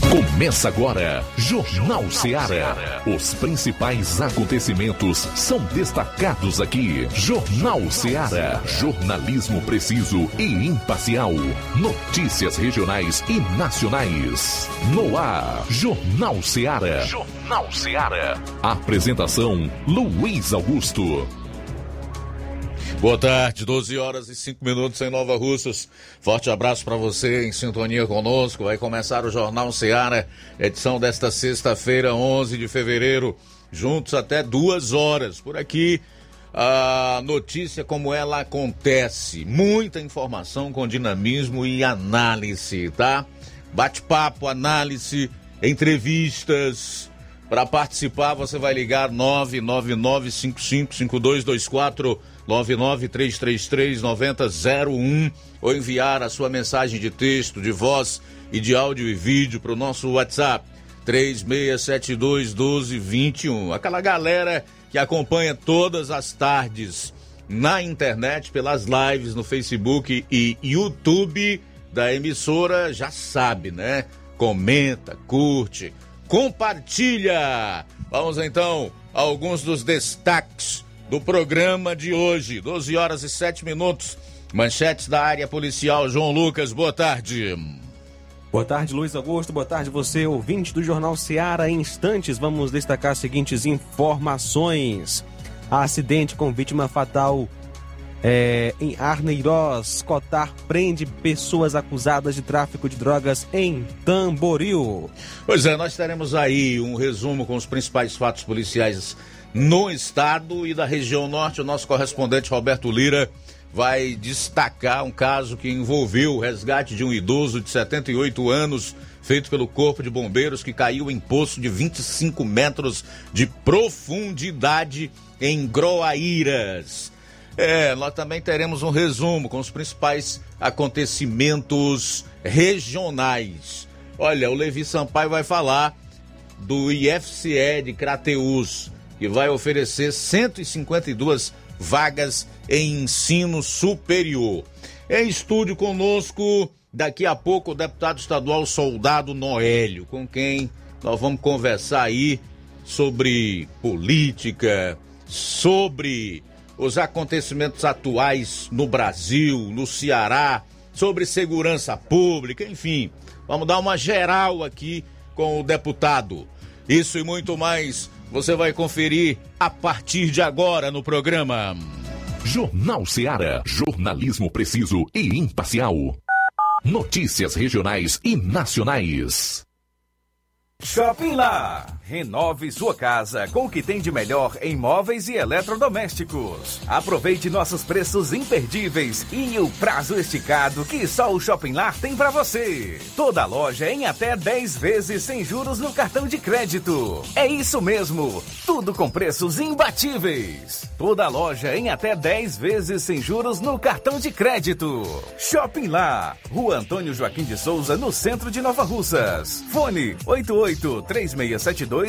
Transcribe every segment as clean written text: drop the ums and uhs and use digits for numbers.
Começa agora, Jornal Ceará. Os principais acontecimentos são destacados aqui. Jornal Ceará. Jornalismo preciso e imparcial. Notícias regionais e nacionais. No ar, Jornal Ceará. Jornal Ceará. Apresentação, Luiz Augusto. Boa tarde, 12 horas e 5 minutos em Nova Russas. Forte abraço para você em sintonia conosco. Vai começar o Jornal Ceará, edição desta sexta-feira, 11 de fevereiro. Juntos até 2 horas. Por aqui, a notícia como ela acontece. Muita informação com dinamismo e análise, tá? Bate-papo, análise, entrevistas. Para participar, você vai ligar 999555224 99333-9001 ou enviar a sua mensagem de texto, de voz e de áudio e vídeo para o nosso WhatsApp 36721221. Aquela galera que acompanha todas as tardes na internet, pelas lives no Facebook e YouTube da emissora, já sabe, né? Comenta, curte, compartilha. Vamos então a alguns dos destaques do programa de hoje, 12 horas e 7 minutos. Manchetes da área policial. João Lucas, boa tarde. Boa tarde, Luiz Augusto. Boa tarde, você, ouvinte do Jornal Ceará. Em instantes, vamos destacar as seguintes informações. Acidente com vítima fatal em Arneiroz. Cotar prende pessoas acusadas de tráfico de drogas em Tamboril. Pois é, nós teremos aí um resumo com os principais fatos policiais no estado e da região norte. O nosso correspondente Roberto Lira vai destacar um caso que envolveu o resgate de um idoso de 78 anos, feito pelo Corpo de Bombeiros, que caiu em poço de 25 metros de profundidade em Groaíras. Nós também teremos um resumo com os principais acontecimentos regionais. Olha, o Levi Sampaio vai falar do IFCE de Crateús, que vai oferecer 152 vagas em ensino superior. Em estúdio conosco, daqui a pouco, o deputado estadual Soldado Noélio, com quem nós vamos conversar aí sobre política, sobre os acontecimentos atuais no Brasil, no Ceará, sobre segurança pública, enfim. Vamos dar uma geral aqui com o deputado. Isso e muito mais você vai conferir a partir de agora no programa. Jornal Ceará. Jornalismo preciso e imparcial. Notícias regionais e nacionais. Shopping Lá. Renove sua casa com o que tem de melhor em móveis e eletrodomésticos. Aproveite nossos preços imperdíveis e o prazo esticado que só o Shopping Lá tem para você. Toda loja em até 10 vezes sem juros no cartão de crédito. É isso mesmo, tudo com preços imbatíveis. Toda loja em até 10 vezes sem juros no cartão de crédito. Shopping Lá, Rua Antônio Joaquim de Souza, no centro de Nova Russas. Fone 88-3672-6464.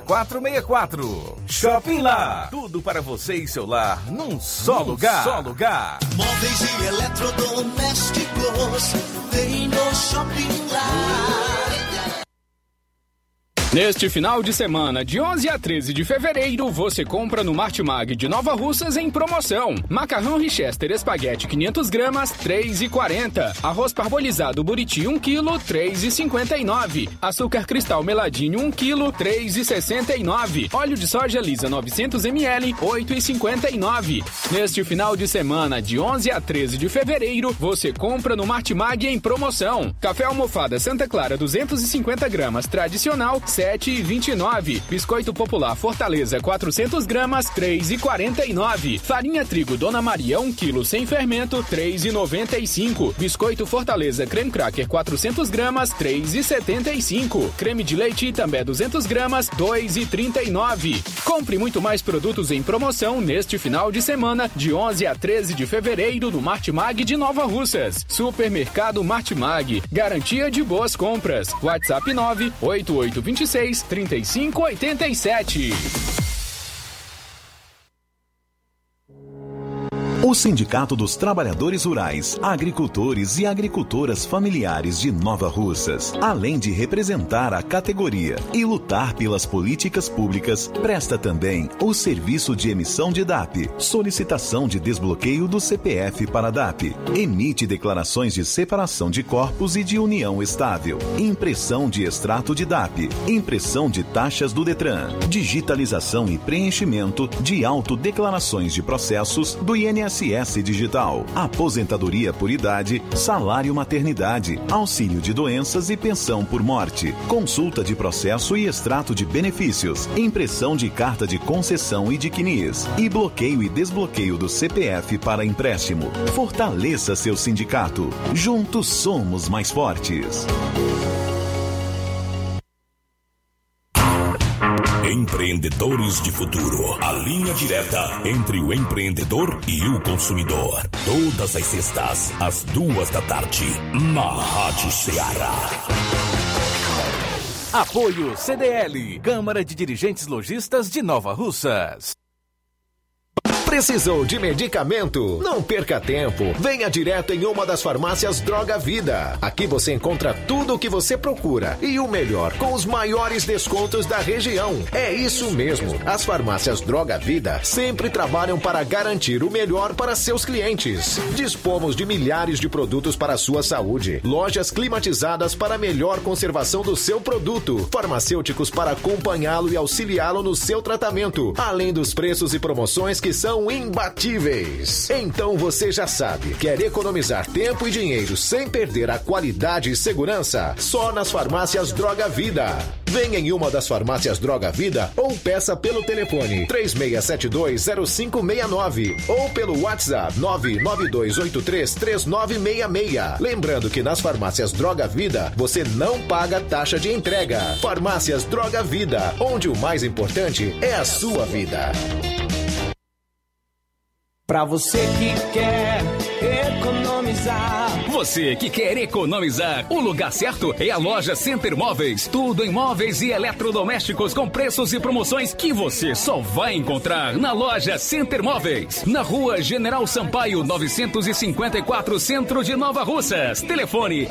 Shopping Lá, tudo para você e seu lar num só lugar. Móveis e eletrodomésticos, vem no Shopping Lá. Neste final de semana, de 11 a 13 de fevereiro, você compra no Martimag de Nova Russas em promoção. Macarrão Richester Espaguete 500 gramas, R$ 3,40. Arroz parbolizado Buriti 1 kg, R$ 3,59. Açúcar cristal meladinho 1 kg, R$ 3,69. Óleo de soja lisa 900 ml, R$ 8,59. Neste final de semana, de 11 a 13 de fevereiro, você compra no Martimag em promoção. Café almofada Santa Clara 250 gramas, tradicional, R$ 7,29. Biscoito popular Fortaleza 400 gramas, R$ 3,49. Farinha trigo Dona Maria 1 kg sem fermento, R$ 3,95. Biscoito Fortaleza creme cracker 400 gramas, R$ 3,75. Creme de leite Itambé 200 gramas, R$ 2,39. Compre muito mais produtos em promoção neste final de semana, de 11 a 13 de fevereiro, no Martimag de Nova Russas. Supermercado Martimag, garantia de boas compras. WhatsApp 98826-3587. O Sindicato dos Trabalhadores Rurais, Agricultores e Agricultoras Familiares de Nova Russas, além de representar a categoria e lutar pelas políticas públicas, presta também o serviço de emissão de DAP, solicitação de desbloqueio do CPF para DAP, emite declarações de separação de corpos e de união estável, impressão de extrato de DAP, impressão de taxas do Detran, digitalização e preenchimento de autodeclarações de processos do INSS Digital, aposentadoria por idade, salário maternidade, auxílio de doenças e pensão por morte, consulta de processo e extrato de benefícios, impressão de carta de concessão e de CNIS, e bloqueio e desbloqueio do CPF para empréstimo. Fortaleça seu sindicato. Juntos somos mais fortes. Empreendedores de Futuro. A linha direta entre o empreendedor e o consumidor. Todas as sextas, às 14h, na Rádio Ceará. Apoio CDL, Câmara de Dirigentes Lojistas de Nova Russas. Precisou de medicamento? Não perca tempo. Venha direto em uma das farmácias Droga Vida. Aqui você encontra tudo o que você procura. E o melhor, com os maiores descontos da região. É isso mesmo. As farmácias Droga Vida sempre trabalham para garantir o melhor para seus clientes. Dispomos de milhares de produtos para a sua saúde. Lojas climatizadas para melhor conservação do seu produto. Farmacêuticos para acompanhá-lo e auxiliá-lo no seu tratamento. Além dos preços e promoções que são imbatíveis. Então você já sabe, quer economizar tempo e dinheiro sem perder a qualidade e segurança? Só nas farmácias Droga Vida. Venha em uma das farmácias Droga Vida ou peça pelo telefone 36720569 ou pelo WhatsApp 992833966. Lembrando que nas farmácias Droga Vida você não paga taxa de entrega. Farmácias Droga Vida, onde o mais importante é a sua vida. Pra você que quer economizar. Você que quer economizar, o lugar certo é a loja Center Móveis. Tudo em móveis e eletrodomésticos com preços e promoções que você só vai encontrar na loja Center Móveis. Na rua General Sampaio, 954, Centro de Nova Russas. Telefone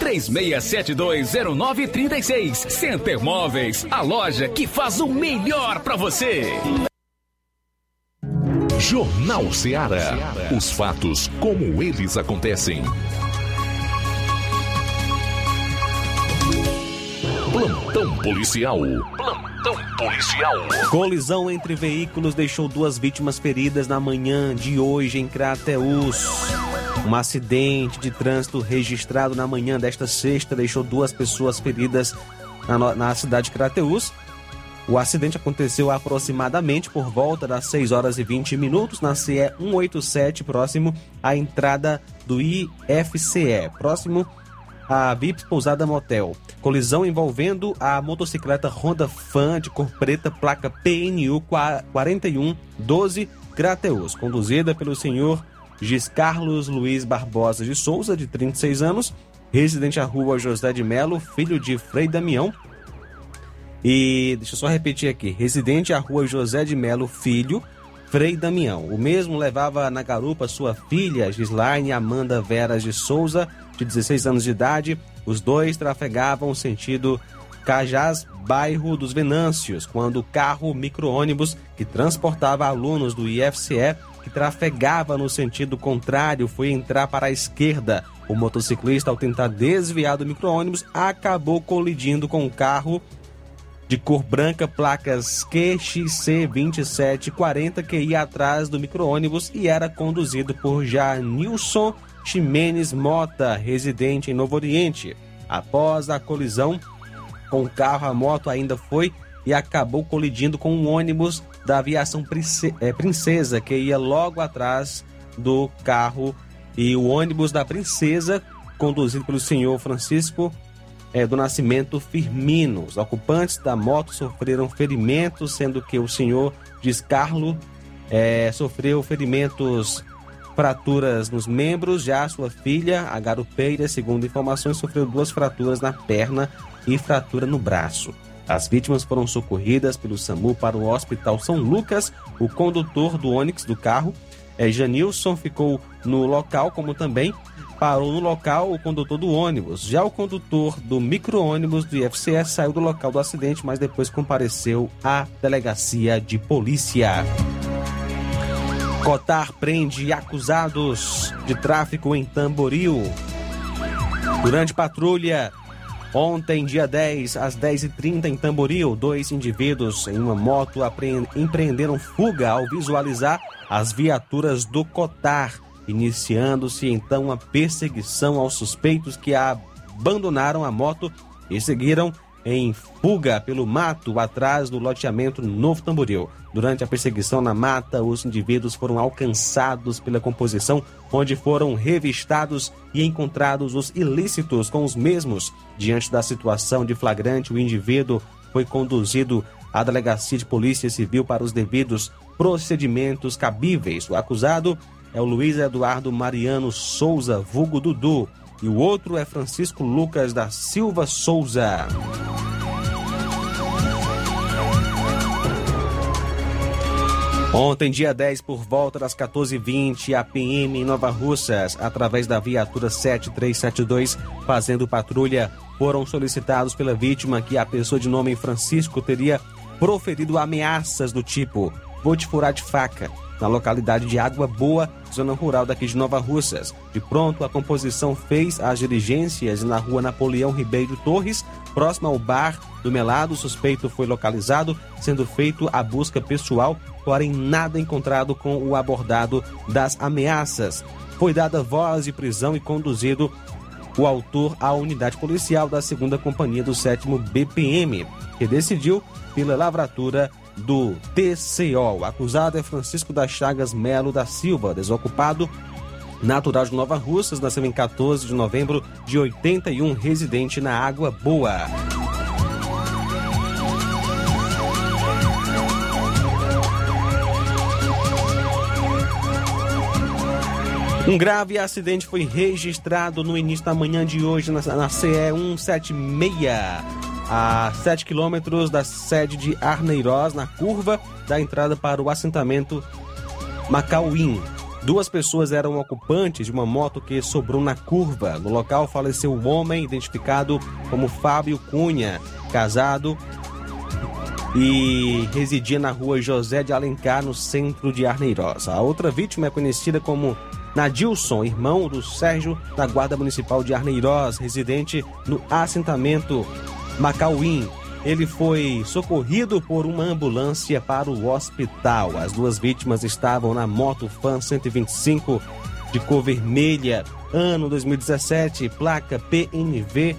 36720936. Center Móveis, a loja que faz o melhor pra você. Jornal Ceará. Os fatos como eles acontecem. Plantão policial. Plantão policial. Colisão entre veículos deixou 2 vítimas feridas na manhã de hoje em Crateús. Um acidente de trânsito registrado na manhã desta sexta deixou 2 pessoas feridas na cidade de Crateús. O acidente aconteceu aproximadamente por volta das 6h20 na CE 187, próximo à entrada do IFCE, próximo à Vips Pousada Motel. Colisão envolvendo a motocicleta Honda Fan de cor preta, placa PNU 4112 Crateús, conduzida pelo senhor Giscarlos Luiz Barbosa de Souza, de 36 anos, residente à rua José de Melo, filho de Frei Damião. E deixa eu só repetir aqui, residente à rua José de Melo, filho, Frei Damião. O mesmo levava na garupa sua filha, Gislaine Amanda Veras de Souza, de 16 anos de idade. Os dois trafegavam sentido Cajás, bairro dos Venâncios, quando o carro micro-ônibus que transportava alunos do IFCE, que trafegava no sentido contrário, foi entrar para a esquerda. O motociclista, ao tentar desviar do micro-ônibus, acabou colidindo com o carro de cor branca, placas QXC 2740, que ia atrás do micro-ônibus e era conduzido por Janilson Ximenes Mota, residente em Novo Oriente. Após a colisão com o carro, a moto ainda foi e acabou colidindo com um ônibus da aviação Princesa, que ia logo atrás do carro, e o ônibus da Princesa, conduzido pelo senhor Francisco do Nascimento Firmino. Os ocupantes da moto sofreram ferimentos, sendo que o senhor Giscarlo sofreu ferimentos, fraturas nos membros. Já a sua filha, a garupeira, segundo informações, sofreu 2 fraturas na perna e fratura no braço. As vítimas foram socorridas pelo SAMU para o Hospital São Lucas. O condutor do Onix do carro Janilson ficou no local, como também parou no local o condutor do ônibus. Já o condutor do micro-ônibus do IFCE saiu do local do acidente, mas depois compareceu à delegacia de polícia. Cotar prende acusados de tráfico em Tamboril. Durante patrulha, ontem, dia 10, às 10h30, em Tamboril, 2 indivíduos em uma moto empreenderam fuga ao visualizar as viaturas do Cotar, iniciando-se então uma perseguição aos suspeitos que abandonaram a moto e seguiram em fuga pelo mato atrás do loteamento Novo Tamboril. Durante a perseguição na mata, os indivíduos foram alcançados pela composição, onde foram revistados e encontrados os ilícitos com os mesmos. Diante da situação de flagrante, o indivíduo foi conduzido à delegacia de polícia civil para os devidos procedimentos cabíveis. O acusado é o Luiz Eduardo Mariano Souza, vulgo Dudu, e o outro é Francisco Lucas da Silva Souza. Ontem, dia 10, por volta das 14h20, a PM em Nova Russas, através da viatura 7372, fazendo patrulha, foram solicitados pela vítima que a pessoa de nome Francisco teria proferido ameaças do tipo: "Vou te furar de faca", na localidade de Água Boa, zona rural daqui de Nova Russas. De pronto, a composição fez as diligências na rua Napoleão Ribeiro Torres, próximo ao bar do Melado. O suspeito foi localizado, sendo feito a busca pessoal, porém nada encontrado com o abordado das ameaças. Foi dada voz de prisão e conduzido o autor à unidade policial da 2ª Companhia do 7º BPM, que decidiu pela lavratura do TCO. O acusado é Francisco das Chagas Melo da Silva, desocupado, natural de Nova Russas, nasceu em 14 de novembro de 81, residente na Água Boa. Um grave acidente foi registrado no início da manhã de hoje na CE 176, a 7 quilômetros da sede de Arneiroz, na curva da entrada para o assentamento Macauim. 2 pessoas eram ocupantes de uma moto que sobrou na curva. No local faleceu um homem identificado como Fábio Cunha, casado e residia na rua José de Alencar, no centro de Arneiroz. A outra vítima é conhecida como Nadilson, irmão do Sérgio, da Guarda Municipal de Arneiroz, residente no assentamento Macauim. Ele foi socorrido por uma ambulância para o hospital. As 2 vítimas estavam na moto Fan 125 de cor vermelha, ano 2017, placa PNV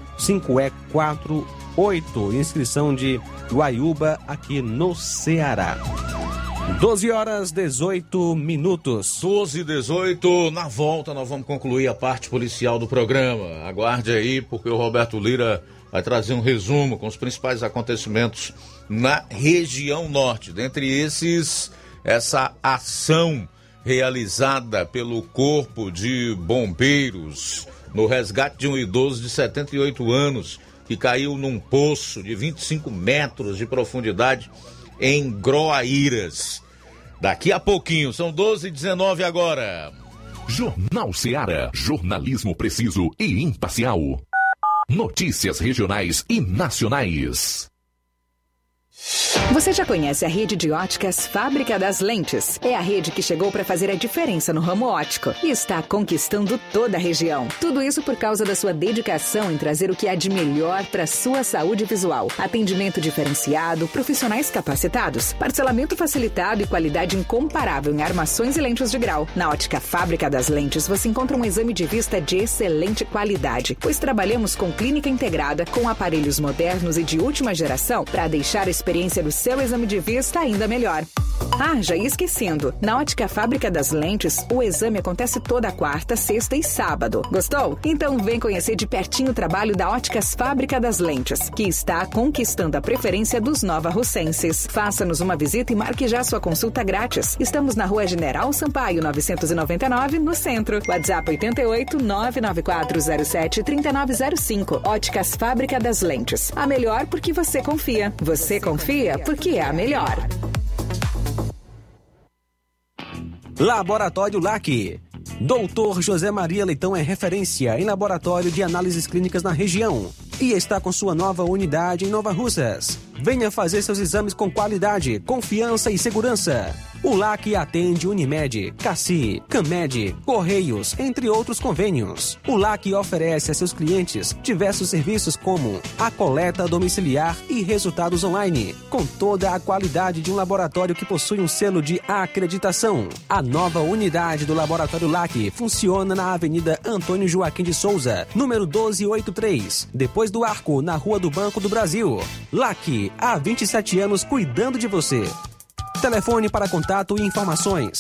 5E48, inscrição de Guaiúba, aqui no Ceará. 12h18. 12h18, na volta nós vamos concluir a parte policial do programa. Aguarde aí, porque o Roberto Lira vai trazer um resumo com os principais acontecimentos na região norte. Dentre esses, essa ação realizada pelo Corpo de Bombeiros no resgate de um idoso de 78 anos que caiu num poço de 25 metros de profundidade em Groaíras. Daqui a pouquinho, são 12h19 agora. Jornal Ceará, jornalismo preciso e imparcial. Notícias regionais e nacionais. Você já conhece a rede de óticas Fábrica das Lentes? É a rede que chegou para fazer a diferença no ramo óptico e está conquistando toda a região. Tudo isso por causa da sua dedicação em trazer o que há de melhor para sua saúde visual. Atendimento diferenciado, profissionais capacitados, parcelamento facilitado e qualidade incomparável em armações e lentes de grau. Na ótica Fábrica das Lentes você encontra um exame de vista de excelente qualidade, pois trabalhamos com clínica integrada, com aparelhos modernos e de última geração para deixar a experiência do seu exame de vista ainda melhor. Ah, já ia esquecendo. Na ótica Fábrica das Lentes, o exame acontece toda quarta, sexta e sábado. Gostou? Então vem conhecer de pertinho o trabalho da Óticas Fábrica das Lentes, que está conquistando a preferência dos nova-russenses. Faça-nos uma visita e marque já sua consulta grátis. Estamos na Rua General Sampaio, 999, no centro. WhatsApp 88 99407 3905. Óticas Fábrica das Lentes. A melhor porque você confia. Você confia porque é a melhor. Laboratório LAC. Doutor José Maria Leitão é referência em laboratório de análises clínicas na região e está com sua nova unidade em Nova Russas. Venha fazer seus exames com qualidade, confiança e segurança. O LAC atende Unimed, Cassi, Camed, Correios, entre outros convênios. O LAC oferece a seus clientes diversos serviços como a coleta domiciliar e resultados online, com toda a qualidade de um laboratório que possui um selo de acreditação. A nova unidade do Laboratório LAC funciona na Avenida Antônio Joaquim de Souza, número 1283, depois do Arco, na Rua do Banco do Brasil. LAC, há 27 anos cuidando de você. Telefone para contato e informações: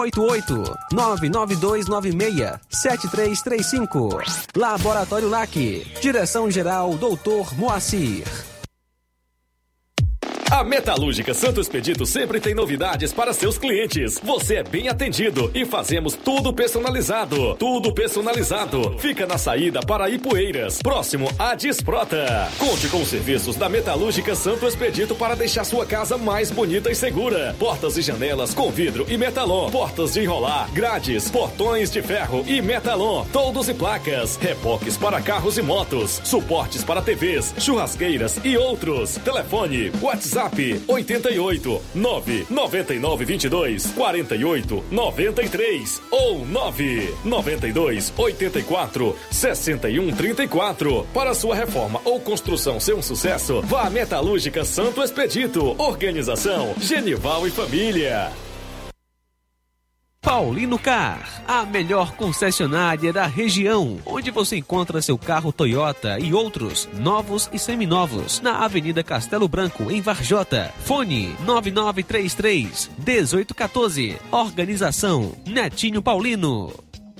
88-99296-7335. Laboratório LAC. Direção-Geral Dr. Moacir. A Metalúrgica Santo Expedito sempre tem novidades para seus clientes. Você é bem atendido e fazemos tudo personalizado. Tudo personalizado. Fica na saída para Ipueiras, próximo à Desprota. Conte com os serviços da Metalúrgica Santo Expedito para deixar sua casa mais bonita e segura. Portas e janelas com vidro e metalon. Portas de enrolar, grades, portões de ferro e metalon. Toldos e placas. Reboques para carros e motos. Suportes para TVs, churrasqueiras e outros. Telefone, WhatsApp 88 999 22 48 93 ou 992 84 61 34. Para sua reforma ou construção ser um sucesso, vá à Metalúrgica Santo Expedito. Organização Genival e Família. Paulino Car, a melhor concessionária da região, onde você encontra seu carro Toyota e outros novos e seminovos, na Avenida Castelo Branco, em Varjota. Fone 9933-1814. Organização Netinho Paulino.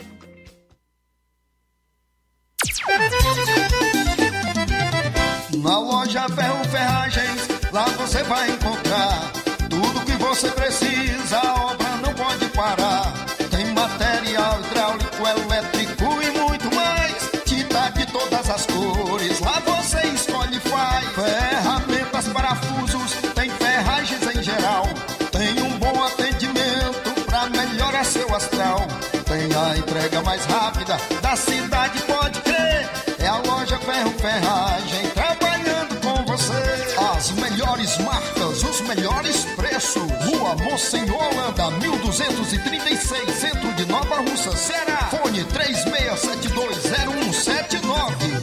Na loja Ferro Ferragens, lá você vai encontrar tudo que você precisa, a obra não pode parar. Tem material hidráulico, elétrico e muito mais. Tinta de todas as cores, lá você escolhe e faz. Ferramentas, parafusos, tem ferragens em geral. Tem um bom atendimento pra melhorar seu astral. Tem a entrega mais rápida da cidade, pode crer. É a loja Ferro Ferragem trabalhando com você. As melhores marcas, os melhores preços. Rua Monsenhor Holanda, 1236, centro de Nova Russa, Ceará. Fone 36720179.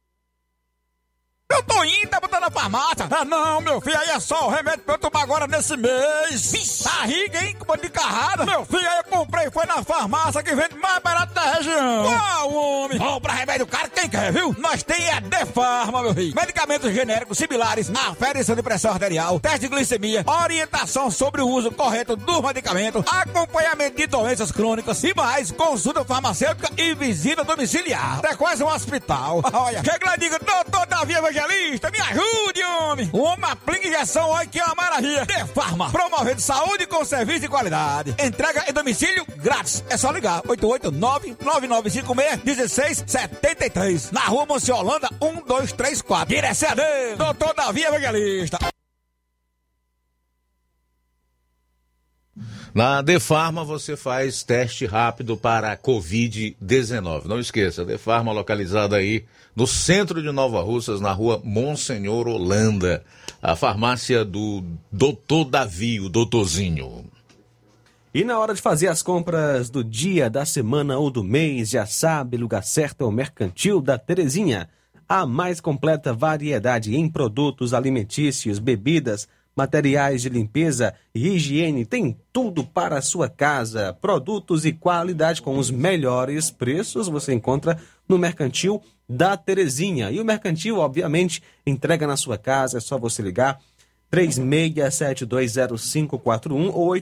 Eu tô indo, tá botando na farmácia. Ah, não, meu filho, aí é só o remédio pra eu tomar agora nesse mês. Barriga, hein, com de carrada. Meu filho, aí eu comprei, foi na farmácia que vende mais barato da região. Uau, homem. Compra remédio caro, quem quer, viu? Nós tem a Defarma, meu filho. Medicamentos genéricos similares, aferição de pressão arterial, teste de glicemia, orientação sobre o uso correto do medicamento, acompanhamento de doenças crônicas e mais, consulta farmacêutica e visita domiciliar. É quase um hospital. Olha, chega lá e diga, doutor Davi Evangelista, me ajude, homem! Uma aplica injeção, olha que é uma maravilha! Defarma, promovendo saúde com serviço de qualidade. Entrega em domicílio grátis. É só ligar, 889-9956-1673. Na rua Monsiolanda, 1234. Direção dele, doutor Davi Evangelista. Na Defarma você faz teste rápido para a Covid-19. Não esqueça, Defarma localizada aí no centro de Nova Russas, na rua Monsenhor Holanda. A farmácia do Doutor Davi, o doutorzinho. E na hora de fazer as compras do dia, da semana ou do mês, já sabe, lugar certo é o Mercantil da Terezinha. A mais completa variedade em produtos alimentícios, bebidas, materiais de limpeza e higiene, tem tudo para a sua casa. Produtos e qualidade com os melhores preços você encontra no Mercantil da Terezinha. E o Mercantil, obviamente, entrega na sua casa, é só você ligar 36720541 ou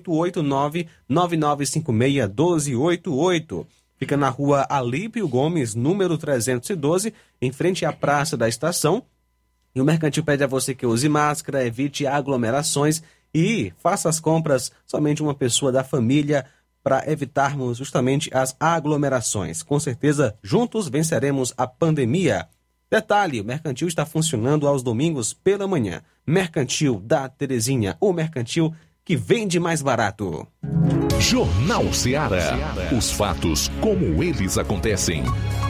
889-9956-1288. Fica na rua Alípio Gomes, número 312, em frente à Praça da Estação. E o Mercantil pede a você que use máscara, evite aglomerações e faça as compras somente uma pessoa da família para evitarmos justamente as aglomerações. Com certeza, juntos venceremos a pandemia. Detalhe, o Mercantil está funcionando aos domingos pela manhã. Mercantil da Terezinha, o mercantil que vende mais barato. Jornal Ceará. Os fatos como eles acontecem.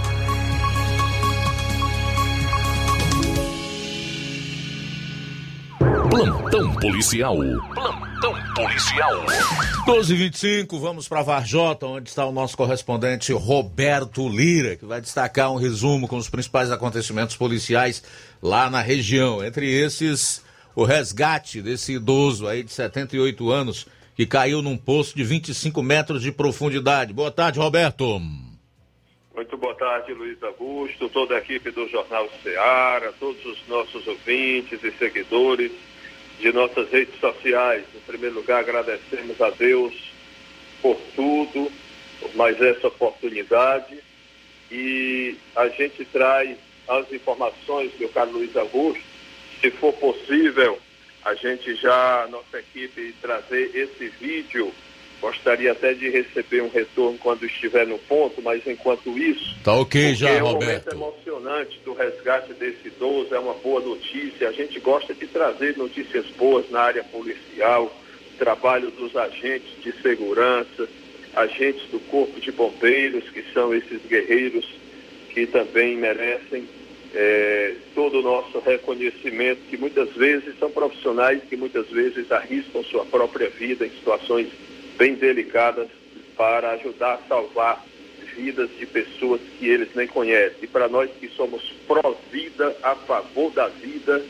Plantão policial. Plantão policial. 12h25, vamos para Varjota, onde está o nosso correspondente Roberto Lira, que vai destacar um resumo com os principais acontecimentos policiais lá na região. Entre esses, o resgate desse idoso aí de 78 anos que caiu num poço de 25 metros de profundidade. Boa tarde, Roberto. Muito boa tarde, Luiz Augusto, toda a equipe do Jornal Ceará, todos os nossos ouvintes e seguidores de nossas redes sociais. Em primeiro lugar, agradecemos a Deus por tudo, por mais essa oportunidade, e a gente traz as informações, meu caro Luiz Augusto. Se for possível, a gente já, nossa equipe, trazer esse vídeo. Gostaria até de receber um retorno quando estiver no ponto, mas enquanto isso... Tá ok já, É Roberto. um momento emocionante do resgate desse idoso, é uma boa notícia. A gente gosta de trazer notícias boas na área policial, trabalho dos agentes de segurança, agentes do Corpo de Bombeiros, que são esses guerreiros que também merecem todo o nosso reconhecimento, que muitas vezes são profissionais que muitas vezes arriscam sua própria vida em situações bem delicadas para ajudar a salvar vidas de pessoas que eles nem conhecem. E para nós que somos pró-vida, a favor da vida,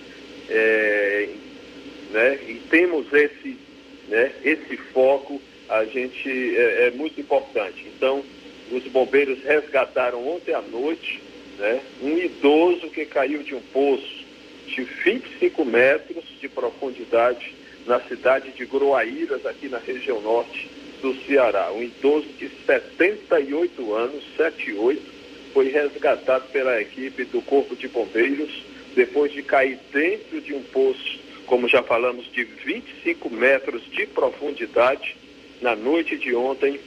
e temos esse foco, a gente é muito importante. Então, os bombeiros resgataram ontem à noite um idoso que caiu de um poço de 25 metros de profundidade na cidade de Groaíras, aqui na região norte do Ceará. Um idoso de 78 anos, 78, foi resgatado pela equipe do Corpo de Bombeiros depois de cair dentro de um poço, como já falamos, de 25 metros de profundidade na noite de ontem,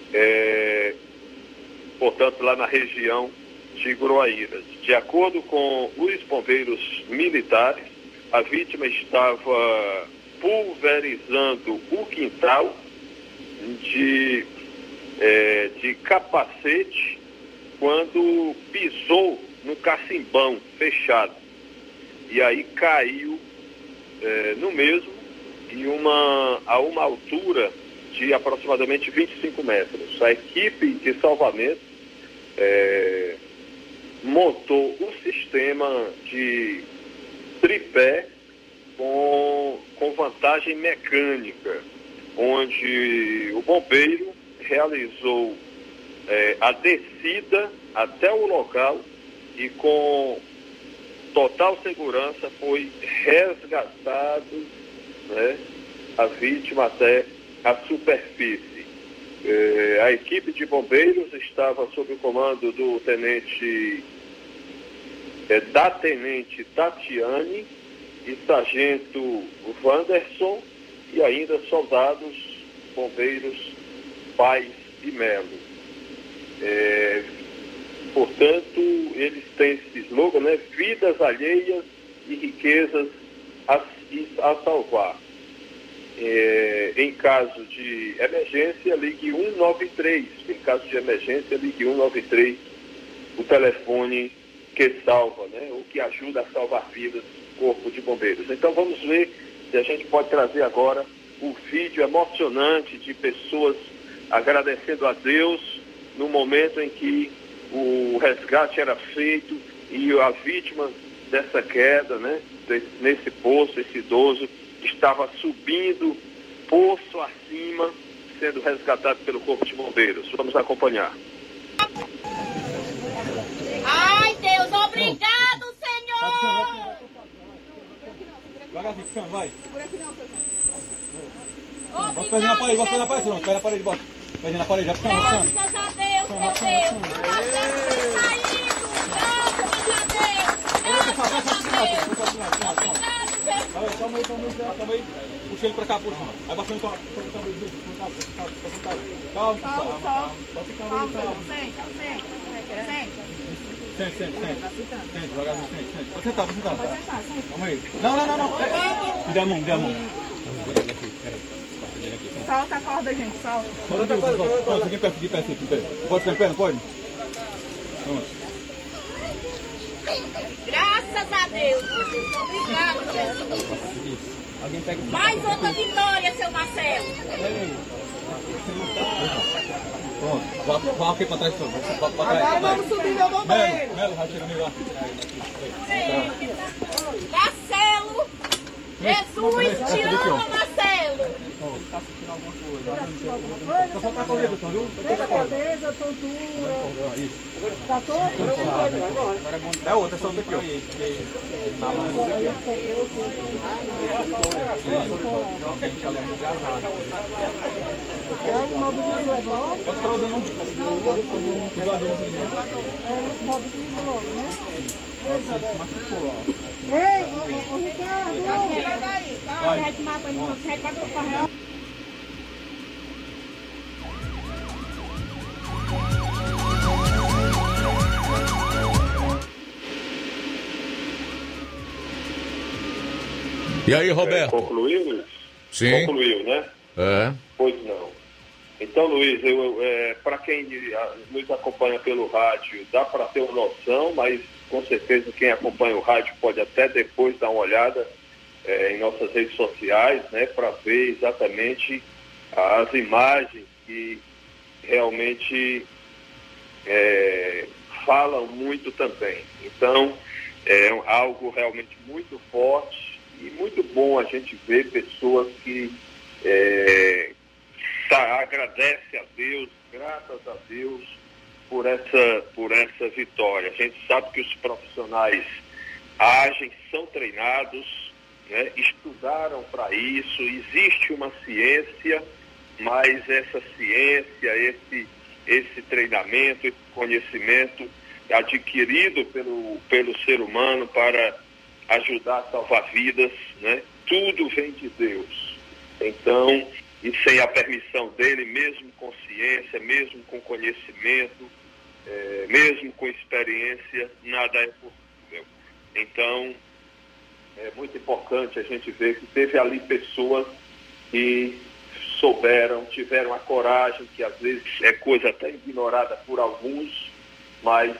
portanto, lá na região de Groaíras. De acordo com os bombeiros militares, a vítima estava pulverizando o quintal de capacete quando pisou no cacimbão fechado. E aí caiu no mesmo a uma altura de aproximadamente 25 metros. A equipe de salvamento montou um sistema de tripé com vantagem mecânica, onde o bombeiro realizou a descida até o local e com total segurança foi resgatado a vítima até a superfície. A equipe de bombeiros estava sob o comando do tenente Tatiane e sargento Wanderson e ainda soldados bombeiros Paz e Melo. Portanto, eles têm esse slogan, vidas alheias e riquezas a salvar. Em caso de emergência, ligue 193. Em caso de emergência, ligue 193, o telefone que salva, o que ajuda a salvar vidas do Corpo de Bombeiros. Então vamos ver se a gente pode trazer agora o vídeo emocionante de pessoas agradecendo a Deus no momento em que o resgate era feito e a vítima dessa queda, nesse poço, esse idoso, estava subindo poço acima, sendo resgatado pelo Corpo de Bombeiros. Vamos acompanhar. Ai, Deus, obrigado, Senhor! Devagarzinho, vai. Bota o pezinho na parede, bota o pezinho na parede, não. Pé na parede, bota. Pezinho na parede, já puxa. Graças a Deus, meu Deus! Toma aí. Puxa ele pra cá, puxa. Aí bota ele pra cá. Calma. Sente. Devagarzinho, sente. Pode sentar. Calma aí. Não. Me dê a mão. Solta a corda, gente, solta. Solta a corda. Aqui perto, Pode ficar em pé, não pode? Graças a Deus, Jesus. Obrigado, Jesus. Mais outra vitória, seu Marcelo. Pronto, vai aqui pra trás. Agora vamos subir meu bombeiro. Melo, vai tirando lá. Marcelo, Jesus te ama, Marcelo. Só falta a corrida, viu? Cabeça, tontura. Tá todo? É outra, só aqui, ó. Ei, o Ricardo! Vai tomar banho, você vai correr. E aí, Roberto? Concluiu, Luiz? Sim. Concluiu, né? É. Pois não. Então, Luiz, para quem nos acompanha pelo rádio, dá para ter uma noção, mas com certeza quem acompanha o rádio pode até depois dar uma olhada em nossas redes sociais, né, para ver exatamente as imagens que realmente falam muito também. Então, é algo realmente muito forte e muito bom a gente ver pessoas que agradece a Deus, graças a Deus por essa vitória. A gente sabe que os profissionais agem, são treinados, né, estudaram para isso, existe uma ciência, mas essa ciência, esse treinamento, esse conhecimento adquirido pelo ser humano para ajudar a salvar vidas, né, tudo vem de Deus. Então, e sem a permissão dele, mesmo com ciência, mesmo com conhecimento, mesmo com experiência, nada é possível. Então, é muito importante a gente ver que teve ali pessoas que tiveram a coragem, que às vezes é coisa até ignorada por alguns, mas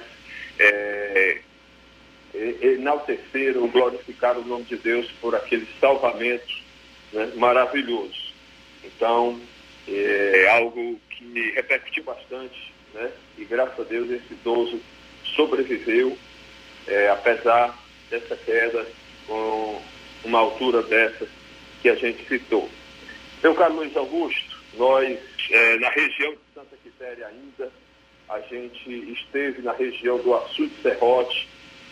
enalteceram, glorificaram o nome de Deus por aquele salvamento, né, maravilhoso. Então, é algo que repercutiu bastante, né? E graças a Deus esse idoso sobreviveu, apesar dessa queda com uma altura dessa que a gente citou. Meu caro Luiz Augusto, nós, na região de Santa Quitéria ainda, a gente esteve na região do Açude Serrote,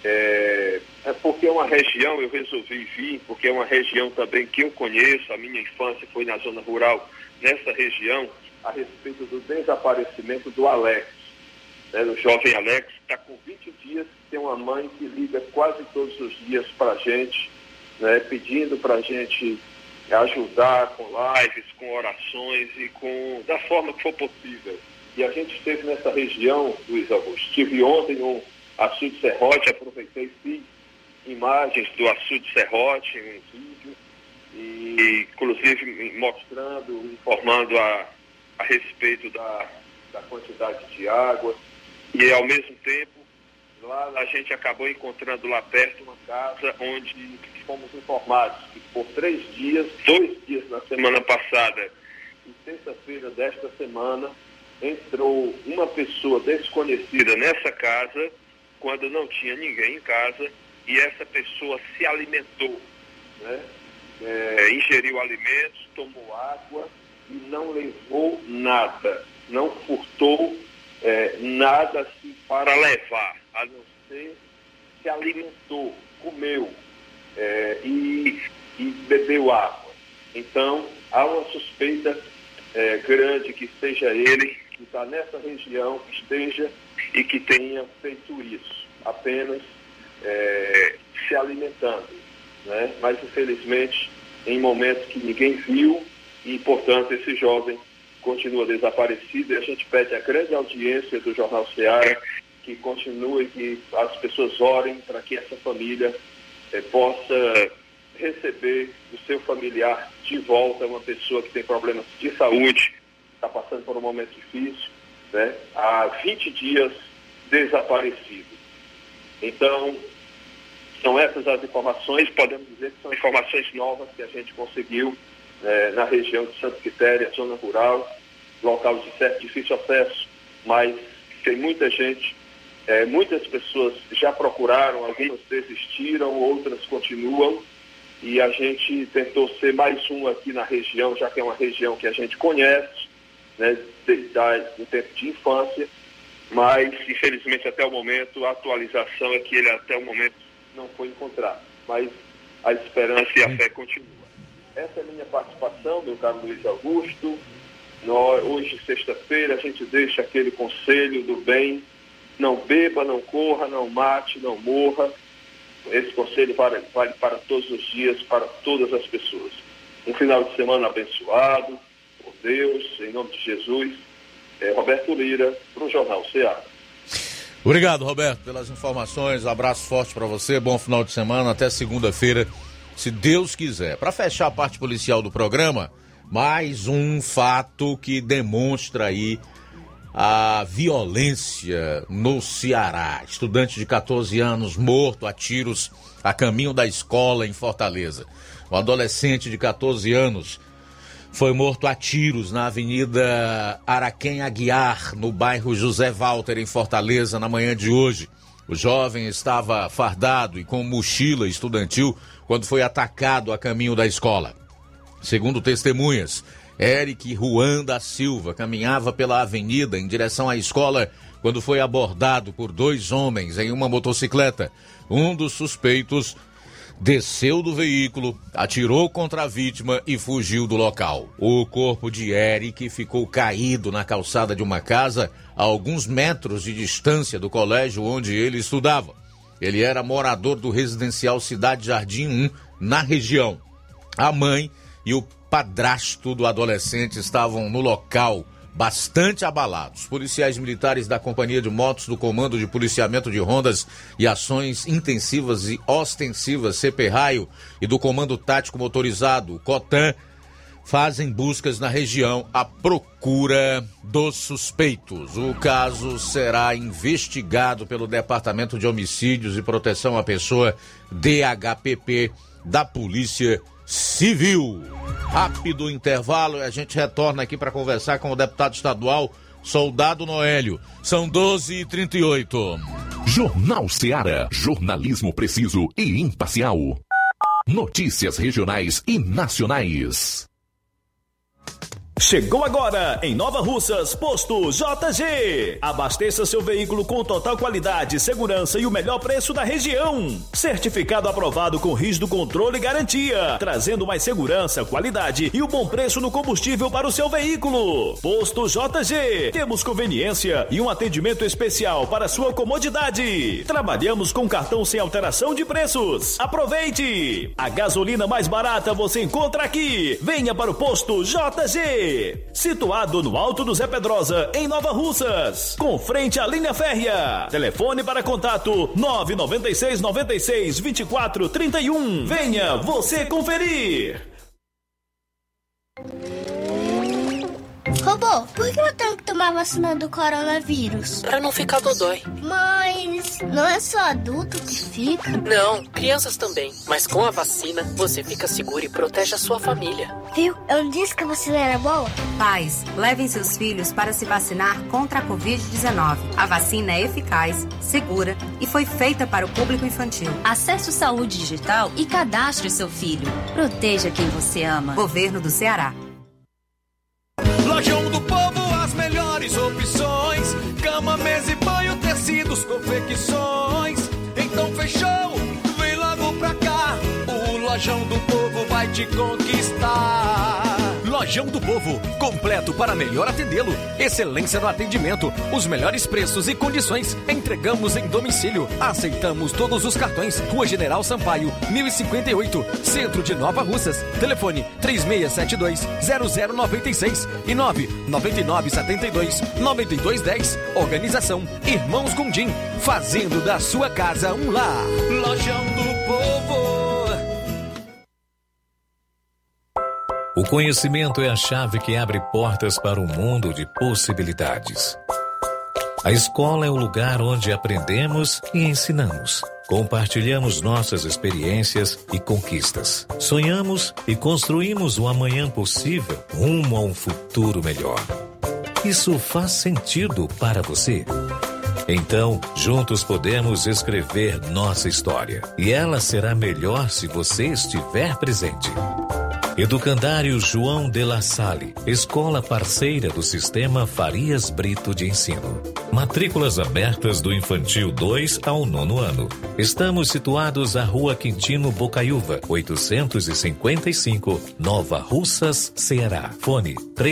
porque é uma região, eu resolvi vir, porque é uma região também que eu conheço, a minha infância foi na zona rural, nessa região, a respeito do desaparecimento do Alex. O jovem Alex está com 20 dias, tem uma mãe que liga quase todos os dias para a gente, né, pedindo para a gente ajudar com lives, com orações e da forma que for possível. E a gente esteve nessa região, Luiz Augusto, estive ontem no Açude Serrote, aproveitei, fiz imagens do Açude Serrote, um vídeo, e inclusive mostrando, informando a respeito da quantidade de água, e ao mesmo tempo, lá a gente acabou encontrando lá perto uma casa onde fomos informados que por 2 dias na semana passada e terça-feira desta semana, entrou uma pessoa desconhecida nessa casa, quando não tinha ninguém em casa, e essa pessoa se alimentou, né? Ingeriu alimentos, tomou água e não levou nada, não furtou nada assim para levar, a não ser se alimentou, comeu e bebeu água. Então, há uma suspeita grande que seja ele, que está nessa região, esteja e que tenha feito isso, apenas se alimentando, né? Mas infelizmente em momentos que ninguém viu e portanto esse jovem continua desaparecido, e a gente pede a grande audiência do Jornal Ceará que continue, que as pessoas orem para que essa família possa receber o seu familiar de volta, uma pessoa que tem problemas de saúde, está passando por um momento difícil, né? Há 20 dias desaparecido. Então, são essas as informações, podemos dizer que são informações novas que a gente conseguiu na região de Santa Quitéria, zona rural, local de certo difícil acesso, mas tem muita gente, muitas pessoas já procuraram, algumas desistiram, outras continuam, e a gente tentou ser mais um aqui na região, já que é uma região que a gente conhece, né, do tempo de infância, mas infelizmente até o momento a atualização é que ele até o momento não foi encontrado, mas a esperança e a fé continuam. Essa é a minha participação, meu caro Luiz Augusto. Hoje, sexta-feira, a gente deixa aquele conselho do bem: não beba, não corra, não mate, não morra. Esse conselho vale para todos os dias, para todas as pessoas. Um final de semana abençoado por Deus, em nome de Jesus. Roberto Lira, para o Jornal Ceará. Obrigado, Roberto, pelas informações. Abraço forte para você, bom final de semana, até segunda-feira, se Deus quiser. Para fechar a parte policial do programa, mais um fato que demonstra aí a violência no Ceará. Estudante de 14 anos morto a tiros a caminho da escola em Fortaleza. Um adolescente de 14 anos foi morto a tiros na Avenida Araquém Aguiar, no bairro José Walter, em Fortaleza, na manhã de hoje. O jovem estava fardado e com mochila estudantil quando foi atacado a caminho da escola. Segundo testemunhas, Eric Juan da Silva caminhava pela avenida em direção à escola quando foi abordado por 2 homens em uma motocicleta. Um dos suspeitos desceu do veículo, atirou contra a vítima e fugiu do local. O corpo de Eric ficou caído na calçada de uma casa a alguns metros de distância do colégio onde ele estudava. Ele era morador do residencial Cidade Jardim 1, na região. A mãe e o padrasto do adolescente estavam no local, bastante abalados. Policiais militares da Companhia de Motos do Comando de Policiamento de Rondas e Ações Intensivas e Ostensivas, CP-Raio, e do Comando Tático Motorizado, COTAN, fazem buscas na região à procura dos suspeitos. O caso será investigado pelo Departamento de Homicídios e Proteção à Pessoa, DHPP, da Polícia Civil. Rápido intervalo e a gente retorna aqui para conversar com o deputado estadual Soldado Noélio. São 12h38. Jornal Ceará. Jornalismo preciso e imparcial. Notícias regionais e nacionais. Chegou agora, em Nova Russas, Posto JG. Abasteça seu veículo com total qualidade, segurança e o melhor preço da região. Certificado aprovado com rígido controle e garantia, trazendo mais segurança, qualidade e o bom preço no combustível para o seu veículo. Posto JG. Temos conveniência e um atendimento especial para sua comodidade. Trabalhamos com cartão sem alteração de preços. Aproveite! A gasolina mais barata você encontra aqui. Venha para o Posto JG. Situado no Alto do Zé Pedrosa, em Nova Russas, com frente à linha férrea. Telefone para contato 996-96-2431. Venha você conferir. Robô, por que eu tenho que tomar vacina do coronavírus? Pra não ficar dodói. Mas não é só adulto que fica? Não, crianças também. Mas com a vacina, você fica seguro e protege a sua família. Viu? Eu não disse que a vacina era boa? Pais, levem seus filhos para se vacinar contra a Covid-19. A vacina é eficaz, segura e foi feita para o público infantil. Acesse o Saúde Digital e cadastre seu filho. Proteja quem você ama. Governo do Ceará. Lojão do Povo, as melhores opções: cama, mesa e banho, tecidos, confecções. Então fechou, vem logo pra cá. O Lojão do Povo vai te conquistar. Lojão do Povo, completo para melhor atendê-lo. Excelência no atendimento, os melhores preços e condições. Entregamos em domicílio. Aceitamos todos os cartões. Rua General Sampaio, 1058, Centro de Nova Russas. Telefone 3672-0096 e 99972-9210. Organização Irmãos Gondim, fazendo da sua casa um lar. Lojão do Povo. O conhecimento é a chave que abre portas para um mundo de possibilidades. A escola é o lugar onde aprendemos e ensinamos. Compartilhamos nossas experiências e conquistas. Sonhamos e construímos um amanhã possível rumo a um futuro melhor. Isso faz sentido para você? Então, juntos podemos escrever nossa história. E ela será melhor se você estiver presente. Educandário João de La Salle, escola parceira do Sistema Farias Brito de Ensino. Matrículas abertas do Infantil 2 ao 9º ano. Estamos situados à Rua Quintino Bocaiúva, 855, Nova Russas, Ceará. Fone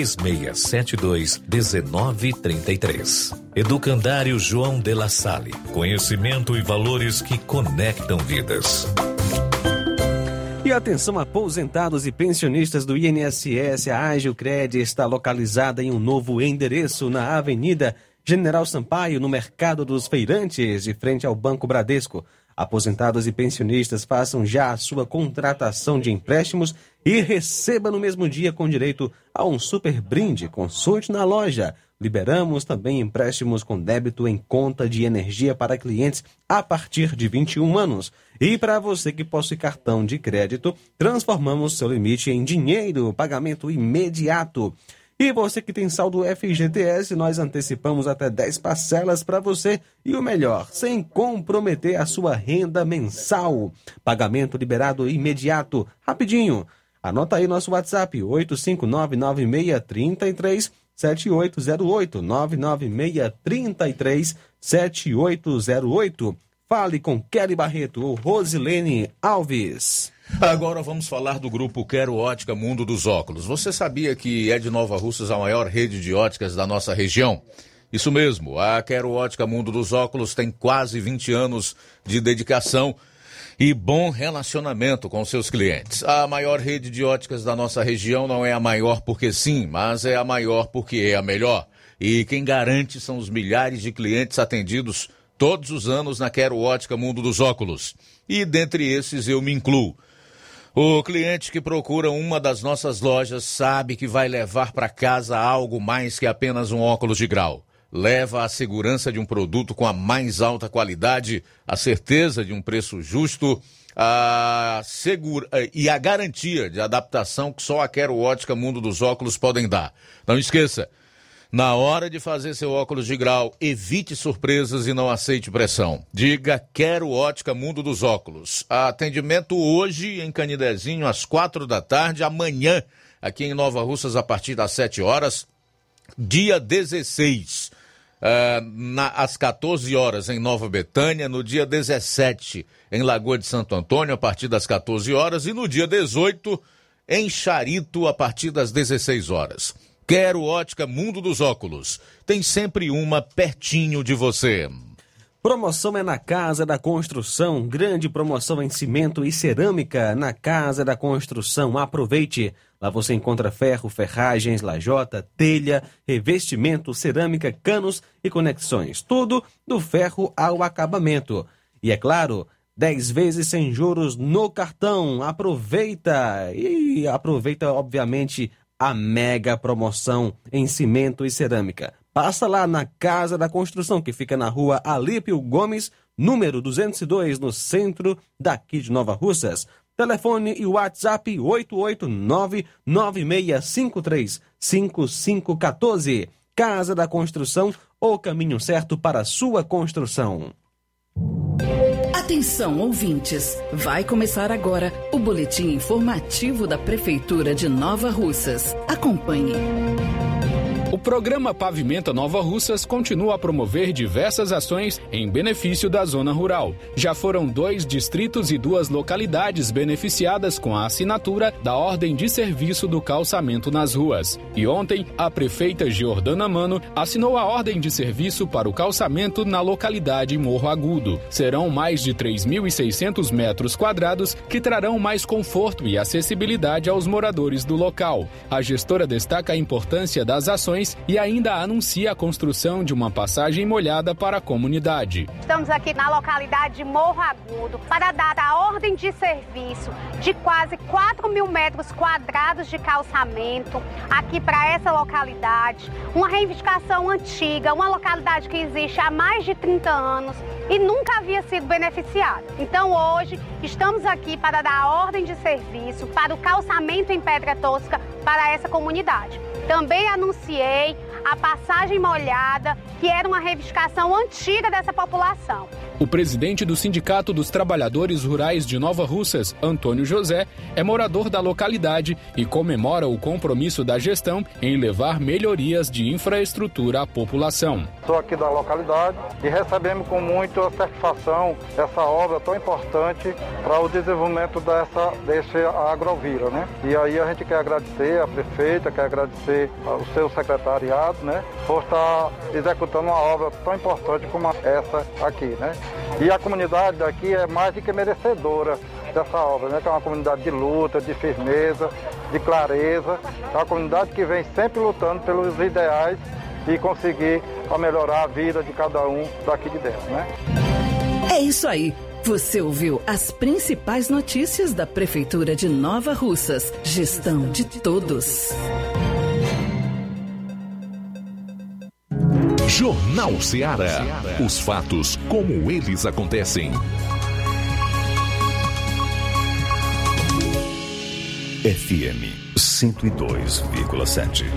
3672-1933. Educandário João de La Salle. Conhecimento e valores que conectam vidas. E atenção, aposentados e pensionistas do INSS, a Agilcred está localizada em um novo endereço na Avenida General Sampaio, no Mercado dos Feirantes, de frente ao Banco Bradesco. Aposentados e pensionistas, façam já a sua contratação de empréstimos e receba no mesmo dia com direito a um super brinde. Consulte na loja. Liberamos também empréstimos com débito em conta de energia para clientes a partir de 21 anos. E para você que possui cartão de crédito, transformamos seu limite em dinheiro, pagamento imediato. E você que tem saldo FGTS, nós antecipamos até 10 parcelas para você. E o melhor, sem comprometer a sua renda mensal. Pagamento liberado imediato, rapidinho. Anota aí nosso WhatsApp, 85996337808, 996337808. Fale com Kelly Barreto ou Rosilene Alves. Agora vamos falar do grupo Quero Ótica Mundo dos Óculos. Você sabia que é de Nova Russas a maior rede de óticas da nossa região? Isso mesmo, a Quero Ótica Mundo dos Óculos tem quase 20 anos de dedicação e bom relacionamento com seus clientes. A maior rede de óticas da nossa região não é a maior porque sim, mas é a maior porque é a melhor. E quem garante são os milhares de clientes atendidos todos os anos na Quero Ótica Mundo dos Óculos. E dentre esses eu me incluo. O cliente que procura uma das nossas lojas sabe que vai levar para casa algo mais que apenas um óculos de grau. Leva a segurança de um produto com a mais alta qualidade, a certeza de um preço justo e a garantia de adaptação que só a Quero Ótica Mundo dos Óculos podem dar. Não esqueça, na hora de fazer seu óculos de grau, evite surpresas e não aceite pressão. Diga Quero Ótica Mundo dos Óculos. Atendimento hoje em Canidezinho às 16h, amanhã aqui em Nova Russas a partir das 7h, dia 16, às 14h em Nova Betânia, no dia 17 em Lagoa de Santo Antônio a partir das 14h e no dia 18 em Charito a partir das 16h. Quero Ótica Mundo dos Óculos. Tem sempre uma pertinho de você. Promoção é na Casa da Construção. Grande promoção em cimento e cerâmica na Casa da Construção. Aproveite. Lá você encontra ferro, ferragens, lajota, telha, revestimento, cerâmica, canos e conexões. Tudo do ferro ao acabamento. E é claro, 10 vezes sem juros no cartão. Aproveita. E aproveita, obviamente, a mega promoção em cimento e cerâmica. Passa lá na Casa da Construção, que fica na rua Alípio Gomes, número 202, no centro daqui de Nova Russas. Telefone e WhatsApp 889-9653-5514. Casa da Construção, o caminho certo para a sua construção. Atenção, ouvintes! Vai começar agora o boletim informativo da Prefeitura de Nova Russas. Acompanhe. O programa Pavimenta Nova Russas continua a promover diversas ações em benefício da zona rural. Já foram 2 distritos e 2 localidades beneficiadas com a assinatura da Ordem de Serviço do Calçamento nas Ruas. E ontem, a prefeita Giordana Mano assinou a Ordem de Serviço para o calçamento na localidade Morro Agudo. Serão mais de 3.600 metros quadrados que trarão mais conforto e acessibilidade aos moradores do local. A gestora destaca a importância das ações reais e ainda anuncia a construção de uma passagem molhada para a comunidade. Estamos aqui na localidade de Morro Agudo para dar a ordem de serviço de quase 4 mil metros quadrados de calçamento aqui para essa localidade. Uma reivindicação antiga, uma localidade que existe há mais de 30 anos e nunca havia sido beneficiada. Então hoje estamos aqui para dar a ordem de serviço para o calçamento em pedra tosca para essa comunidade. Também anunciei a passagem molhada, que era uma reivindicação antiga dessa população. O presidente do Sindicato dos Trabalhadores Rurais de Nova Russas, Antônio José, é morador da localidade e comemora o compromisso da gestão em levar melhorias de infraestrutura à população. Sou aqui da localidade e recebemos com muita satisfação essa obra tão importante para o desenvolvimento desse agrovila, né? E aí a gente quer agradecer a prefeita, quer agradecer ao seu secretariado, né? Por estar executando uma obra tão importante como essa aqui, né? E a comunidade daqui é mais do que merecedora dessa obra, né? Que é uma comunidade de luta, de firmeza, de clareza. É uma comunidade que vem sempre lutando pelos ideais e conseguir melhorar a vida de cada um daqui de dentro, né? É isso aí. Você ouviu as principais notícias da Prefeitura de Nova Russas. Gestão de todos. Jornal Ceará. Os fatos como eles acontecem. FM 102,7.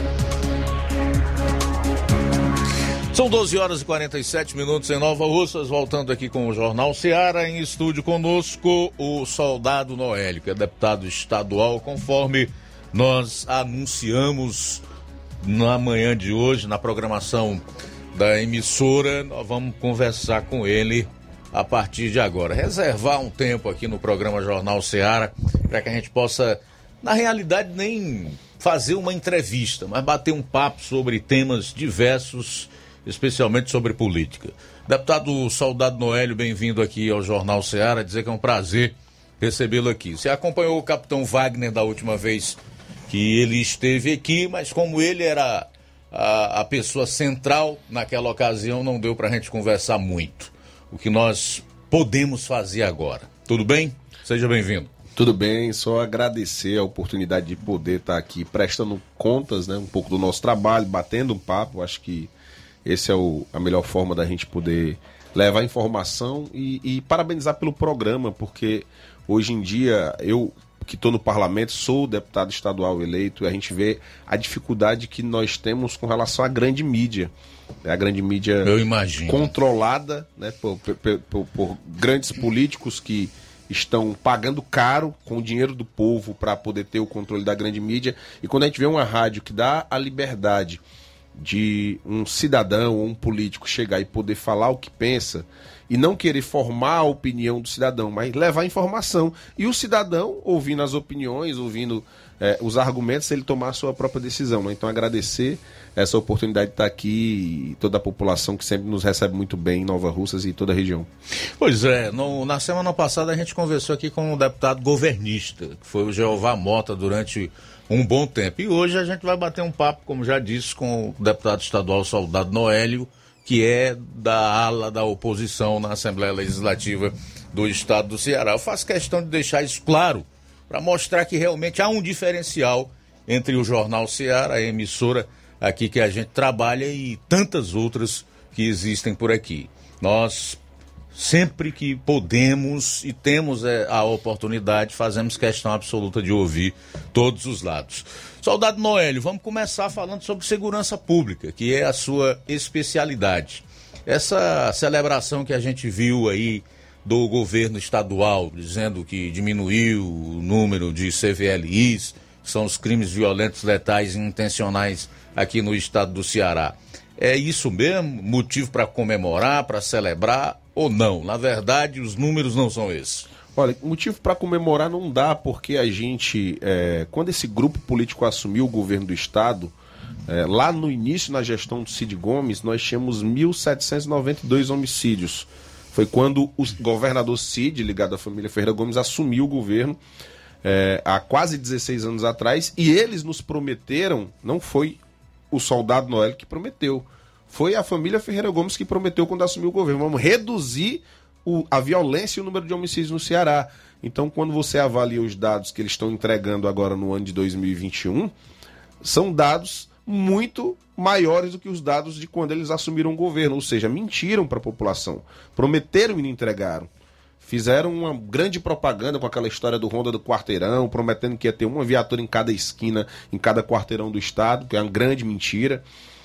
São 12 horas e 47 minutos em Nova Russas, voltando aqui com o Jornal Ceará. Em estúdio conosco o Soldado Noélio, que é deputado estadual, conforme nós anunciamos na manhã de hoje, na programação da emissora. Nós vamos conversar com ele a partir de agora. Reservar um tempo aqui no programa Jornal Ceará para que a gente possa, na realidade, nem fazer uma entrevista, mas bater um papo sobre temas diversos, especialmente sobre política. Deputado Soldado Noélio, bem-vindo aqui ao Jornal Ceará. Dizer que é um prazer recebê-lo aqui. Você acompanhou o capitão Wagner da última vez que ele esteve aqui, mas como ele era a pessoa central naquela ocasião, não deu para a gente conversar muito. O que nós podemos fazer agora. Tudo bem? Seja bem-vindo. Tudo bem, só agradecer a oportunidade de poder estar aqui prestando contas, né, um pouco do nosso trabalho, batendo um papo. Acho que essa é a melhor forma da gente poder levar informação e parabenizar pelo programa, porque hoje em dia eu, que estou no parlamento, sou deputado estadual eleito, e a gente vê a dificuldade que nós temos com relação à grande mídia. A grande mídia, eu imagino, controlada, né, por grandes políticos que estão pagando caro com o dinheiro do povo para poder ter o controle da grande mídia. E quando a gente vê uma rádio que dá a liberdade de um cidadão ou um político chegar e poder falar o que pensa e não querer formar a opinião do cidadão, mas levar informação, e o cidadão, ouvindo as opiniões, ouvindo os argumentos, ele tomar a sua própria decisão, né? Então agradecer essa oportunidade de estar aqui, e toda a população que sempre nos recebe muito bem em Nova Russas e toda a região. Pois é, na semana passada a gente conversou aqui com um deputado governista, que foi o Jeová Mota, durante um bom tempo. E hoje a gente vai bater um papo, como já disse, com o deputado estadual Soldado Noélio, que é da ala da oposição na Assembleia Legislativa do Estado do Ceará. Eu faço questão de deixar isso claro, para mostrar que realmente há um diferencial entre o Jornal Ceará, a emissora aqui que a gente trabalha, e tantas outras que existem por aqui. Nós, sempre que podemos e temos a oportunidade, fazemos questão absoluta de ouvir todos os lados. Soldado Noélio, vamos começar falando sobre segurança pública, que é a sua especialidade. Essa celebração que a gente viu aí do governo estadual, dizendo que diminuiu o número de CVLIs, que são os crimes violentos, letais e intencionais aqui no estado do Ceará. É isso mesmo? Motivo para comemorar, para celebrar ou não? Na verdade, os números não são esses. Olha, motivo para comemorar não dá, porque a gente, quando esse grupo político assumiu o governo do estado, lá no início, na gestão do Cid Gomes, nós tínhamos 1.792 homicídios. Foi quando o governador Cid, ligado à família Ferreira Gomes, assumiu o governo há quase 16 anos atrás, e eles nos prometeram, não foi o soldado Noel que prometeu. Foi a família Ferreira Gomes que prometeu quando assumiu o governo. Vamos reduzir a violência e o número de homicídios no Ceará. Então, quando você avalia os dados que eles estão entregando agora no ano de 2021, são dados muito maiores do que os dados de quando eles assumiram o governo. Ou seja, mentiram para a população, prometeram e não entregaram. Fizeram uma grande propaganda com aquela história do Ronda do Quarteirão, prometendo que ia ter uma viatura em cada esquina, em cada quarteirão do estado, que é uma grande mentira.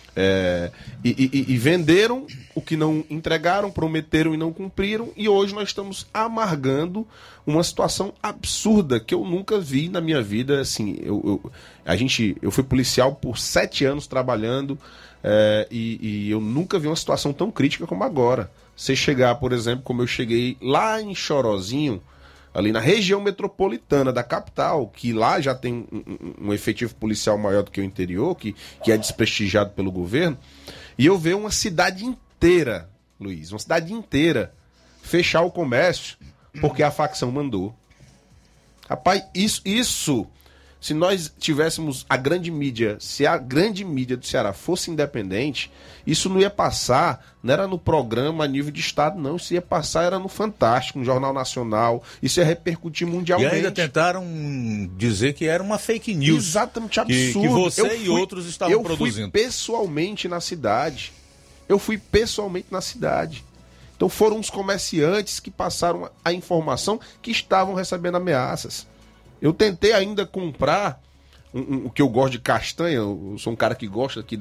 E venderam o que não entregaram, prometeram e não cumpriram, e hoje nós estamos amargando uma situação absurda que eu nunca vi na minha vida. Assim, eu fui policial por 7 anos trabalhando, e eu nunca vi uma situação tão crítica como agora. Você chegar, por exemplo, como eu cheguei lá em Chorozinho, ali na região metropolitana da capital, que lá já tem um efetivo policial maior do que o interior, que é desprestigiado pelo governo, e eu ver uma cidade inteira, Luiz, uma cidade inteira fechar o comércio porque a facção mandou. Rapaz, isso se nós tivéssemos a grande mídia, se a grande mídia do Ceará fosse independente, isso não ia passar, não era no programa a nível de estado, não, isso ia passar, era no Fantástico, no Jornal Nacional, isso ia repercutir mundialmente. E ainda tentaram dizer que era uma fake news. Exatamente, absurdo. Que você e outros estavam produzindo. Eu fui pessoalmente na cidade. Então foram os comerciantes que passaram a informação que estavam recebendo ameaças. Eu tentei ainda comprar o que eu gosto de castanha, eu sou um cara que gosta aqui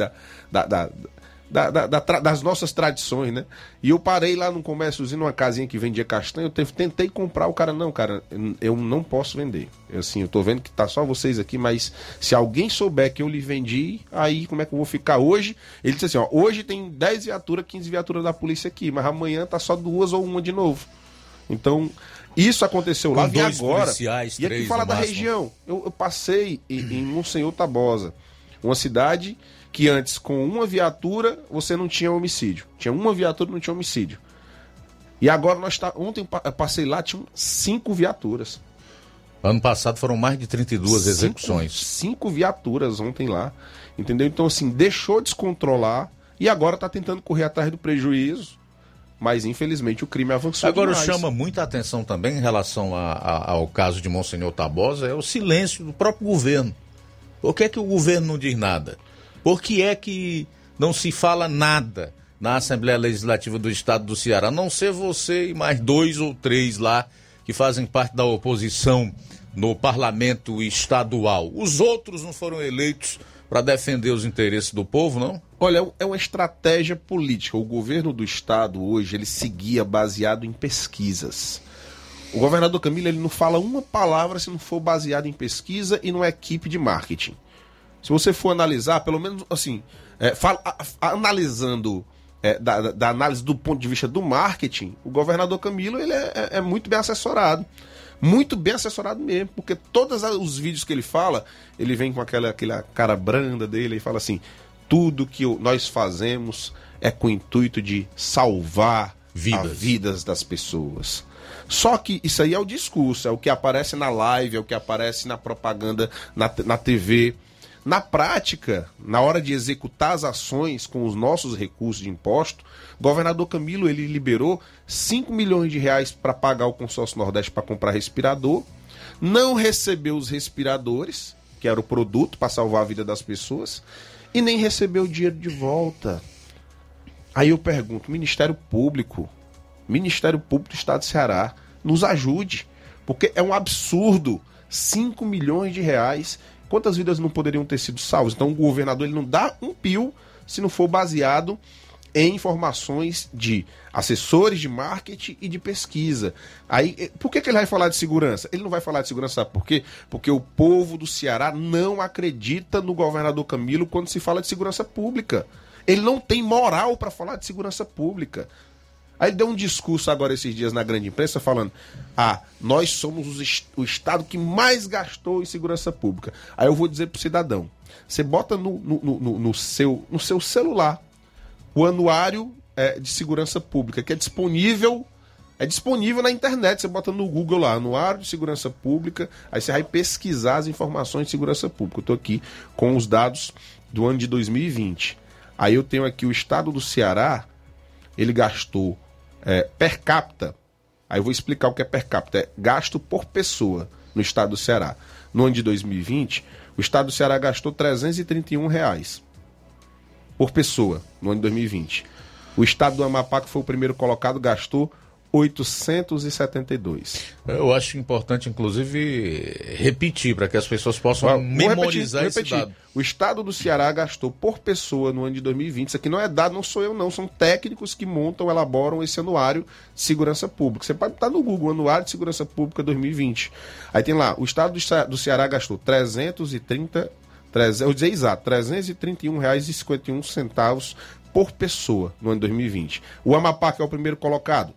das nossas tradições, né? E eu parei lá num comérciozinho, numa casinha que vendia castanha, eu tentei comprar, o cara, não, cara, eu não posso vender. Eu tô vendo que tá só vocês aqui, mas se alguém souber que eu lhe vendi, aí como é que eu vou ficar hoje? Ele disse assim, ó, hoje tem 10 viaturas, 15 viaturas da polícia aqui, mas amanhã tá só 2 ou 1 de novo. Então, isso aconteceu lá, e agora, e aqui fala da região, eu passei em Monsenhor Tabosa, uma cidade que antes com uma viatura você não tinha homicídio, tinha uma viatura e não tinha homicídio, e agora ontem eu passei lá, tinha 5 viaturas. Ano passado foram mais de 32 execuções. 5 viaturas ontem lá, entendeu? Então assim, deixou descontrolar e agora está tentando correr atrás do prejuízo. Mas, infelizmente, o crime avançou Agora, demais. chama muita atenção também em relação ao caso de Monsenhor Tabosa, é o silêncio do próprio governo. Por que é que o governo não diz nada? Por que é que não se fala nada na Assembleia Legislativa do Estado do Ceará? A não ser você e mais 2 ou 3 lá que fazem parte da oposição no parlamento estadual. Os outros não foram eleitos para defender os interesses do povo, não? Olha, é uma estratégia política. O governo do estado hoje, ele seguia baseado em pesquisas. O governador Camilo, ele não fala uma palavra se não for baseado em pesquisa e numa equipe de marketing. Se você for analisar, pelo menos assim, analisando da análise do ponto de vista do marketing, o governador Camilo, ele é muito bem assessorado. Muito bem assessorado mesmo, porque todos os vídeos que ele fala, ele vem com aquela cara branda dele e fala assim, tudo que nós fazemos é com o intuito de salvar vidas das pessoas. Só que isso aí é o discurso, é o que aparece na live, é o que aparece na propaganda, na TV. Na prática, na hora de executar as ações com os nossos recursos de imposto, o governador Camilo, ele liberou 5 milhões de reais para pagar o consórcio Nordeste para comprar respirador, não recebeu os respiradores, que era o produto para salvar a vida das pessoas, e nem recebeu o dinheiro de volta. Aí eu pergunto, Ministério Público do Estado do Ceará, nos ajude, porque é um absurdo, 5 milhões de reais, quantas vidas não poderiam ter sido salvas? Então o governador, ele não dá um pio se não for baseado em informações de assessores de marketing e de pesquisa. Aí, por que ele vai falar de segurança? Ele não vai falar de segurança, sabe por quê? Porque o povo do Ceará não acredita no governador Camilo quando se fala de segurança pública. Ele não tem moral para falar de segurança pública. Aí ele deu um discurso agora esses dias na grande imprensa falando, nós somos o estado que mais gastou em segurança pública. Aí eu vou dizer pro cidadão, você bota no seu celular o anuário de segurança pública, que é disponível É disponível na internet, você bota no Google lá, Anuário de Segurança Pública, aí você vai pesquisar as informações de segurança pública. Eu estou aqui com os dados do ano de 2020. Aí eu tenho aqui o estado do Ceará, ele gastou per capita, aí eu vou explicar o que é per capita, é gasto por pessoa no estado do Ceará. No ano de 2020, o estado do Ceará gastou R$331 por pessoa no ano de 2020. O estado do Amapá, que foi o primeiro colocado, gastou 872. Eu acho importante, inclusive, repetir para que as pessoas possam memorizar esse dado. O estado do Ceará gastou por pessoa no ano de 2020. Isso aqui não é dado, não sou eu não, são técnicos que montam, elaboram esse anuário de segurança pública. Você pode estar no Google, Anuário de Segurança Pública 2020. Aí tem lá, o estado do Ceará gastou R$331,51 por pessoa no ano de 2020. O Amapá, que é o primeiro colocado,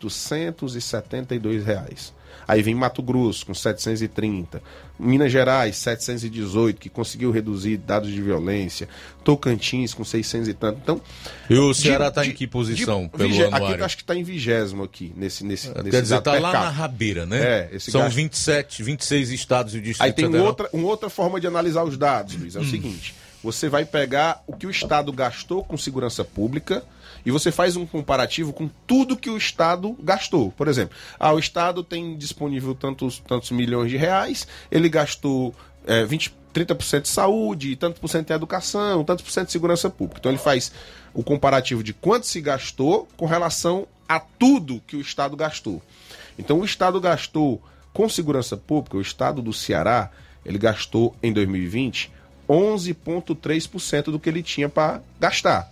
R$872. Aí vem Mato Grosso com 730, Minas Gerais 718, que conseguiu reduzir dados de violência, Tocantins com 600 e tanto. Então, e o Ceará está em que posição pelo anuário? Aqui eu acho que está em 20º aqui, nesse quer dizer, está lá na rabeira, né? São 26 estados e o Distrito Aí tem Federal. outra forma de analisar os dados, Luiz, é o seguinte: você vai pegar o que o Estado gastou com segurança pública e você faz um comparativo com tudo que o Estado gastou. Por exemplo, o Estado tem disponível tantos milhões de reais, ele gastou 30% de saúde, tanto por cento em educação, tanto por cento de segurança pública. Então ele faz o comparativo de quanto se gastou com relação a tudo que o Estado gastou. Então o Estado gastou com segurança pública, o Estado do Ceará, ele gastou em 2020 11,3% do que ele tinha para gastar.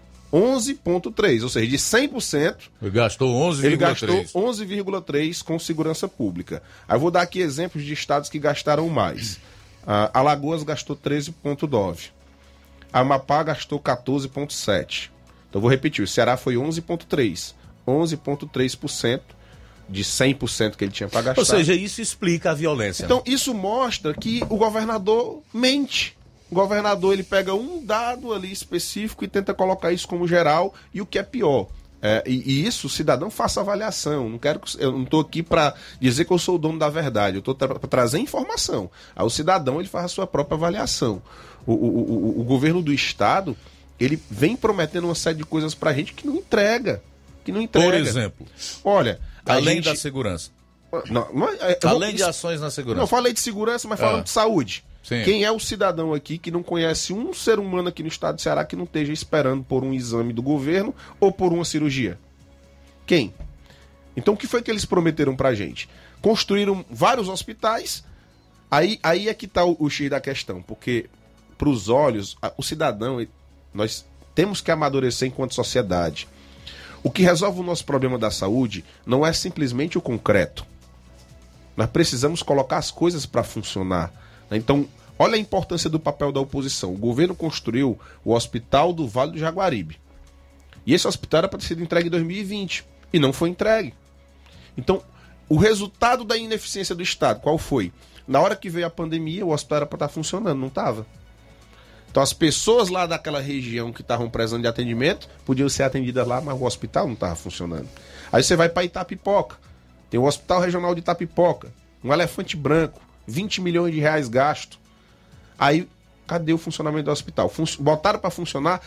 11,3%, ou seja, de 100%, ele gastou 11,3%. Ele gastou 11,3% com segurança pública. Aí eu vou dar aqui exemplos de estados que gastaram mais. Alagoas gastou 13,9%. Amapá gastou 14,7%. Então eu vou repetir, o Ceará foi 11,3%. 11,3% de 100% que ele tinha para gastar. Ou seja, isso explica a violência. Então, isso mostra que o governador mente. O governador, ele pega um dado ali específico e tenta colocar isso como geral, e o que é pior. E isso, o cidadão faça avaliação. Eu não estou aqui para dizer que eu sou o dono da verdade, eu estou para trazer informação. Aí o cidadão, ele faz a sua própria avaliação. O governo do Estado, ele vem prometendo uma série de coisas para a gente que não entrega. Por exemplo? Olha, além da segurança. Além de ações na segurança. Não, eu falei de segurança, mas falando de saúde. Sim. Quem é o cidadão aqui que não conhece um ser humano aqui no estado do Ceará que não esteja esperando por um exame do governo ou por uma cirurgia? Quem? Então o que foi que eles prometeram pra gente? Construíram vários hospitais, aí é que tá o X da questão, porque pros olhos, o cidadão, nós temos que amadurecer enquanto sociedade. O que resolve o nosso problema da saúde não é simplesmente o concreto. Nós precisamos colocar as coisas para funcionar. Então, olha a importância do papel da oposição. O governo construiu o Hospital do Vale do Jaguaribe. E esse hospital era para ter sido entregue em 2020. E não foi entregue. Então, o resultado da ineficiência do Estado, qual foi? Na hora que veio a pandemia, o hospital era para estar funcionando, não estava. Então, as pessoas lá daquela região que estavam precisando de atendimento podiam ser atendidas lá, mas o hospital não estava funcionando. Aí você vai para Itapipoca. Tem o Hospital Regional de Itapipoca. Um elefante branco. 20 milhões de reais gasto. Aí, cadê o funcionamento do hospital? Botaram para funcionar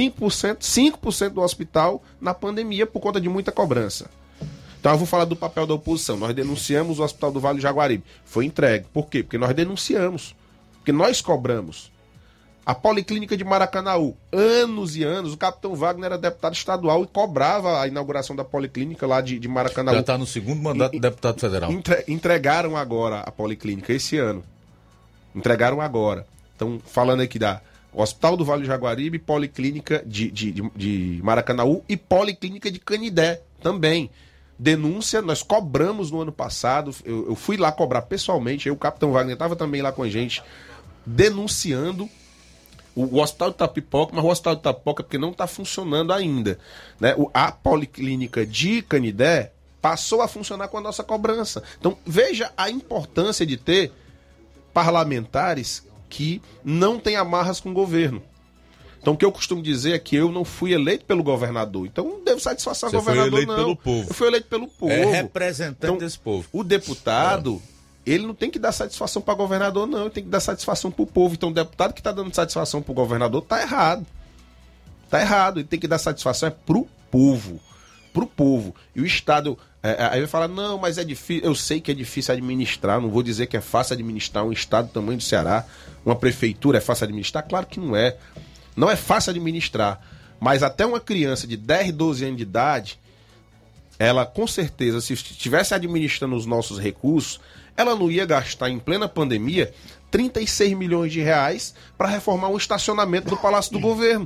5% do hospital na pandemia por conta de muita cobrança. Então eu vou falar do papel da oposição. Nós denunciamos o Hospital do Vale do Jaguaribe. Foi entregue. Por quê? Porque nós denunciamos. Porque nós cobramos. A Policlínica de Maracanaú, anos e anos, o capitão Wagner era deputado estadual e cobrava a inauguração da Policlínica lá de Maracanaú. Já está no segundo mandato de deputado federal. Entregaram agora a Policlínica esse ano. Entregaram agora. Então, falando aqui da Hospital do Vale do Jaguaribe, Policlínica de Maracanaú e Policlínica de Canidé também. Denúncia, nós cobramos no ano passado, eu fui lá cobrar pessoalmente, aí o capitão Wagner estava também lá com a gente, denunciando o Hospital de Itapipoca, mas o Hospital de Itapipoca porque não está funcionando ainda. Né? A Policlínica de Canidé passou a funcionar com a nossa cobrança. Então, veja a importância de ter parlamentares que não têm amarras com o governo. Então o que eu costumo dizer é que eu não fui eleito pelo governador. Então não devo satisfação ao governador, foi eleito não. Pelo povo. Eu fui eleito pelo povo. É representante desse povo. O deputado, ele não tem que dar satisfação para governador, não. Ele tem que dar satisfação para o povo. Então o deputado que está dando satisfação para o governador está errado. Está errado. Ele tem que dar satisfação para o povo. Para o povo. E o Estado... aí vai falar, não, mas é difícil. Eu sei que é difícil administrar. Não vou dizer que é fácil administrar um Estado do tamanho do Ceará. Uma prefeitura é fácil administrar? Claro que não é. Não é fácil administrar, mas até uma criança de 10, 12 anos de idade, ela com certeza, se estivesse administrando os nossos recursos, ela não ia gastar em plena pandemia 36 milhões de reais para reformar um estacionamento do Palácio do Governo.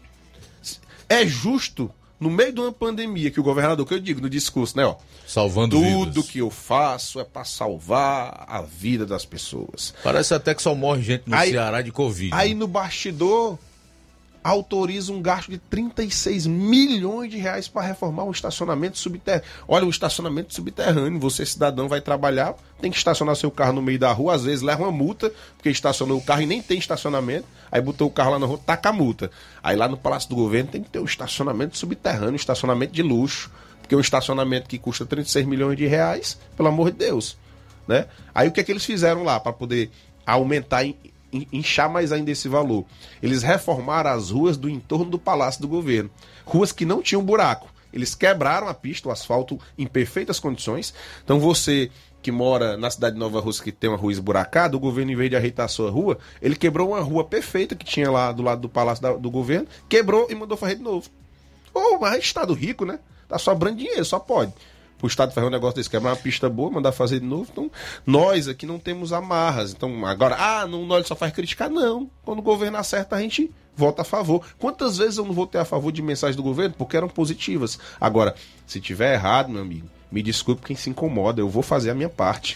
É justo, no meio de uma pandemia, que o governador, que eu digo no discurso, né, ó, salvando tudo vidas. Que eu faço é para salvar a vida das pessoas. Parece até que só morre gente no Ceará de Covid. Aí no bastidor autoriza um gasto de 36 milhões de reais para reformar um estacionamento subterrâneo. Olha, um estacionamento subterrâneo, você cidadão vai trabalhar, tem que estacionar seu carro no meio da rua, às vezes leva uma multa, porque estacionou o carro e nem tem estacionamento, aí botou o carro lá na rua, taca a multa. Aí lá no Palácio do Governo tem que ter um estacionamento subterrâneo, um estacionamento de luxo, porque um estacionamento que custa 36 milhões de reais, pelo amor de Deus, né? Aí o que é que eles fizeram lá para poder aumentar, inchar mais ainda esse valor? Eles reformaram as ruas do entorno do Palácio do Governo. Ruas que não tinham buraco. Eles quebraram a pista, o asfalto em perfeitas condições. Então você que mora na cidade de Nova Rússia, que tem uma rua esburacada, o governo, em vez de ajeitar a sua rua, ele quebrou uma rua perfeita que tinha lá do lado do Palácio do Governo, quebrou e mandou fazer de novo. Mas é estado rico, né? Tá sobrando dinheiro, só pode. O Estado fazer um negócio desse, quebrar uma pista boa, mandar fazer de novo. Então, nós aqui não temos amarras. Então, agora, nós só faz criticar. Não. Quando o governo acerta, a gente vota a favor. Quantas vezes eu não votei a favor de mensagens do governo? Porque eram positivas. Agora, se tiver errado, meu amigo, me desculpe quem se incomoda. Eu vou fazer a minha parte.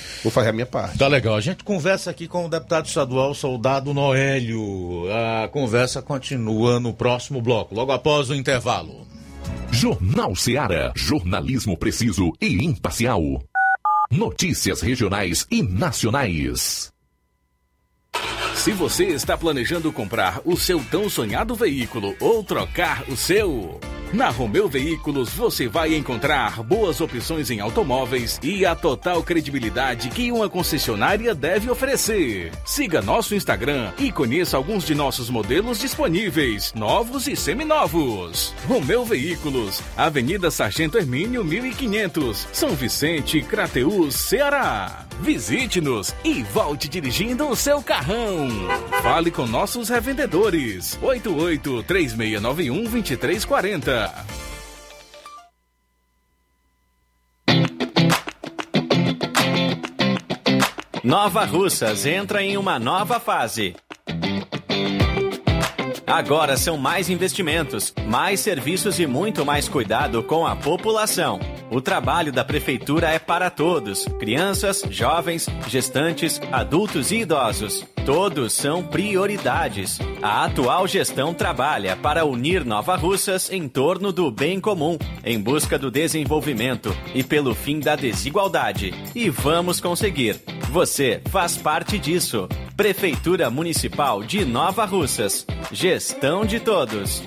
Tá legal. A gente conversa aqui com o deputado estadual Soldado Noélio. A conversa continua no próximo bloco, logo após o intervalo. Jornal Ceará, jornalismo preciso e imparcial. Notícias regionais e nacionais. Se você está planejando comprar o seu tão sonhado veículo ou trocar o seu, na Romeu Veículos você vai encontrar boas opções em automóveis e a total credibilidade que uma concessionária deve oferecer. Siga nosso Instagram e conheça alguns de nossos modelos disponíveis, novos e seminovos. Romeu Veículos, Avenida Sargento Hermínio 1500, São Vicente, Crateús, Ceará. Visite-nos e volte dirigindo o seu carrão. Fale com nossos revendedores. 88-3691-2340. Nova Russas entra em uma nova fase. Agora são mais investimentos, mais serviços e muito mais cuidado com a população. O trabalho da Prefeitura é para todos, crianças, jovens, gestantes, adultos e idosos. Todos são prioridades. A atual gestão trabalha para unir Nova Russas em torno do bem comum, em busca do desenvolvimento e pelo fim da desigualdade. E vamos conseguir. Você faz parte disso. Prefeitura Municipal de Nova Russas. Gestão de todos.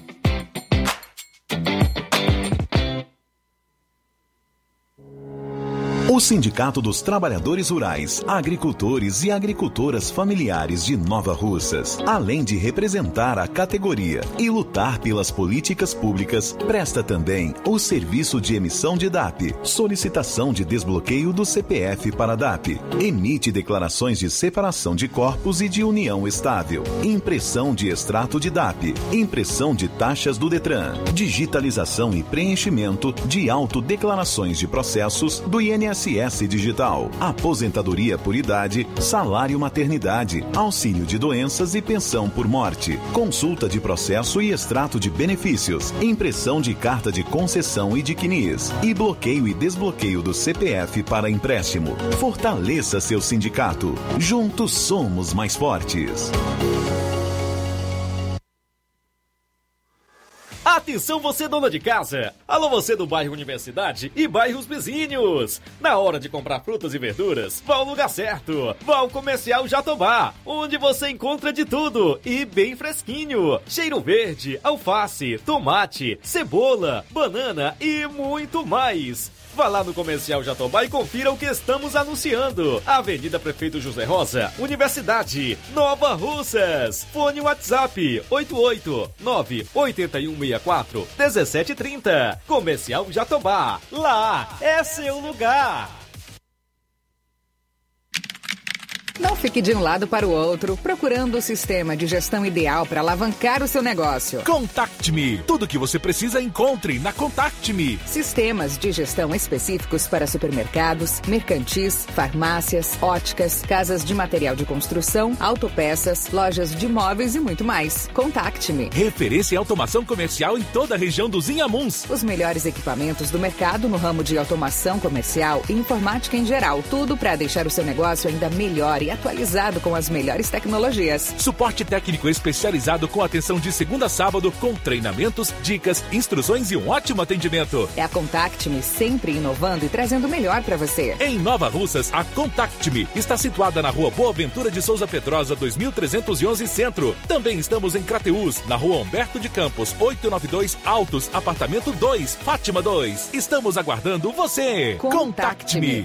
O Sindicato dos Trabalhadores Rurais, Agricultores e Agricultoras Familiares de Nova Russas, além de representar a categoria e lutar pelas políticas públicas, presta também o serviço de emissão de DAP, solicitação de desbloqueio do CPF para DAP, emite declarações de separação de corpos e de união estável, impressão de extrato de DAP, impressão de taxas do Detran, digitalização e preenchimento de autodeclarações de processos do INSS Digital, aposentadoria por idade, salário maternidade, auxílio de doenças e pensão por morte, consulta de processo e extrato de benefícios, impressão de carta de concessão e de CNIS, e bloqueio e desbloqueio do CPF para empréstimo. Fortaleça seu sindicato. Juntos somos mais fortes. Atenção você dona de casa, alô você do bairro Universidade e bairros vizinhos. Na hora de comprar frutas e verduras, vá ao lugar certo. Vá ao Comercial Jatobá, onde você encontra de tudo e bem fresquinho. Cheiro verde, alface, tomate, cebola, banana e muito mais. Vá lá no Comercial Jatobá e confira o que estamos anunciando. Avenida Prefeito José Rosa, Universidade, Nova Russas. Fone WhatsApp 889-8164-1730. Comercial Jatobá. Lá é seu lugar. Não fique de um lado para o outro, procurando o sistema de gestão ideal para alavancar o seu negócio. Contact-me. Tudo o que você precisa encontre na Contact-me. Sistemas de gestão específicos para supermercados, mercantis, farmácias, óticas, casas de material de construção, autopeças, lojas de imóveis e muito mais. Contact-me. Referência em automação comercial em toda a região dos Inhamuns. Os melhores equipamentos do mercado no ramo de automação comercial e informática em geral. Tudo para deixar o seu negócio ainda melhor e atualizado com as melhores tecnologias. Suporte técnico especializado com atenção de segunda a sábado, com treinamentos, dicas, instruções e um ótimo atendimento. É a Contact-me, sempre inovando e trazendo o melhor para você. Em Nova Russas, a Contact-me está situada na Rua Boa Ventura de Souza Pedrosa, 2311 Centro. Também estamos em Crateús, na Rua Humberto de Campos, 892 Altos, apartamento 2, Fátima 2. Estamos aguardando você. Contact-me.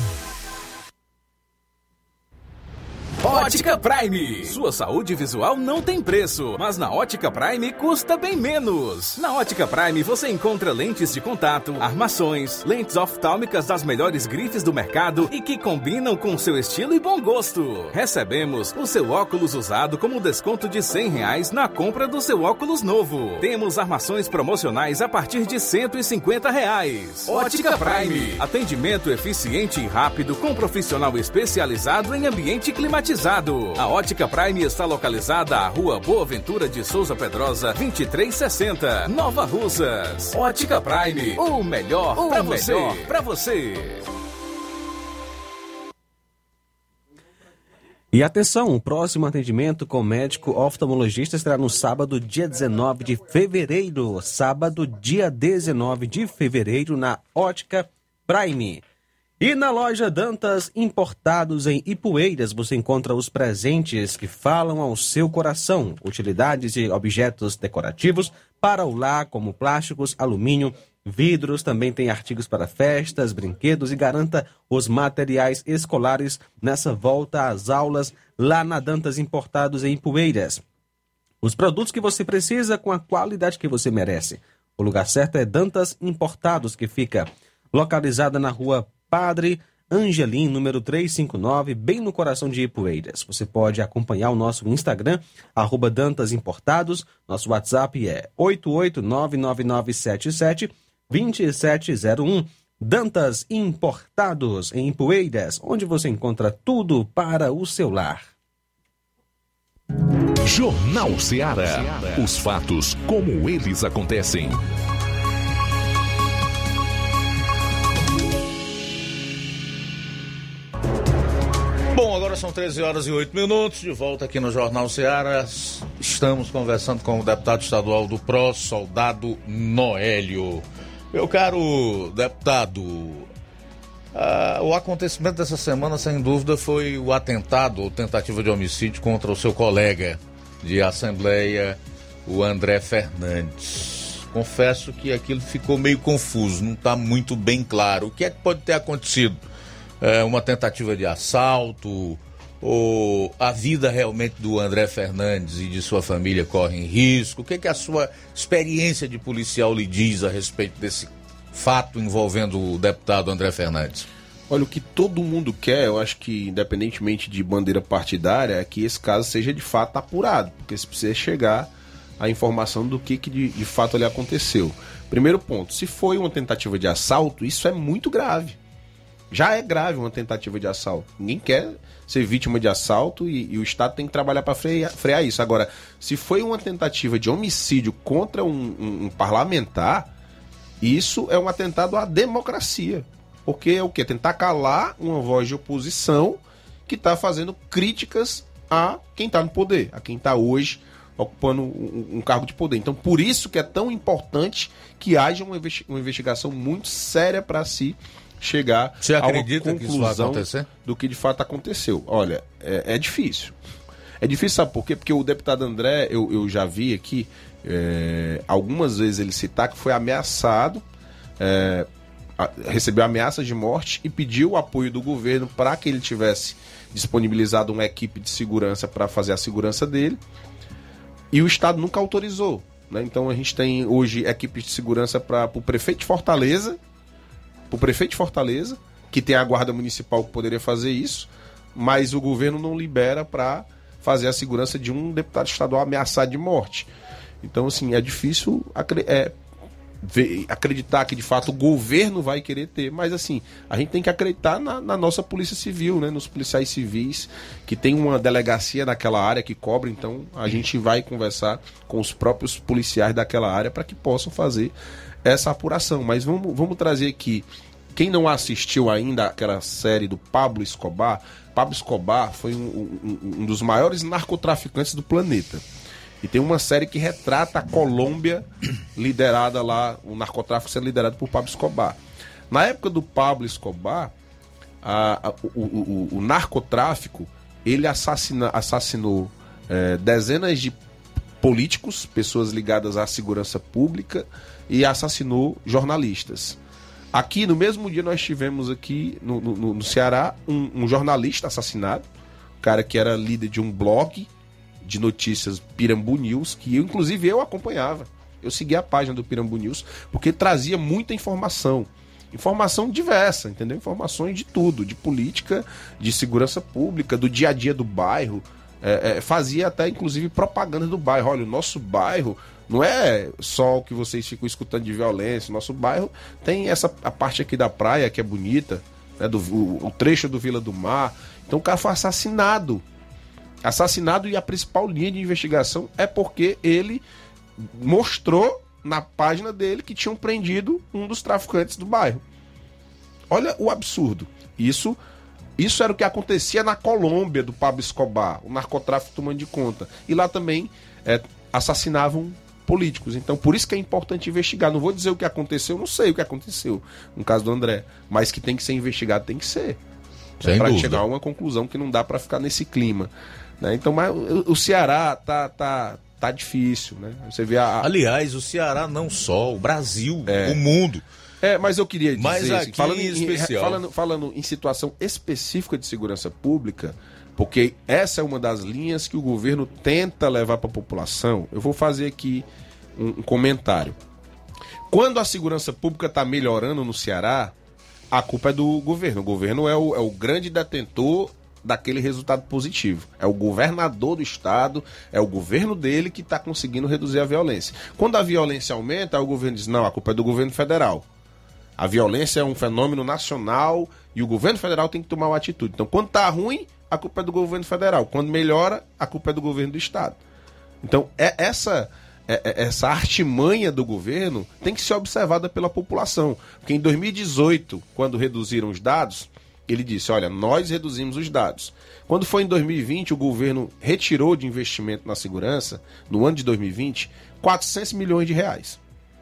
Ótica Prime. Sua saúde visual não tem preço, mas na Ótica Prime custa bem menos. Na Ótica Prime você encontra lentes de contato, armações, lentes oftálmicas das melhores grifes do mercado e que combinam com seu estilo e bom gosto. Recebemos o seu óculos usado como desconto de R$100 na compra do seu óculos novo. Temos armações promocionais a partir de R$150. Ótica Prime. Atendimento eficiente e rápido com profissional especializado em ambiente climatizado. A Ótica Prime está localizada à Rua Boa Ventura de Souza Pedrosa, 2360, Nova Russas. Ótica Prime, o melhor pra você. E atenção, o próximo atendimento com médico oftalmologista será no sábado, dia 19 de fevereiro. Sábado, dia 19 de fevereiro, na Ótica Prime. E na loja Dantas Importados em Ipueiras você encontra os presentes que falam ao seu coração. Utilidades e objetos decorativos para o lar, como plásticos, alumínio, vidros. Também tem artigos para festas, brinquedos e garanta os materiais escolares nessa volta às aulas lá na Dantas Importados em Ipueiras. Os produtos que você precisa com a qualidade que você merece. O lugar certo é Dantas Importados, que fica localizada na rua Padre Angelim, número 359, bem no coração de Ipueiras. Você pode acompanhar o nosso Instagram, @Dantas Importados. Nosso WhatsApp é 88999772701. Dantas Importados em Ipueiras, onde você encontra tudo para o seu lar. Jornal Ceará. Os fatos como eles acontecem. Bom, agora são 13h08, de volta aqui no Jornal Ceará. Estamos conversando com o deputado estadual do PROS, Soldado Noélio. Meu caro deputado, o acontecimento dessa semana, sem dúvida, foi o atentado ou tentativa de homicídio contra o seu colega de Assembleia, o André Fernandes. Confesso que aquilo ficou meio confuso, não está muito bem claro. O que é que pode ter acontecido? Uma tentativa de assalto, ou a vida realmente do André Fernandes e de sua família corre em risco? O que é que a sua experiência de policial lhe diz a respeito desse fato envolvendo o deputado André Fernandes? Olha, o que todo mundo quer, eu acho que independentemente de bandeira partidária, é que esse caso seja de fato apurado, porque se precisa chegar à informação do que de fato ali aconteceu. Primeiro ponto, se foi uma tentativa de assalto, isso é muito grave. Já é grave uma tentativa de assalto. Ninguém quer ser vítima de assalto e o Estado tem que trabalhar para frear isso. Agora, se foi uma tentativa de homicídio contra um parlamentar, isso é um atentado à democracia. Porque é o quê? Tentar calar uma voz de oposição que está fazendo críticas a quem está no poder, a quem está hoje ocupando um cargo de poder. Então, por isso que é tão importante que haja uma investigação muito séria para se chegar a uma conclusão do que de fato aconteceu. Olha, é difícil. É difícil, sabe por quê? Porque o deputado André, eu já vi aqui, algumas vezes ele citar que foi ameaçado, recebeu ameaças de morte e pediu o apoio do governo para que ele tivesse disponibilizado uma equipe de segurança para fazer a segurança dele, e o Estado nunca autorizou, né? Então a gente tem hoje equipes de segurança para o prefeito de Fortaleza, que tem a guarda municipal que poderia fazer isso, mas o governo não libera para fazer a segurança de um deputado estadual ameaçado de morte. Então, assim, é difícil acreditar que de fato o governo vai querer ter, mas assim, a gente tem que acreditar na nossa polícia civil, né? Nos policiais civis, que tem uma delegacia naquela área que cobre, então a gente vai conversar com os próprios policiais daquela área para que possam fazer essa apuração. Mas vamos trazer aqui, quem não assistiu ainda aquela série do Pablo Escobar foi um dos maiores narcotraficantes do planeta. E tem uma série que retrata a Colômbia liderada lá, o narcotráfico sendo liderado por Pablo Escobar. Na época do Pablo Escobar, o narcotráfico, ele assassinou dezenas de políticos, pessoas ligadas à segurança pública, e assassinou jornalistas. Aqui, no mesmo dia, nós tivemos aqui no Ceará um jornalista assassinado, um cara que era líder de um blog de notícias, Pirambu News, que inclusive eu acompanhava. Eu seguia a página do Pirambu News, porque trazia muita informação diversa, entendeu? Informações de tudo, de política, de segurança pública, do dia a dia do bairro, fazia até inclusive propaganda do bairro. Olha, o nosso bairro não é só o que vocês ficam escutando de violência, o nosso bairro tem a parte aqui da praia que é bonita, né? O trecho do Vila do Mar. Então o cara foi assassinado, e a principal linha de investigação é porque ele mostrou na página dele que tinham prendido um dos traficantes do bairro. Olha o absurdo. Isso era o que acontecia na Colômbia do Pablo Escobar, o narcotráfico tomando de conta. E lá também assassinavam políticos. Então, por isso que é importante investigar. Não vou dizer o que aconteceu, não sei o que aconteceu no caso do André, mas que tem que ser investigado, tem que ser. Para chegar a uma conclusão que não dá para ficar nesse clima, né? Então, mas o Ceará tá difícil, né? Você vê Aliás, o Ceará não só, o Brasil, o mundo. Mas eu queria dizer, mas aqui, assim, falando em situação específica de segurança pública, porque essa é uma das linhas que o governo tenta levar para a população, eu vou fazer aqui um comentário. Quando a segurança pública está melhorando no Ceará, a culpa é do governo. O governo é o grande detentor daquele resultado positivo. É o governador do estado, é o governo dele que está conseguindo reduzir a violência. Quando a violência aumenta, o governo diz, não, a culpa é do governo federal. A violência é um fenômeno nacional e o governo federal tem que tomar uma atitude. Então, quando está ruim, a culpa é do governo federal. Quando melhora, a culpa é do governo do estado. Então, essa artimanha do governo tem que ser observada pela população. Porque em 2018, quando reduziram os dados, ele disse, olha, nós reduzimos os dados. Quando foi em 2020, o governo retirou de investimento na segurança, no ano de 2020, 400 milhões de reais.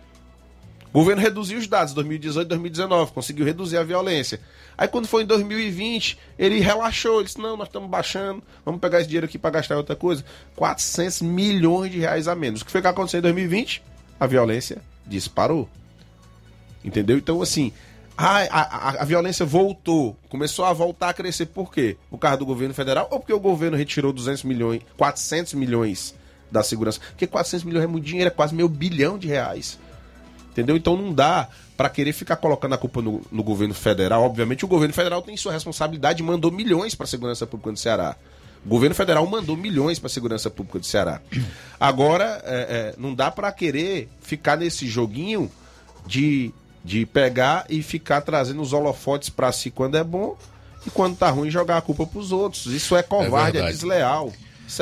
O governo reduziu os dados, 2018 e 2019, conseguiu reduzir a violência. Aí quando foi em 2020, ele relaxou, ele disse, não, nós estamos baixando, vamos pegar esse dinheiro aqui para gastar em outra coisa. 400 milhões de reais a menos. O que foi que aconteceu em 2020? A violência disparou. Entendeu? Então, assim, a violência voltou, começou a voltar a crescer. Por quê? Por causa do governo federal ou porque o governo retirou 400 milhões da segurança? Porque 400 milhões é muito dinheiro, é quase R$500 bilhão. Entendeu? Então não dá para querer ficar colocando a culpa no governo federal. Obviamente o governo federal tem sua responsabilidade e mandou milhões para a segurança pública do Ceará. O governo federal mandou milhões para a segurança pública do Ceará. Agora, não dá para querer ficar nesse joguinho de pegar e ficar trazendo os holofotes para si quando é bom e quando tá ruim jogar a culpa para os outros. Isso é covarde, é desleal. Isso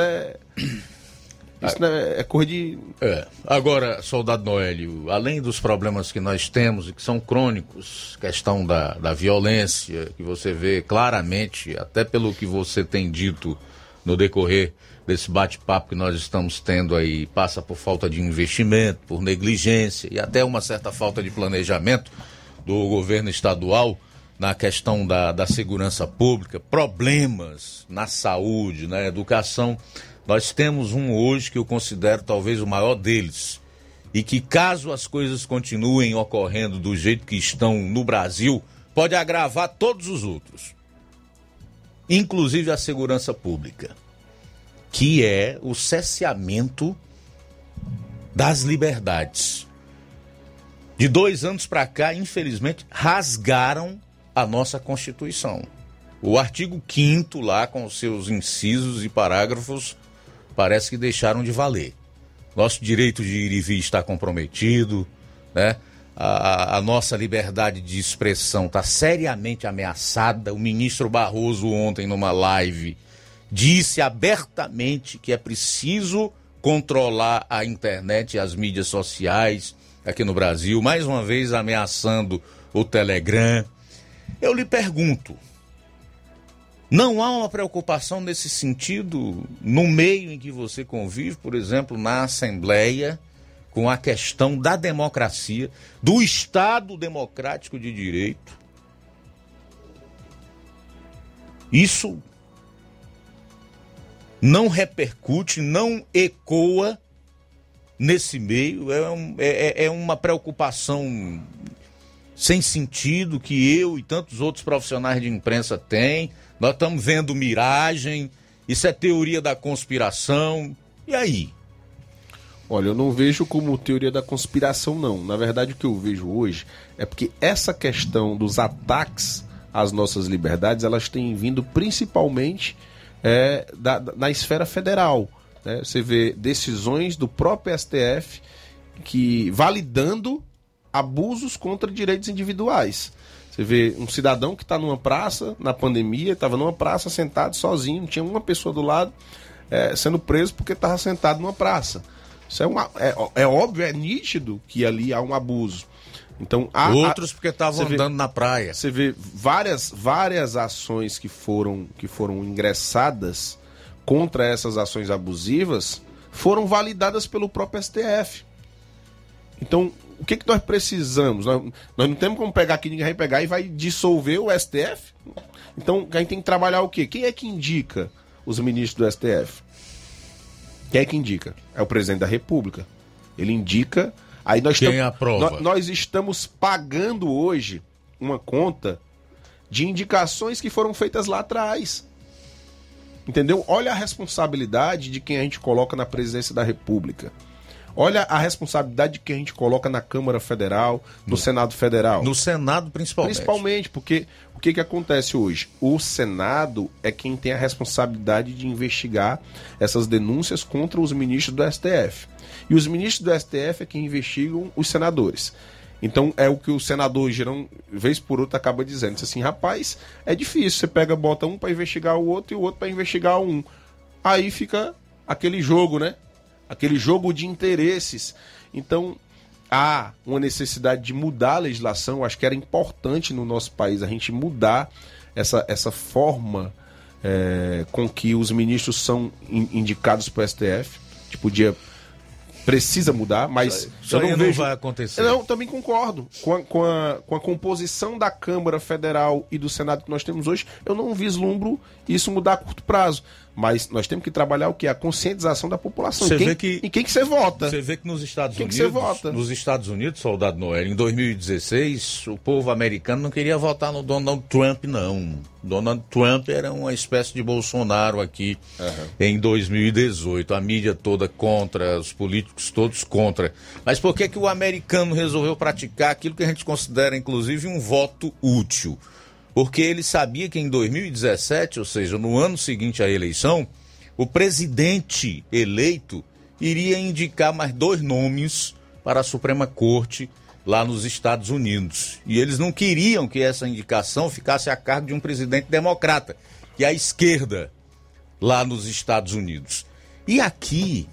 é coisa de... Agora, soldado Noélio, além dos problemas que nós temos e que são crônicos, questão da violência, que você vê claramente, até pelo que você tem dito no decorrer desse bate-papo que nós estamos tendo aí, passa por falta de investimento, por negligência e até uma certa falta de planejamento do governo estadual na questão da segurança pública, problemas na saúde, na educação. Nós temos um hoje que eu considero talvez o maior deles, e que caso as coisas continuem ocorrendo do jeito que estão no Brasil, pode agravar todos os outros, inclusive a segurança pública, que é o cerceamento das liberdades. De 2 anos para cá, infelizmente, rasgaram a nossa Constituição. O artigo 5º lá, com os seus incisos e parágrafos, parece que deixaram de valer. Nosso direito de ir e vir está comprometido, né? A nossa liberdade de expressão está seriamente ameaçada. O ministro Barroso ontem numa live disse abertamente que é preciso controlar a internet e as mídias sociais aqui no Brasil, mais uma vez ameaçando o Telegram. Eu lhe pergunto, não há uma preocupação nesse sentido no meio em que você convive, por exemplo, na Assembleia, com a questão da democracia, do Estado democrático de direito? Isso não repercute, não ecoa nesse meio, é uma preocupação sem sentido que eu e tantos outros profissionais de imprensa têm. Nós estamos vendo miragem, isso é teoria da conspiração, e aí? Olha, eu não vejo como teoria da conspiração, não. Na verdade, o que eu vejo hoje é porque essa questão dos ataques às nossas liberdades, elas têm vindo principalmente na esfera federal, né? Você vê decisões do próprio STF que validando abusos contra direitos individuais. Você vê um cidadão que está numa praça, na pandemia, estava numa praça sentado sozinho, não tinha uma pessoa do lado, sendo preso porque estava sentado numa praça. Isso é óbvio, é nítido que ali há um abuso. Então, outros porque estavam andando na praia. Você vê várias ações que foram ingressadas contra essas ações abusivas, foram validadas pelo próprio STF. Então, o que nós precisamos? Nós não temos como pegar aqui, ninguém vai pegar e vai dissolver o STF. Então, a gente tem que trabalhar o quê? Quem é que indica os ministros do STF? Quem é que indica? É o presidente da República. Ele indica. Aí quem aprova? Nós estamos pagando hoje uma conta de indicações que foram feitas lá atrás. Entendeu? Olha a responsabilidade de quem a gente coloca na presidência da República. Olha a responsabilidade de quem a gente coloca na Câmara Federal, no Senado Federal. No Senado, principalmente. Principalmente, porque o que acontece hoje? O Senado é quem tem a responsabilidade de investigar essas denúncias contra os ministros do STF. E os ministros do STF é quem investigam os senadores. Então, é o que o senador Girão, vez por outra, acaba dizendo. Diz assim, rapaz, é difícil. Você bota um para investigar o outro e o outro para investigar um. Aí fica aquele jogo, né? Aquele jogo de interesses. Então, há uma necessidade de mudar a legislação. Eu acho que era importante no nosso país a gente mudar essa forma com que os ministros são indicados para o STF. Precisa mudar, mas isso eu não vejo. Vai acontecer. Eu também concordo com a composição da Câmara Federal e do Senado que nós temos hoje. Eu não vislumbro isso mudar a curto prazo. Mas nós temos que trabalhar o quê? A conscientização da população. Em quem que você vota? Você vê que nos Estados Unidos, soldado Noel, em 2016, o povo americano não queria votar no Donald Trump, não. Donald Trump era uma espécie de Bolsonaro aqui em 2018. A mídia toda contra, os políticos todos contra. Mas por que o americano resolveu praticar aquilo que a gente considera, inclusive, um voto útil? Porque ele sabia que em 2017, ou seja, no ano seguinte à eleição, o presidente eleito iria indicar mais 2 nomes para a Suprema Corte lá nos Estados Unidos. E eles não queriam que essa indicação ficasse a cargo de um presidente democrata, que é a esquerda lá nos Estados Unidos. E aqui,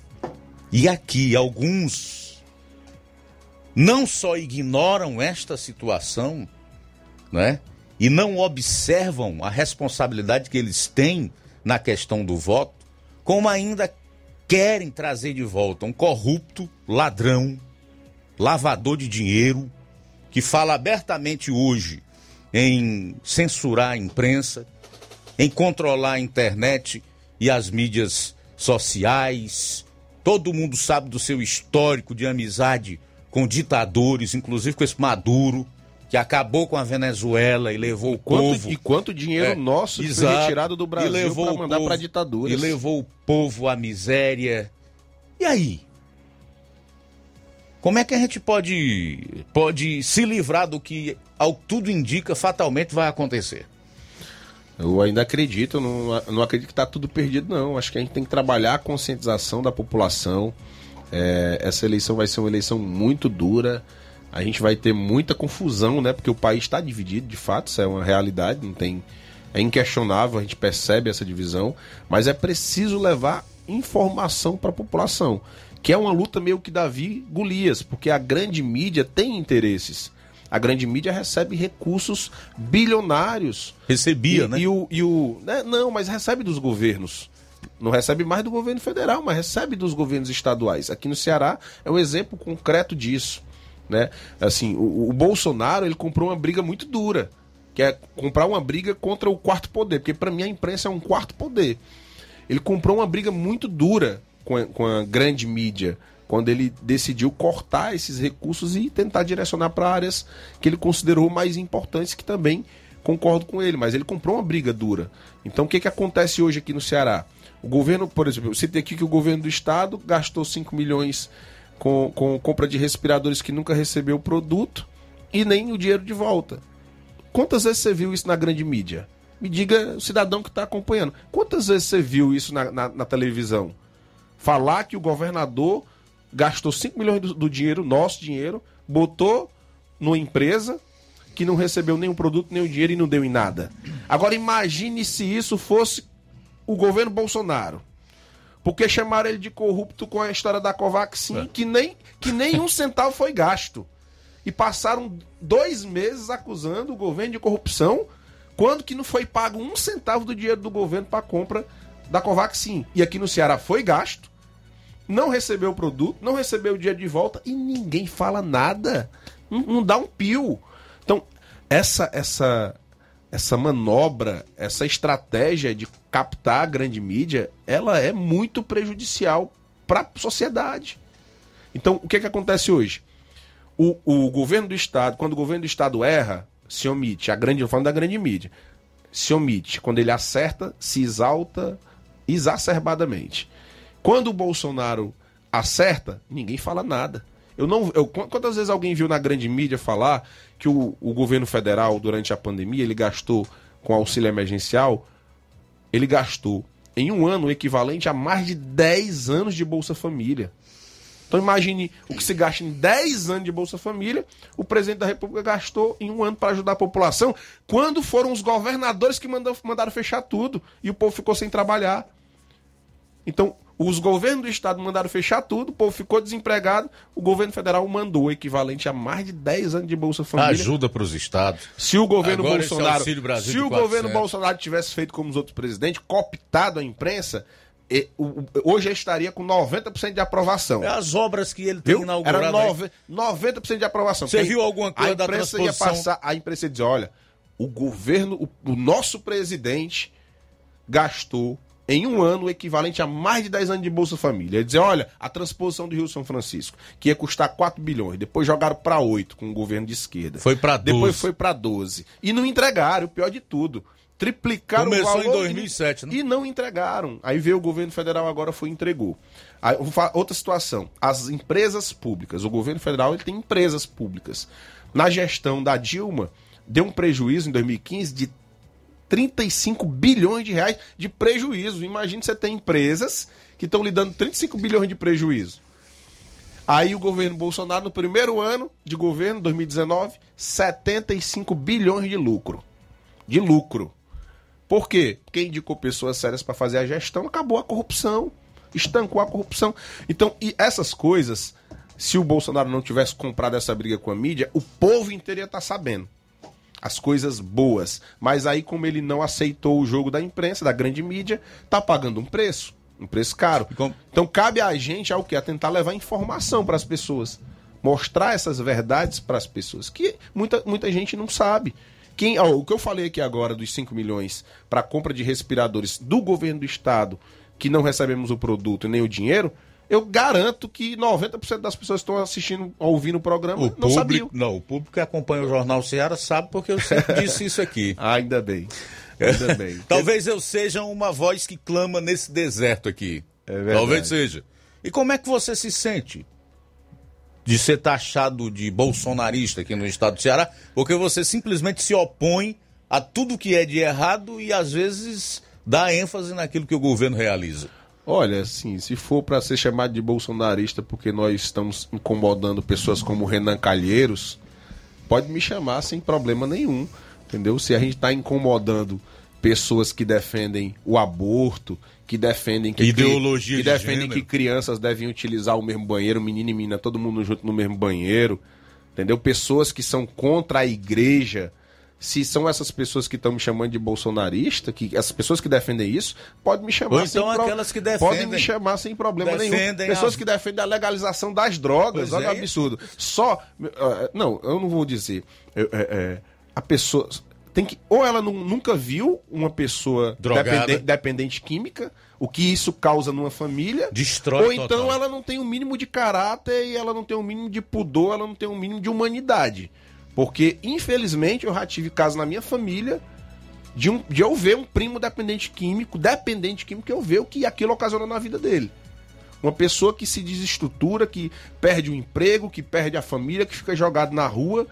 alguns não só ignoram esta situação, né? E não observam a responsabilidade que eles têm na questão do voto, como ainda querem trazer de volta um corrupto, ladrão, lavador de dinheiro, que fala abertamente hoje em censurar a imprensa, em controlar a internet e as mídias sociais. Todo mundo sabe do seu histórico de amizade com ditadores, inclusive com esse Maduro, que acabou com a Venezuela e levou o povo... E quanto dinheiro nosso foi retirado do Brasil para mandar para ditaduras. E levou o povo à miséria. E aí? Como é que a gente pode se livrar do que, ao tudo indica, fatalmente vai acontecer? Eu ainda acredito, eu não acredito que está tudo perdido, não. Acho que a gente tem que trabalhar a conscientização da população. Essa eleição vai ser uma eleição muito dura. A gente vai ter muita confusão, né? Porque o país está dividido, de fato, isso é uma realidade, não tem... É inquestionável, a gente percebe essa divisão, mas é preciso levar informação para a população, que é uma luta meio que Davi Golias, porque a grande mídia tem interesses. A grande mídia recebe recursos bilionários. Recebia, né? Não, mas recebe dos governos. Não recebe mais do governo federal, mas recebe dos governos estaduais. Aqui no Ceará é um exemplo concreto disso. Né? Assim, o Bolsonaro, ele comprou uma briga muito dura, que é comprar uma briga contra o quarto poder, porque para mim a imprensa é um quarto poder. Ele comprou uma briga muito dura com a grande mídia, quando ele decidiu cortar esses recursos e tentar direcionar para áreas que ele considerou mais importantes, que também concordo com ele, mas ele comprou uma briga dura. Então o que acontece hoje aqui no Ceará? O governo, por exemplo, eu citei aqui que o governo do estado gastou 5 milhões com compra de respiradores que nunca recebeu o produto e nem o dinheiro de volta. Quantas vezes você viu isso na grande mídia? Me diga, o cidadão que está acompanhando, quantas vezes você viu isso na televisão? Falar que o governador gastou 5 milhões do dinheiro, nosso dinheiro, botou numa empresa que não recebeu nenhum produto, nem o dinheiro e não deu em nada. Agora imagine se isso fosse o governo Bolsonaro. Porque chamaram ele de corrupto com a história da Covaxin, que nem um centavo foi gasto. E passaram 2 meses acusando o governo de corrupção, quando que não foi pago 1 centavo do dinheiro do governo para a compra da Covaxin. E aqui no Ceará foi gasto, não recebeu o produto, não recebeu o dinheiro de volta e ninguém fala nada. Não dá um pio. Então, essa manobra, essa estratégia de captar a grande mídia, ela é muito prejudicial para a sociedade. Então, o que acontece hoje? O governo do estado, quando o governo do estado erra, se omite. Eu falo da grande mídia. Se omite. Quando ele acerta, se exalta exacerbadamente. Quando o Bolsonaro acerta, ninguém fala nada. Quantas vezes alguém viu na grande mídia falar que o governo federal, durante a pandemia, ele gastou com auxílio emergencial, ele gastou em um ano o equivalente a mais de 10 anos de Bolsa Família. Então imagine o que se gasta em 10 anos de Bolsa Família, o presidente da República gastou em um ano para ajudar a população, quando foram os governadores que mandaram fechar tudo e o povo ficou sem trabalhar. Então, os governos do estado mandaram fechar tudo, o povo ficou desempregado, o governo federal mandou o equivalente a mais de 10 anos de Bolsa Família. Ajuda para os estados. Se o governo Agora Bolsonaro, Brasil se o governo Bolsonaro tivesse feito como os outros presidentes, cooptado a imprensa, hoje ele estaria com 90% de aprovação. As obras que ele tem inaugurado. Era 90% de aprovação. Você viu alguma coisa da transposição? A imprensa ia dizer, olha, o nosso presidente gastou em um ano o equivalente a mais de 10 anos de Bolsa Família. Ia dizer, olha, a transposição do Rio São Francisco, que ia custar 4 bilhões, depois jogaram para 8 com o governo de esquerda. Foi para 12. Depois foi para 12. E não entregaram, o pior de tudo. Triplicaram o valor. Começou em 2007, né? E não entregaram. Aí veio o governo federal agora e entregou. Aí, outra situação, as empresas públicas. O governo federal ele tem empresas públicas. Na gestão da Dilma, deu um prejuízo em 2015 de 35 bilhões de reais de prejuízo. Imagina você tem empresas que estão lhe dando 35 bilhões de prejuízo. Aí o governo Bolsonaro, no primeiro ano de governo, 2019, 75 bilhões de lucro. De lucro. Por quê? Porque indicou pessoas sérias para fazer a gestão, acabou a corrupção, estancou a corrupção. Então, e essas coisas, se o Bolsonaro não tivesse comprado essa briga com a mídia, o povo inteiro ia estar sabendo. As coisas boas. Mas aí, como ele não aceitou o jogo da imprensa, da grande mídia, tá pagando um preço. Um preço caro. Então cabe a gente ao quê? A tentar levar informação para as pessoas. Mostrar essas verdades para as pessoas, que muita gente não sabe. O que eu falei aqui agora dos 5 milhões para compra de respiradores do governo do estado, que não recebemos o produto e nem o dinheiro, eu garanto que 90% das pessoas que estão assistindo, ouvindo o programa, não sabiam. Não, o público que acompanha o Jornal Ceará sabe, porque eu sempre disse isso aqui. Ainda bem. Ainda bem. Talvez eu seja uma voz que clama nesse deserto aqui. É verdade. Talvez seja. E como é que você se sente de ser taxado de bolsonarista aqui no estado do Ceará? Porque você simplesmente se opõe a tudo que é de errado e às vezes dá ênfase naquilo que o governo realiza. Olha, assim, se for para ser chamado de bolsonarista porque nós estamos incomodando pessoas como Renan Calheiros, pode me chamar sem problema nenhum, entendeu? Se a gente está incomodando pessoas que defendem o aborto, que defendem que crianças devem utilizar o mesmo banheiro, menino e menina, todo mundo junto no mesmo banheiro, entendeu? Pessoas que são contra a igreja. Se são essas pessoas que estão me chamando de bolsonarista, as pessoas que defendem isso, pode me chamar. Ou então aquelas que defendem. Podem me chamar sem problema nenhum. Pessoas que defendem a legalização das drogas, olha que absurdo. Não, eu não vou dizer. A pessoa tem que, ou ela nunca viu uma pessoa dependente química, o que isso causa numa família, destrói ou então ela não tem um mínimo de caráter e ela não tem um mínimo de pudor, ela não tem um mínimo de humanidade. Porque, infelizmente, eu já tive caso na minha família de eu ver um primo dependente químico, eu ver o que aquilo ocasionou na vida dele. Uma pessoa que se desestrutura, que perde o emprego, que perde a família, que fica jogado na rua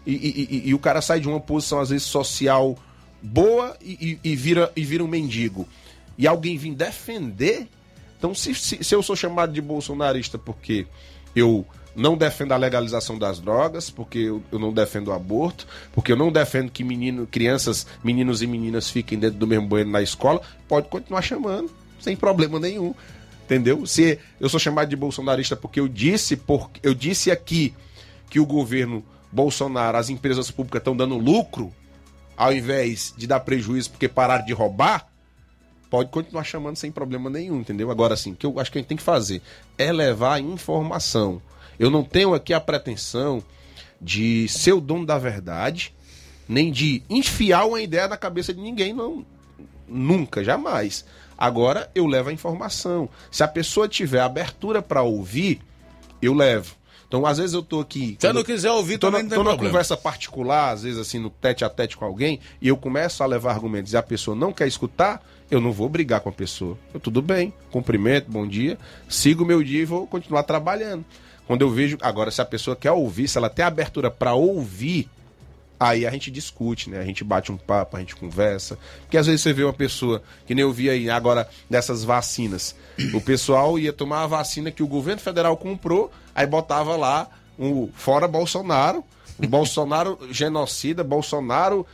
e o cara sai de uma posição, às vezes, social boa e vira um mendigo. E alguém vir defender. Então, se eu sou chamado de bolsonarista porque eu não defendo a legalização das drogas, porque eu não defendo o aborto, porque eu não defendo que crianças, meninos e meninas fiquem dentro do mesmo banheiro na escola, pode continuar chamando, sem problema nenhum, entendeu? Se eu sou chamado de bolsonarista porque eu disse aqui que o governo Bolsonaro, as empresas públicas estão dando lucro, ao invés de dar prejuízo porque pararam de roubar, pode continuar chamando sem problema nenhum, entendeu? Agora, assim, o que eu acho que a gente tem que fazer é levar informação. Eu não tenho aqui a pretensão de ser o dono da verdade, nem de enfiar uma ideia na cabeça de ninguém, não. Nunca, jamais. Agora, eu levo a informação. Se a pessoa tiver abertura para ouvir, eu levo. Então, às vezes eu tô aqui... Se eu não quiser ouvir, também não tem problema. Tô numa conversa particular, às vezes assim, no tete-a-tete com alguém, e eu começo a levar argumentos e a pessoa não quer escutar, eu não vou brigar com a pessoa. Tudo bem, cumprimento, bom dia, sigo o meu dia e vou continuar trabalhando. Quando eu vejo... Agora, se a pessoa quer ouvir, se ela tem abertura para ouvir, aí a gente discute, né? A gente bate um papo, a gente conversa. Porque às vezes você vê uma pessoa, que nem eu vi aí agora dessas vacinas. O pessoal ia tomar a vacina que o governo federal comprou, aí botava lá fora Bolsonaro, o Bolsonaro genocida, Bolsonaro...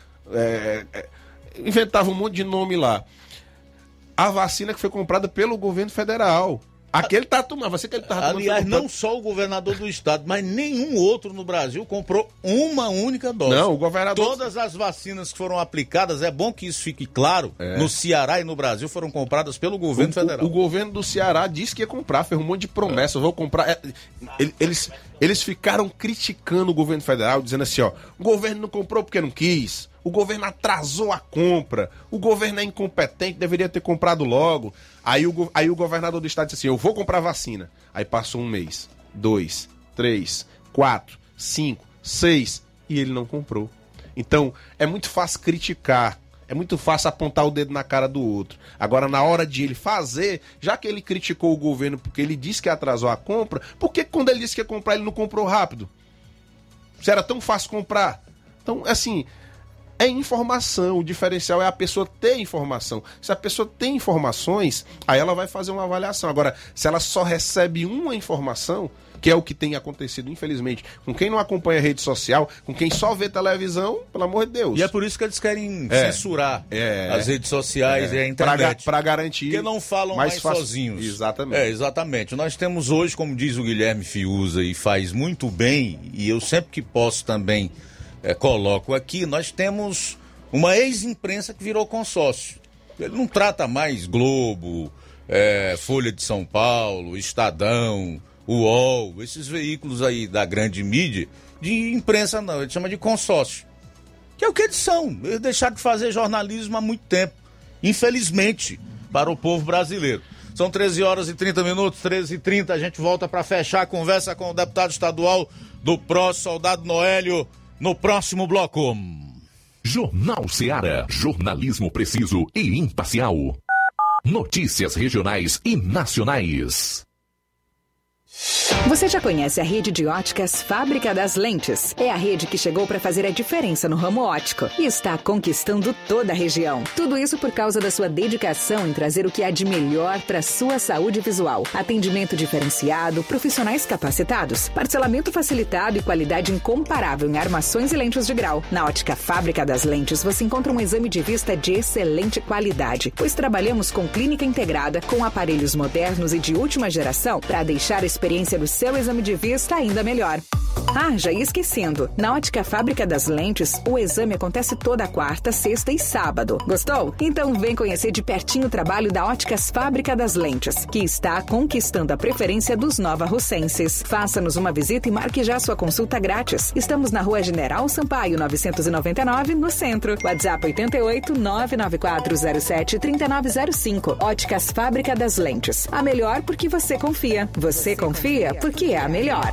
inventava um monte de nome lá. A vacina que foi comprada pelo governo federal. Aquele tá tomando, você que ele tava tomando. Aliás, não só o governador do estado, mas nenhum outro no Brasil comprou uma única dose. Não, o governador... Todas as vacinas que foram aplicadas, é bom que isso fique claro, no Ceará e no Brasil foram compradas pelo governo federal. O governo do Ceará disse que ia comprar, fez um monte de promessas, vou comprar. Eles ficaram criticando o governo federal, dizendo assim, ó, o governo não comprou porque não quis. O governo atrasou a compra. O governo é incompetente, deveria ter comprado logo. Aí o governador do estado disse assim, eu vou comprar vacina. Aí passou 1 mês, 2, 3, 4, 5, 6 e ele não comprou. Então, é muito fácil criticar, é muito fácil apontar o dedo na cara do outro. Agora, na hora de ele fazer, já que ele criticou o governo porque ele disse que atrasou a compra, por que quando ele disse que ia comprar, ele não comprou rápido? Se era tão fácil comprar. Então, assim... É informação, o diferencial é a pessoa ter informação. Se a pessoa tem informações, aí ela vai fazer uma avaliação. Agora, se ela só recebe uma informação, que é o que tem acontecido, infelizmente, com quem não acompanha a rede social, com quem só vê televisão, pelo amor de Deus. E é por isso que eles querem censurar as redes sociais e a internet. Para garantir... Porque não falam mais sozinhos. Exatamente. Exatamente. Nós temos hoje, como diz o Guilherme Fiuza, e faz muito bem, e eu sempre que posso também... coloco aqui, nós temos uma ex-imprensa que virou consórcio. Ele não trata mais Globo, Folha de São Paulo, Estadão, UOL, esses veículos aí da grande mídia, de imprensa não, ele chama de consórcio. Que é o que eles são. Eles deixaram de fazer jornalismo há muito tempo, infelizmente, para o povo brasileiro. São 13 horas e 30 minutos, 13h30, a gente volta para fechar a conversa com o deputado estadual do PRO, Soldado Noélio, no próximo bloco. Jornal Ceará, jornalismo preciso e imparcial. Notícias regionais e nacionais. Você já conhece a rede de óticas Fábrica das Lentes? É a rede que chegou para fazer a diferença no ramo óptico e está conquistando toda a região. Tudo isso por causa da sua dedicação em trazer o que há de melhor para sua saúde visual. Atendimento diferenciado, profissionais capacitados, parcelamento facilitado e qualidade incomparável em armações e lentes de grau. Na ótica Fábrica das Lentes você encontra um exame de vista de excelente qualidade, pois trabalhamos com clínica integrada, com aparelhos modernos e de última geração para deixar a experiência do seu exame de vista ainda melhor. Ah, já ia esquecendo. Na ótica Fábrica das Lentes, o exame acontece toda quarta, sexta e sábado. Gostou? Então vem conhecer de pertinho o trabalho da Óticas Fábrica das Lentes, que está conquistando a preferência dos nova-russenses. Faça-nos uma visita e marque já sua consulta grátis. Estamos na Rua General Sampaio, 999, no centro. WhatsApp 88 99407 3905. Óticas Fábrica das Lentes. A melhor porque você confia. Você confia porque é a melhor.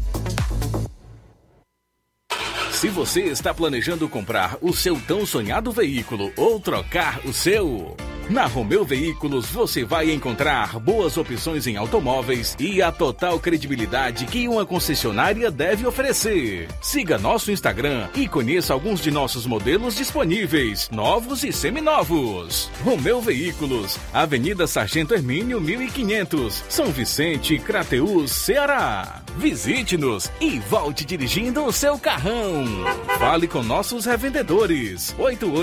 Se você está planejando comprar o seu tão sonhado veículo ou trocar o seu, na Romeu Veículos você vai encontrar boas opções em automóveis e a total credibilidade que uma concessionária deve oferecer. Siga nosso Instagram e conheça alguns de nossos modelos disponíveis, novos e seminovos. Romeu Veículos, Avenida Sargento Hermínio 1500, São Vicente, Crateús, Ceará. Visite-nos e volte dirigindo o seu carrão. Fale com nossos revendedores.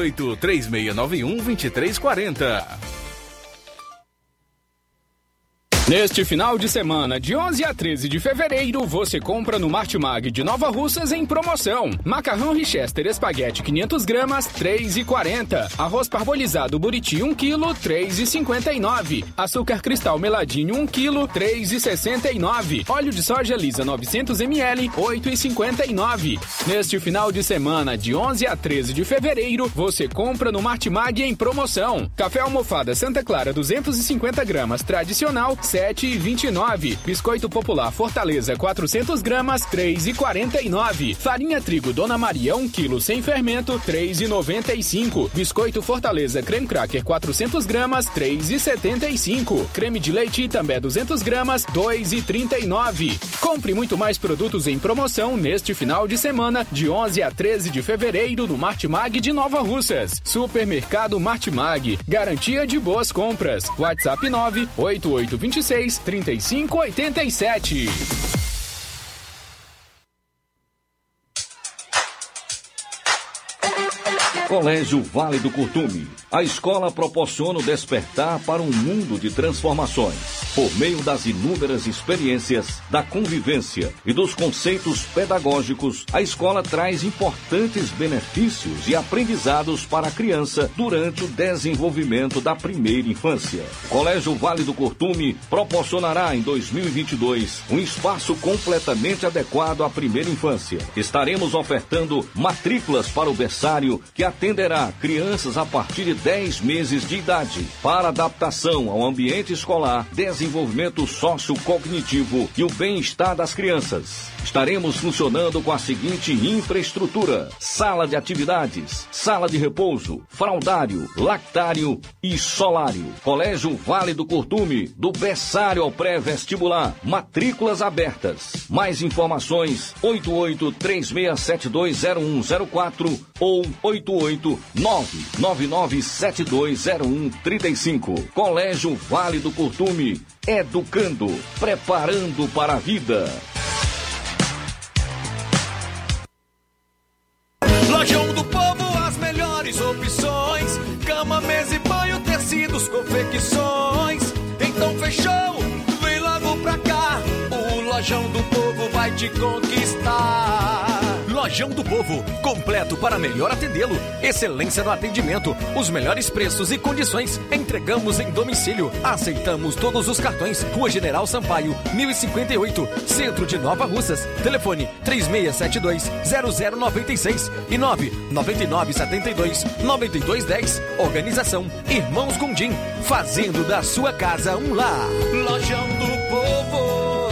88-3691-2340. Neste final de semana, de 11 a 13 de fevereiro, você compra no Martimag de Nova Russas em promoção. Macarrão Richester Espaguete 500 gramas, R$ 3,40. Arroz parbolizado Buriti 1 kg, R$ 3,59. Açúcar cristal meladinho 1 kg, R$ 3,69. Óleo de soja lisa 900 ml, R$ 8,59. Neste final de semana, de 11 a 13 de fevereiro, você compra no Martimag em promoção. Café almofada Santa Clara 250 gramas, tradicional, R$ 7,29. Biscoito popular Fortaleza 400 gramas, R$ 3,49. Farinha trigo Dona Maria 1 kg sem fermento, R$ 3,95. Biscoito Fortaleza creme cracker 400 gramas, R$ 3,75. Creme de leite Itambé 200 gramas, R$ 2,39. Compre muito mais produtos em promoção neste final de semana, de 11 a 13 de fevereiro, no Martimag de Nova Russas. Supermercado Martimag, garantia de boas compras. WhatsApp 98826 3587. Colégio Vale do Curtume. A escola proporciona o despertar para um mundo de transformações. Por meio das inúmeras experiências, da convivência e dos conceitos pedagógicos, a escola traz importantes benefícios e aprendizados para a criança durante o desenvolvimento da primeira infância. O Colégio Vale do Curtume proporcionará em 2022 um espaço completamente adequado à primeira infância. Estaremos ofertando matrículas para o berçário que atenderá crianças a partir de 10 meses de idade, para adaptação ao ambiente escolar, desenvolvimento sociocognitivo e o bem-estar das crianças. Estaremos funcionando com a seguinte infraestrutura: sala de atividades, sala de repouso, fraldário, lactário e solário. Colégio Vale do Curtume, do berçário ao pré-vestibular, matrículas abertas. Mais informações: 88-36720104 ou 889-99720135. Colégio Vale do Curtume, educando, preparando para a vida. Lojão do Povo, as melhores opções: cama, mesa e banho, tecidos, confecções. Então fechou, vem logo pra cá, o Lojão do Povo vai te conquistar. Lojão do Povo, completo para melhor atendê-lo. Excelência no atendimento, os melhores preços e condições. Entregamos em domicílio. Aceitamos todos os cartões. Rua General Sampaio, 1058, Centro de Nova Russas. Telefone 3672-0096 e 99972-9210. Organização Irmãos Gondim, fazendo da sua casa um lar. Lojão do Povo.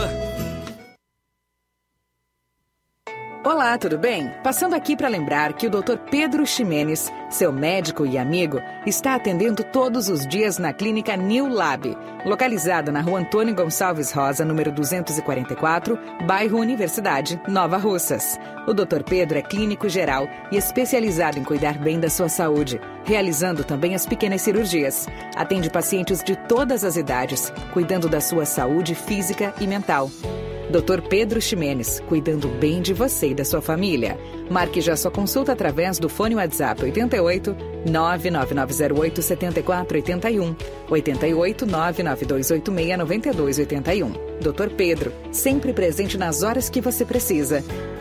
Olá, tudo bem? Passando aqui para lembrar que o Dr. Pedro Ximenes, seu médico e amigo, está atendendo todos os dias na clínica New Lab, localizada na Rua Antônio Gonçalves Rosa, número 244, bairro Universidade, Nova Russas. O Dr. Pedro é clínico geral e especializado em cuidar bem da sua saúde, realizando também as pequenas cirurgias. Atende pacientes de todas as idades, cuidando da sua saúde física e mental. Dr. Pedro Ximenes, cuidando bem de você e da sua família. Marque já sua consulta através do fone WhatsApp 88 99908 7481, 88 99286 9281. Dr. Pedro, sempre presente nas horas que você precisa.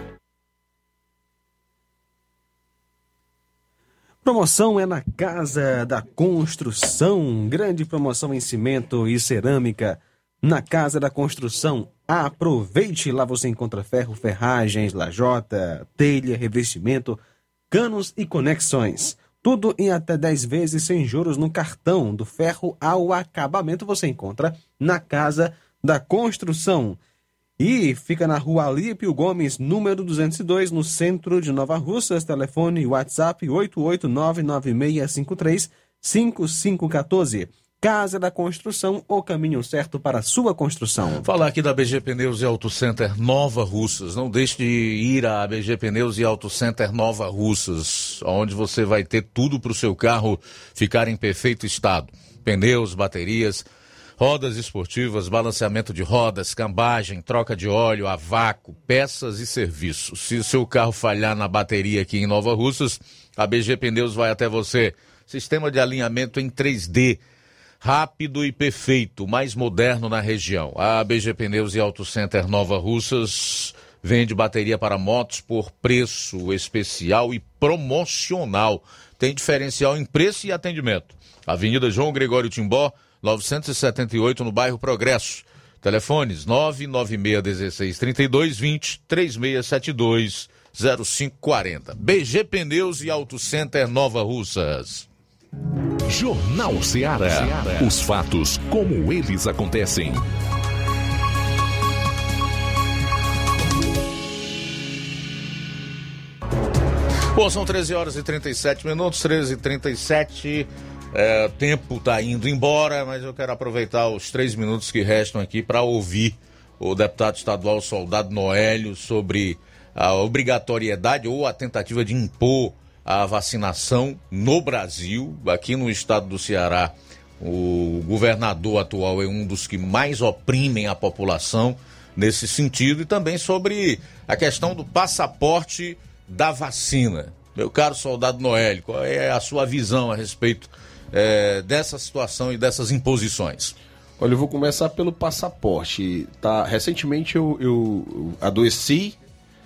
Promoção é na Casa da Construção. Grande promoção em cimento e cerâmica. Na Casa da Construção, aproveite! Lá você encontra ferro, ferragens, lajota, telha, revestimento, canos e conexões. Tudo em até 10 vezes sem juros no cartão. Do ferro ao acabamento você encontra na Casa da Construção. E fica na Rua Alípio Gomes, número 202, no centro de Nova Russas. Telefone WhatsApp 88996535514. Casa da Construção, o caminho certo para a sua construção. Falar aqui da BG Pneus e Auto Center Nova Russas. Não deixe de ir à BG Pneus e Auto Center Nova Russas, onde você vai ter tudo para o seu carro ficar em perfeito estado. Pneus, baterias, rodas esportivas, balanceamento de rodas, cambagem, troca de óleo, a vácuo, peças e serviços. Se o seu carro falhar na bateria aqui em Nova Russas, a BG Pneus vai até você. Sistema de alinhamento em 3D. Rápido e perfeito, mais moderno na região. A BG Pneus e Auto Center Nova Russas vende bateria para motos por preço especial e promocional. Tem diferencial em preço e atendimento. Avenida João Gregório Timbó, 978, no bairro Progresso. Telefones 996163220, 36720540. BG Pneus e Auto Center Nova Russas. Jornal Ceará. Os fatos como eles acontecem. Bom, são 13 horas e 37 minutos, 13h37. Tempo está indo embora, mas eu quero aproveitar os 3 minutos que restam aqui para ouvir o deputado estadual Soldado Noélio sobre a obrigatoriedade ou a tentativa de impor a vacinação no Brasil. Aqui no estado do Ceará, o governador atual é um dos que mais oprimem a população nesse sentido, e também sobre a questão do passaporte da vacina. Meu caro Soldado Noélio, qual é a sua visão a respeito dessa situação e dessas imposições? Olha, eu vou começar pelo passaporte. Recentemente eu adoeci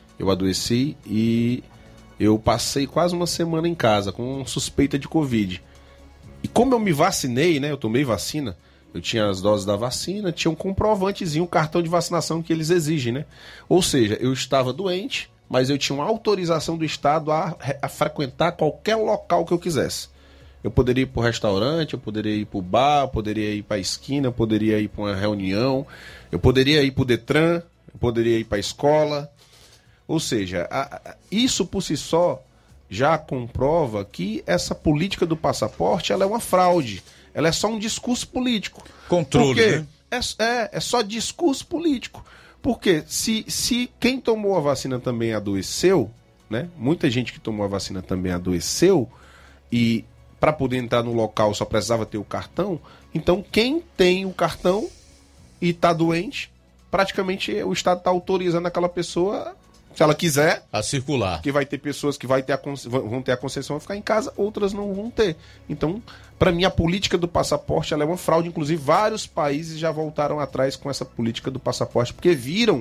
e eu passei quase uma semana em casa com suspeita de Covid. E como eu me vacinei, né? Eu tomei vacina, eu tinha as doses da vacina, tinha um comprovantezinho, um cartão de vacinação que eles exigem, né? Ou seja, eu estava doente, mas eu tinha uma autorização do Estado a frequentar qualquer local que eu quisesse. Eu poderia ir para o restaurante, eu poderia ir para o bar, eu poderia ir para a esquina, eu poderia ir para uma reunião, eu poderia ir para o Detran, eu poderia ir para a escola. Ou seja, isso por si só já comprova que essa política do passaporte ela é uma fraude. Ela é só um discurso político. Controle, né? É só discurso político. Porque se quem tomou a vacina também adoeceu, né? Muita gente que tomou a vacina também adoeceu, e para poder entrar no local só precisava ter o cartão. Então quem tem o cartão e está doente, praticamente o Estado está autorizando aquela pessoa, se ela quiser, a circular. Que vai ter pessoas que vão ter a concessão a ficar em casa, outras não vão ter. Então, para mim, a política do passaporte ela é uma fraude. Inclusive, vários países já voltaram atrás com essa política do passaporte, porque viram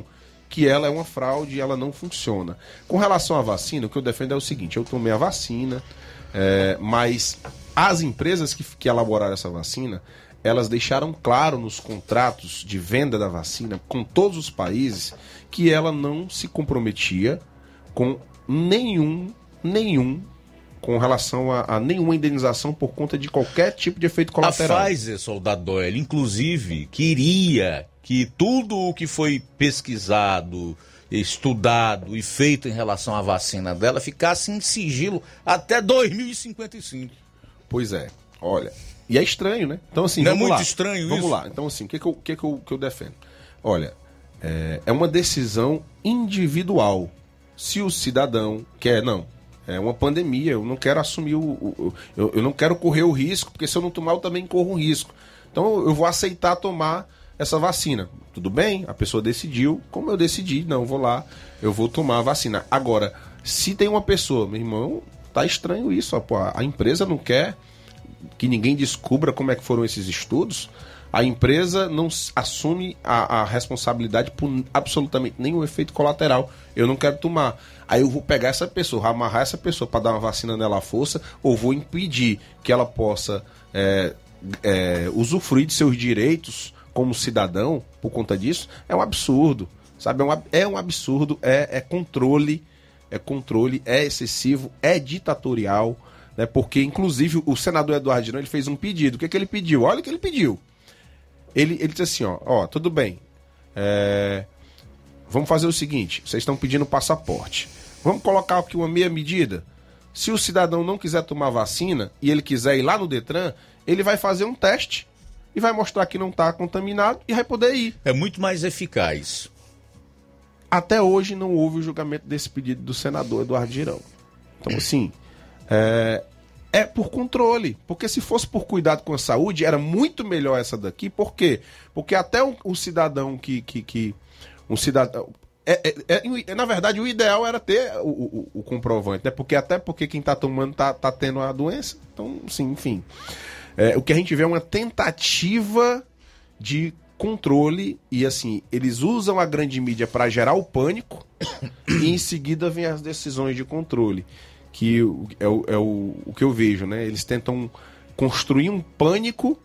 que ela é uma fraude e ela não funciona. Com relação à vacina, o que eu defendo é o seguinte: eu tomei a vacina, mas as empresas que elaboraram essa vacina, elas deixaram claro nos contratos de venda da vacina com todos os países que ela não se comprometia com nenhum com relação a nenhuma indenização por conta de qualquer tipo de efeito colateral. A Pfizer, soldado Doyle, inclusive, queria que tudo o que foi pesquisado, estudado e feito em relação à vacina dela ficasse em sigilo até 2055. Pois é, olha, e é estranho, né? Então, assim, não vamos é muito lá. estranho isso? Vamos lá, então assim, o que eu defendo? Olha, é uma decisão individual. Se o cidadão quer, é uma pandemia, eu não quero assumir eu não quero correr o risco, porque se eu não tomar eu também corro um risco. Então eu vou aceitar tomar essa vacina. Tudo bem, a pessoa decidiu, como eu decidi, não, vou lá, eu vou tomar a vacina. Agora, se tem uma pessoa, meu irmão, tá estranho isso, a empresa não quer que ninguém descubra como é que foram esses estudos, a empresa não assume a responsabilidade por absolutamente nenhum efeito colateral. Eu não quero tomar. Aí eu vou pegar essa pessoa, vou amarrar essa pessoa para dar uma vacina nela à força, ou vou impedir que ela possa usufruir de seus direitos como cidadão por conta disso. É um absurdo, sabe? É um absurdo, é controle, é excessivo, é ditatorial, né? Porque, inclusive, o senador Eduardo Girão, ele fez um pedido. O que ele pediu? Olha o que ele pediu. Ele disse assim, ó, tudo bem, vamos fazer o seguinte, vocês estão pedindo passaporte, vamos colocar aqui uma meia medida. Se o cidadão não quiser tomar vacina e ele quiser ir lá no Detran, ele vai fazer um teste e vai mostrar que não está contaminado e vai poder ir. É muito mais eficaz. Até hoje não houve o julgamento desse pedido do senador Eduardo Girão. Então, assim, é por controle, porque se fosse por cuidado com a saúde, era muito melhor essa daqui. Por quê? Porque até um cidadão um cidadão... na verdade, o ideal era ter o comprovante, né? Porque quem está tomando tá tendo a doença. Então, sim, enfim. O que a gente vê é uma tentativa de controle e, assim, eles usam a grande mídia para gerar o pânico e em seguida vem as decisões de controle. Que é o que eu vejo, né? Eles tentam construir um pânico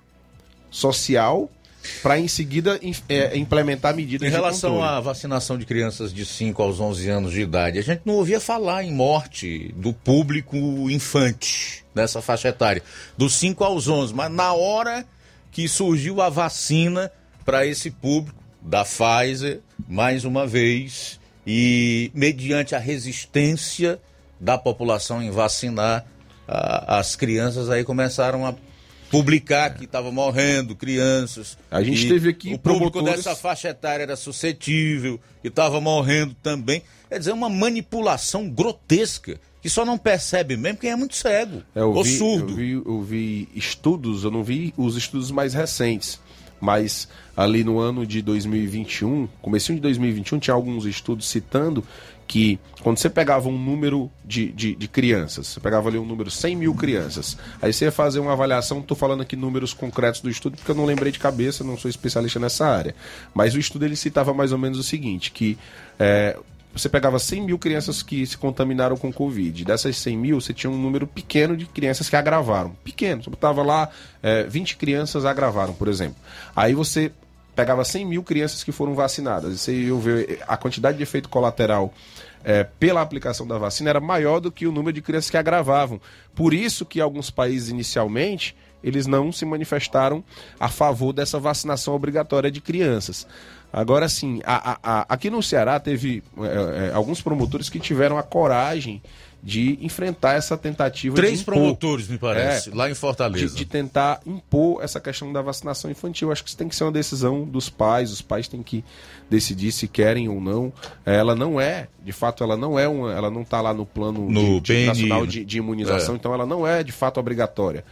social para em seguida implementar medidas de controle. Em relação à vacinação de crianças de 5 aos 11 anos de idade, a gente não ouvia falar em morte do público infante nessa faixa etária, dos 5 aos 11, mas na hora que surgiu a vacina para esse público da Pfizer, mais uma vez, e mediante a resistência da população em vacinar, as crianças aí começaram a publicar que estava morrendo crianças. A gente teve aqui o público dessa faixa etária era suscetível e estava morrendo também. Quer dizer, uma manipulação grotesca que só não percebe mesmo quem é muito cego ou surdo. Eu vi estudos, eu não vi os estudos mais recentes, mas ali no ano de 2021, comecinho de 2021, tinha alguns estudos citando que quando você pegava um número de crianças, você pegava ali um número 100 mil crianças, aí você ia fazer uma avaliação, estou falando aqui números concretos do estudo, porque eu não lembrei de cabeça, não sou especialista nessa área, mas o estudo ele citava mais ou menos o seguinte, que você pegava 100 mil crianças que se contaminaram com Covid, dessas 100 mil você tinha um número pequeno de crianças que agravaram, pequeno, você botava lá 20 crianças agravaram, por exemplo, aí você pegava 100 mil crianças que foram vacinadas, e você ia ver a quantidade de efeito colateral pela aplicação da vacina era maior do que o número de crianças que agravavam. Por isso que alguns países inicialmente eles não se manifestaram a favor dessa vacinação obrigatória de crianças. Agora sim, aqui no Ceará teve alguns promotores que tiveram a coragem de enfrentar essa tentativa 3 promotores, me parece, lá em Fortaleza. De tentar impor essa questão da vacinação infantil. Acho que isso tem que ser uma decisão dos pais, os pais têm que decidir se querem ou não. Ela não é, de fato, ela não está lá no plano nacional de imunização, então ela não é de fato obrigatória.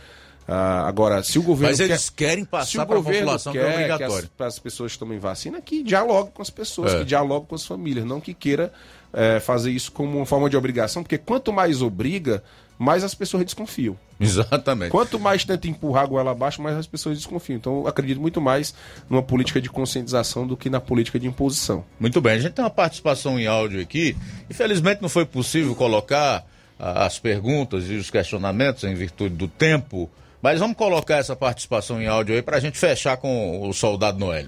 Agora, se o governo... Mas eles querem passar para a população que é obrigatório. Para as pessoas que tomem vacina, que dialogue com as pessoas, que dialogue com as famílias, não que queira fazer isso como uma forma de obrigação, porque quanto mais obriga, mais as pessoas desconfiam. Exatamente. Quanto mais tenta empurrar a goela abaixo, mais as pessoas desconfiam. Então, eu acredito muito mais numa política de conscientização do que na política de imposição. Muito bem, a gente tem uma participação em áudio aqui. Infelizmente não foi possível colocar as perguntas e os questionamentos em virtude do tempo, mas vamos colocar essa participação em áudio aí para a gente fechar com o soldado Noélio.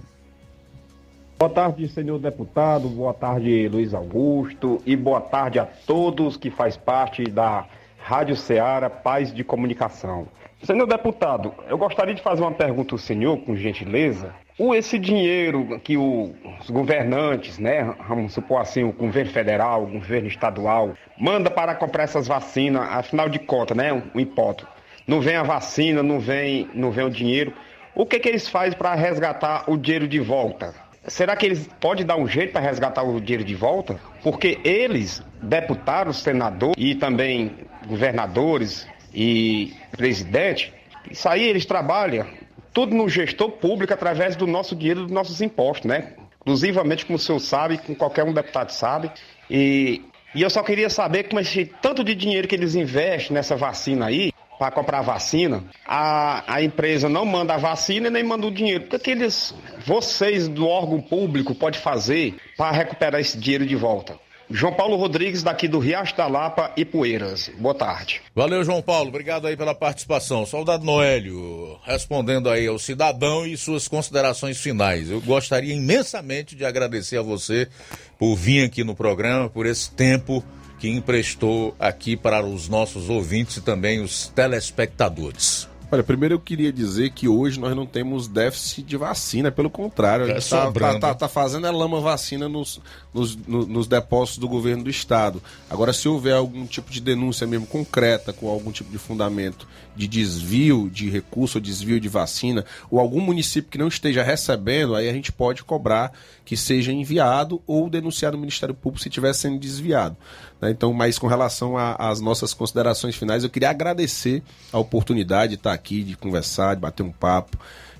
Boa tarde, senhor deputado, boa tarde, Luiz Augusto, e boa tarde a todos que faz parte da Rádio Ceará Paz de Comunicação. Senhor deputado, eu gostaria de fazer uma pergunta ao senhor, com gentileza. Esse dinheiro que os governantes, né, vamos supor assim, o governo federal, o governo estadual, manda para comprar essas vacinas, afinal de contas, né, um hipótese. Não vem a vacina, não vem o dinheiro. O que eles fazem para resgatar o dinheiro de volta? Será que eles podem dar um jeito para resgatar o dinheiro de volta? Porque eles, deputados, senadores e também governadores e presidente, isso aí eles trabalham tudo no gestor público através do nosso dinheiro, dos nossos impostos, né? Inclusivamente, como o senhor sabe, como qualquer um deputado sabe. E eu só queria saber como esse tanto de dinheiro que eles investem nessa vacina aí, para comprar vacina, a empresa não manda a vacina e nem manda o dinheiro. O que vocês do órgão público podem fazer para recuperar esse dinheiro de volta? João Paulo Rodrigues, daqui do Riacho da Lapa e Poeiras. Boa tarde. Valeu, João Paulo. Obrigado aí pela participação. Soldado Noélio, respondendo aí ao cidadão e suas considerações finais. Eu gostaria imensamente de agradecer a você por vir aqui no programa, por esse tempo que emprestou aqui para os nossos ouvintes e também os telespectadores. Olha, primeiro eu queria dizer que hoje nós não temos déficit de vacina, pelo contrário, a gente tá fazendo a lama vacina nos depósitos do governo do estado. Agora, se houver algum tipo de denúncia mesmo concreta, com algum tipo de fundamento de desvio de recurso ou desvio de vacina, ou algum município que não esteja recebendo, aí a gente pode cobrar que seja enviado ou denunciar no Ministério Público se estiver sendo desviado. Então, mas com relação às nossas considerações finais, eu queria agradecer a oportunidade de estar aqui, de conversar, de bater um papo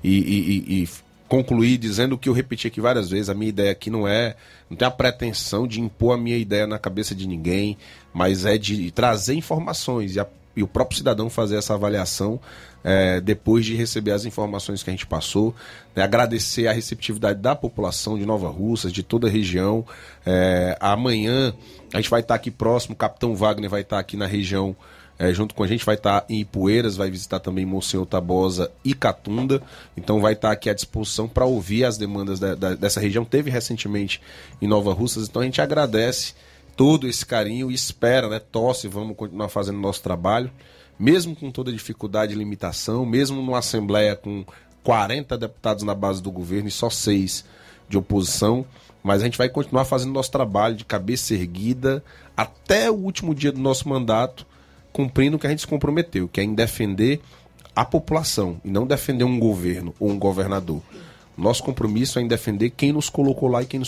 e concluir dizendo o que eu repeti aqui várias vezes. A minha ideia aqui não tem a pretensão de impor a minha ideia na cabeça de ninguém, mas é de trazer informações e o próprio cidadão fazer essa avaliação depois de receber as informações que a gente passou, né? Agradecer a receptividade da população de Nova Russas, de toda a região. Amanhã a gente vai estar aqui próximo, o Capitão Wagner vai estar aqui na região junto com a gente, vai estar em Ipueiras, vai visitar também Monsenhor Tabosa e Catunda, então vai estar aqui à disposição para ouvir as demandas dessa região. Teve recentemente em Nova Russas, então a gente agradece todo esse carinho e espera, né, torce, vamos continuar fazendo o nosso trabalho, mesmo com toda dificuldade e limitação, mesmo numa Assembleia com 40 deputados na base do governo e só 6 de oposição, mas a gente vai continuar fazendo nosso trabalho de cabeça erguida até o último dia do nosso mandato, cumprindo o que a gente se comprometeu, que é em defender a população e não defender um governo ou um governador. Nosso compromisso é em defender quem nos colocou lá e quem nos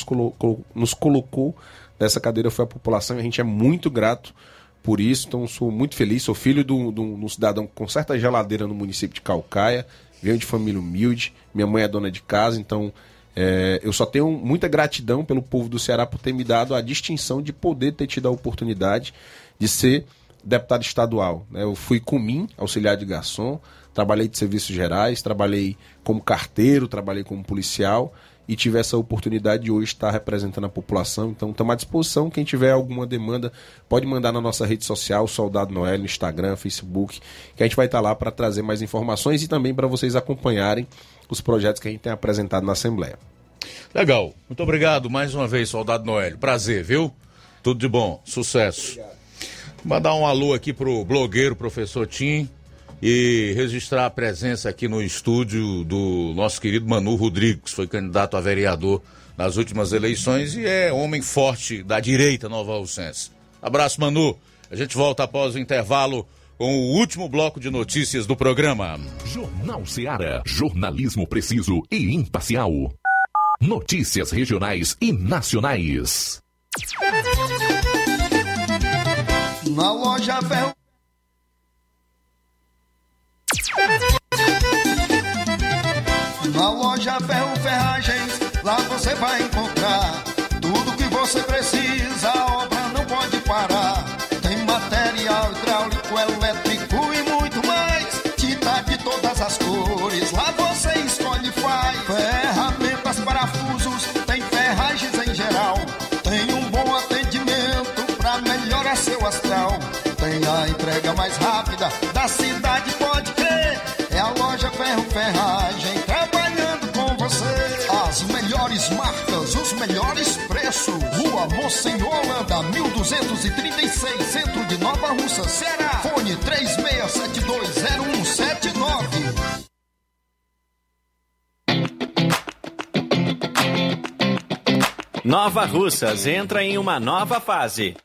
colocou nessa cadeira foi a população, e a gente é muito grato por isso. Então sou muito feliz, sou filho de um cidadão com certa geladeira no município de Caucaia, venho de família humilde, minha mãe é dona de casa, então eu só tenho muita gratidão pelo povo do Ceará por ter me dado a distinção de poder ter tido a oportunidade de ser deputado estadual, né? Eu fui comim, auxiliar de garçom, trabalhei de serviços gerais, trabalhei como carteiro, trabalhei como policial e tive essa oportunidade de hoje estar representando a população. Então estamos à disposição, quem tiver alguma demanda pode mandar na nossa rede social, Soldado Noélio, no Instagram, Facebook, que a gente vai estar lá para trazer mais informações e também para vocês acompanharem os projetos que a gente tem apresentado na Assembleia. Legal, muito obrigado mais uma vez, Soldado Noélio, prazer, viu? Tudo de bom, sucesso. Obrigado. Mandar um alô aqui pro blogueiro Professor Tim e registrar a presença aqui no estúdio do nosso querido Manu Rodrigues, foi candidato a vereador nas últimas eleições e é homem forte da direita novalcense. Abraço, Manu. A gente volta após o intervalo com o último bloco de notícias do programa. Jornal Ceará, jornalismo preciso e imparcial. Notícias regionais e nacionais. Na loja Ferro Na loja Ferro Ferragens, lá você vai encontrar tudo que você precisa, a obra não pode parar. Tem material hidráulico, elétrico e muito mais, tinta de todas as cores, lá você escolhe e faz. Ferramentas, parafusos, tem ferragens em geral, tem um bom atendimento pra melhorar seu astral. Tem a entrega mais rápida da cidade, pode crer, é a loja Ferro Ferragem trabalhando com você. As melhores marcas, os melhores preços. Rua Monsenhor Holanda, 1236, centro de Nova Russa, Ceará. Fone 36720179. Nova Russas entra em uma nova fase.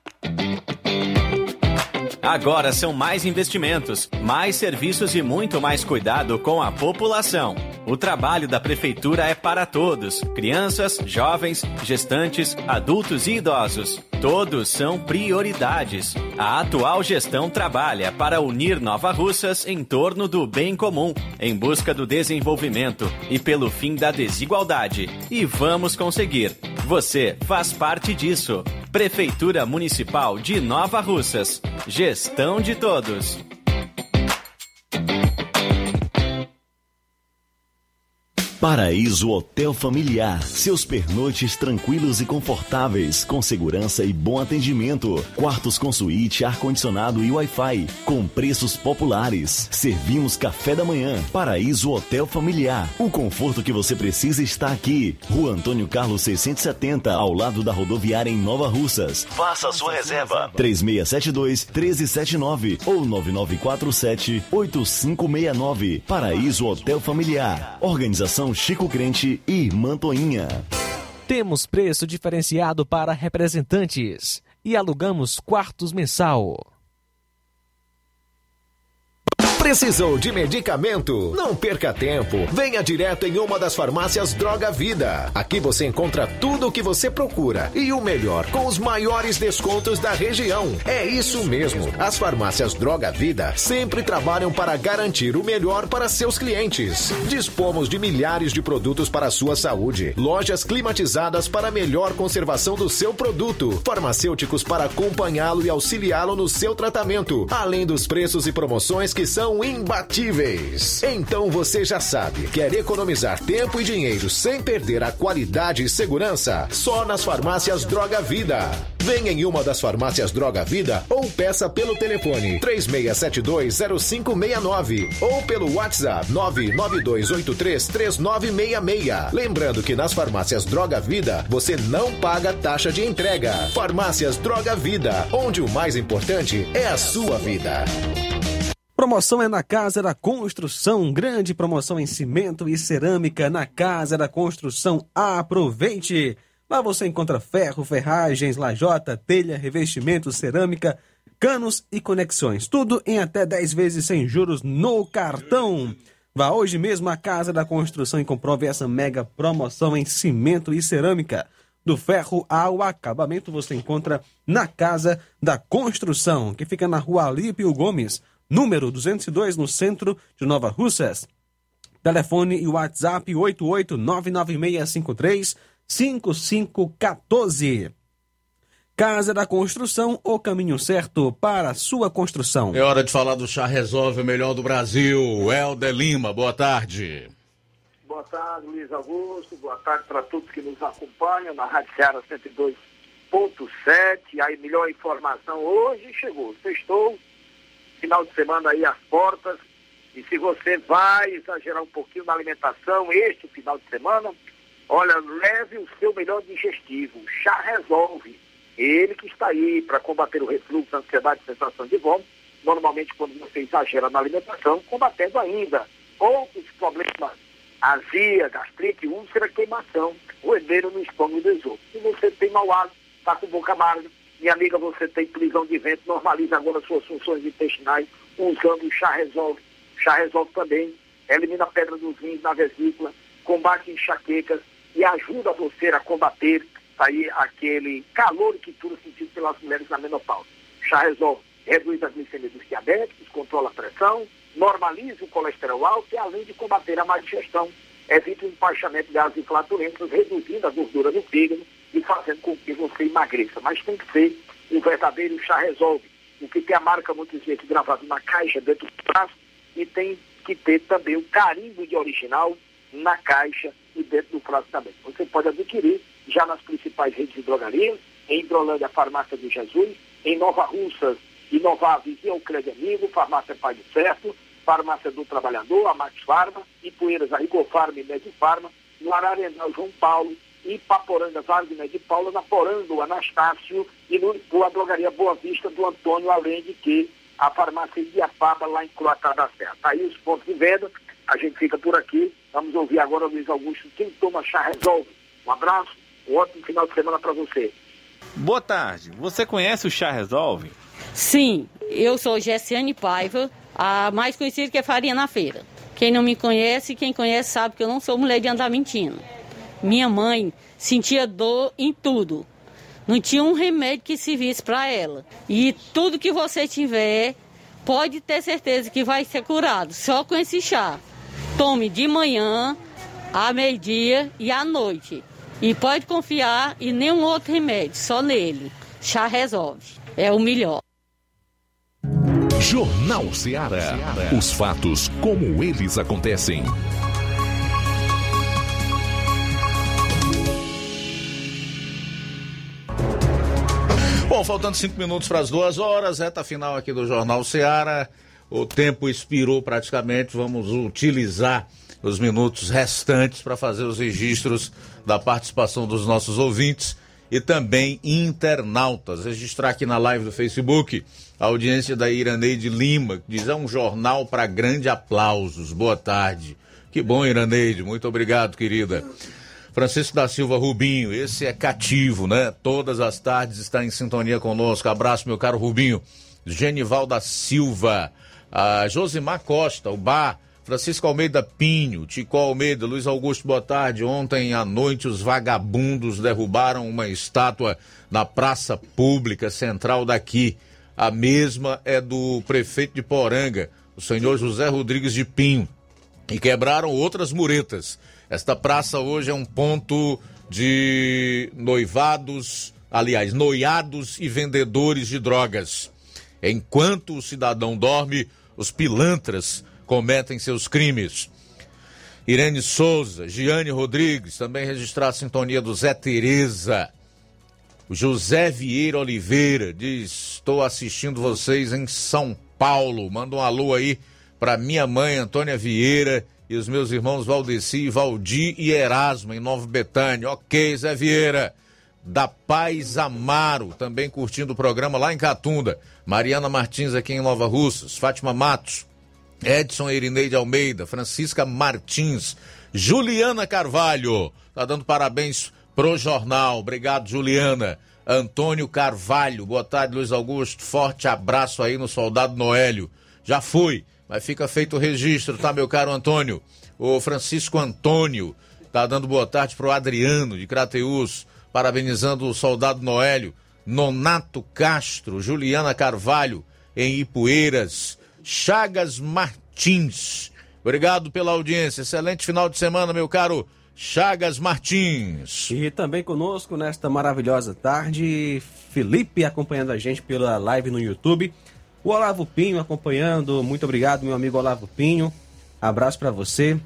Agora são mais investimentos, mais serviços e muito mais cuidado com a população. O trabalho da Prefeitura é para todos: crianças, jovens, gestantes, adultos e idosos. Todos são prioridades. A atual gestão trabalha para unir Nova Russas em torno do bem comum, em busca do desenvolvimento e pelo fim da desigualdade. E vamos conseguir. Você faz parte disso. Prefeitura Municipal de Nova Russas. Gestão de todos. Paraíso Hotel Familiar. Seus pernoites tranquilos e confortáveis, com segurança e bom atendimento. Quartos com suíte, ar-condicionado e Wi-Fi, com preços populares. Servimos café da manhã. Paraíso Hotel Familiar. O conforto que você precisa está aqui. Rua Antônio Carlos 670, ao lado da rodoviária em Nova Russas. Faça a sua reserva. 3672-1379 ou 9947-8569. Paraíso Hotel Familiar. Organização Chico Crente e Irmã Toinha. Temos preço diferenciado para representantes e alugamos quartos mensal. Precisou de medicamento? Não perca tempo. Venha direto em uma das farmácias Droga Vida. Aqui você encontra tudo o que você procura e o melhor, com os maiores descontos da região. É isso mesmo. As farmácias Droga Vida sempre trabalham para garantir o melhor para seus clientes. Dispomos de milhares de produtos para a sua saúde. Lojas climatizadas para melhor conservação do seu produto. Farmacêuticos para acompanhá-lo e auxiliá-lo no seu tratamento. Além dos preços e promoções que são imbatíveis. Então você já sabe, quer economizar tempo e dinheiro sem perder a qualidade e segurança? Só nas farmácias Droga Vida. Venha em uma das farmácias Droga Vida ou peça pelo telefone 36720569 ou pelo WhatsApp 992833966. Lembrando que nas farmácias Droga Vida você não paga taxa de entrega. Farmácias Droga Vida, onde o mais importante é a sua vida. Promoção é na Casa da Construção, grande promoção em cimento e cerâmica na Casa da Construção. Aproveite! Lá você encontra ferro, ferragens, lajota, telha, revestimento, cerâmica, canos e conexões. Tudo em até 10 vezes sem juros no cartão. Vá hoje mesmo à Casa da Construção e comprove essa mega promoção em cimento e cerâmica. Do ferro ao acabamento você encontra na Casa da Construção, que fica na Rua Alípio Gomes, número 202, no centro de Nova Russas. Telefone e WhatsApp 88996535514. Casa da Construção, o caminho certo para a sua construção. É hora de falar do Chá Resolve, o melhor do Brasil. Helder Lima, boa tarde. Boa tarde, Luiz Augusto. Boa tarde para todos que nos acompanham na Rádio Ceará 102.7. A melhor informação hoje chegou. Sextou. Final de semana aí às portas, e se você vai exagerar um pouquinho na alimentação este final de semana, olha, leve o seu melhor digestivo, Chá Resolve. Ele que está aí para combater o refluxo, a ansiedade, sensação de vômito, normalmente quando você exagera na alimentação, combatendo ainda outros problemas, azia, gastrite, úlcera, queimação, roedeiro no estômago e do esôfago. Se você tem mau hálito, está com boca amarga, minha amiga, você tem prisão de ventre, normaliza agora suas funções intestinais usando o Chá Resolve. Chá Resolve também elimina a pedra dos rins na vesícula, combate enxaquecas e ajuda você a combater aí aquele calor e quintura sentido pelas mulheres na menopausa. Chá Resolve reduz a glicemia dos diabéticos, controla a pressão, normalize o colesterol alto e, além de combater a má digestão, evite o empaixamento de gases e flatulentos, reduzindo a gordura do fígado e fazendo com que você emagreça. Mas tem que ser um verdadeiro chá resolve, o que tem a marca muitas vezes gravada na caixa dentro do braço e tem que ter também o carimbo de original na caixa e dentro do frasco também. Você pode adquirir já nas principais redes de drogarias, em Hidrolândia, a Farmácia do Jesus, em Nova Russas e Nova Vizinha, o Crédito Amigo, Farmácia Pai do Certo, Farmácia do Trabalhador, a Max Farma, Ipueiras, a Rigofarma e Medifarma, no Ararendal, João Paulo, e Paporanga, Wagner de Paula, na Poranga, o Anastácio, e no Ipu, a Drogaria Boa Vista do Antônio, além de que a Farmácia Iapaba, lá em Croatá da Serra. Tá aí os pontos de venda, a gente fica por aqui, vamos ouvir agora o Luiz Augusto, quem toma chá resolve. Um abraço, um ótimo final de semana para você. Boa tarde, você conhece o Chá Resolve? Sim, eu sou Gessiane Paiva, a mais conhecida que é Farinha na Feira. Quem não me conhece, quem conhece sabe que eu não sou mulher de andar mentindo. Minha mãe sentia dor em tudo. Não tinha um remédio que servisse para ela. E tudo que você tiver, pode ter certeza que vai ser curado. Só com esse chá. Tome de manhã, à meio-dia e à noite. E pode confiar em nenhum outro remédio, só nele. Chá Resolve. É o melhor. Jornal Ceará. Os fatos como eles acontecem. Bom, faltando 5 minutos para as 2 horas, reta final aqui do Jornal Ceará. O tempo expirou praticamente, vamos utilizar os minutos restantes para fazer os registros da participação dos nossos ouvintes e também internautas. Registrar aqui na live do Facebook a audiência da Iraneide Lima, que diz: é um jornal para grande aplausos. Boa tarde. Que bom, Iraneide, muito obrigado, querida. Francisco da Silva Rubinho, esse é cativo, né? Todas as tardes está em sintonia conosco. Abraço, meu caro Rubinho. Genival da Silva, a Josimar Costa, o Bar, Francisco Almeida Pinho, Tico Almeida, Luiz Augusto, boa tarde. Ontem à noite os vagabundos derrubaram uma estátua na praça pública central daqui. A mesma é do prefeito de Poranga, o senhor José Rodrigues de Pinho, e quebraram outras muretas. Esta praça hoje é um ponto de noivados e vendedores de drogas. Enquanto o cidadão dorme, os pilantras cometem seus crimes. Irene Souza, Giane Rodrigues, também registrar a sintonia do Zé Tereza. O José Vieira Oliveira diz: estou assistindo vocês em São Paulo. Manda um alô aí para minha mãe, Antônia Vieira, e os meus irmãos Valdeci, Valdir e Erasmo, em Nova Betânia. Ok, Zé Vieira. Da Paz Amaro, também curtindo o programa lá em Catunda. Mariana Martins aqui em Nova Russas. Fátima Matos, Edson Irineide Almeida, Francisca Martins, Juliana Carvalho, tá dando parabéns pro jornal. Obrigado, Juliana. Antônio Carvalho, boa tarde, Luiz Augusto. Forte abraço aí no Soldado Noélio. Já fui, mas fica feito o registro, tá, meu caro Antônio? O Francisco Antônio tá dando boa tarde pro Adriano de Crateús, parabenizando o Soldado Noélio. Nonato Castro, Juliana Carvalho em Ipueiras, Chagas Martins, obrigado pela audiência, excelente final de semana, meu caro Chagas Martins. E também conosco nesta maravilhosa tarde, Felipe acompanhando a gente pela live no YouTube, o Olavo Pinho acompanhando, muito obrigado, meu amigo Olavo Pinho, abraço para você.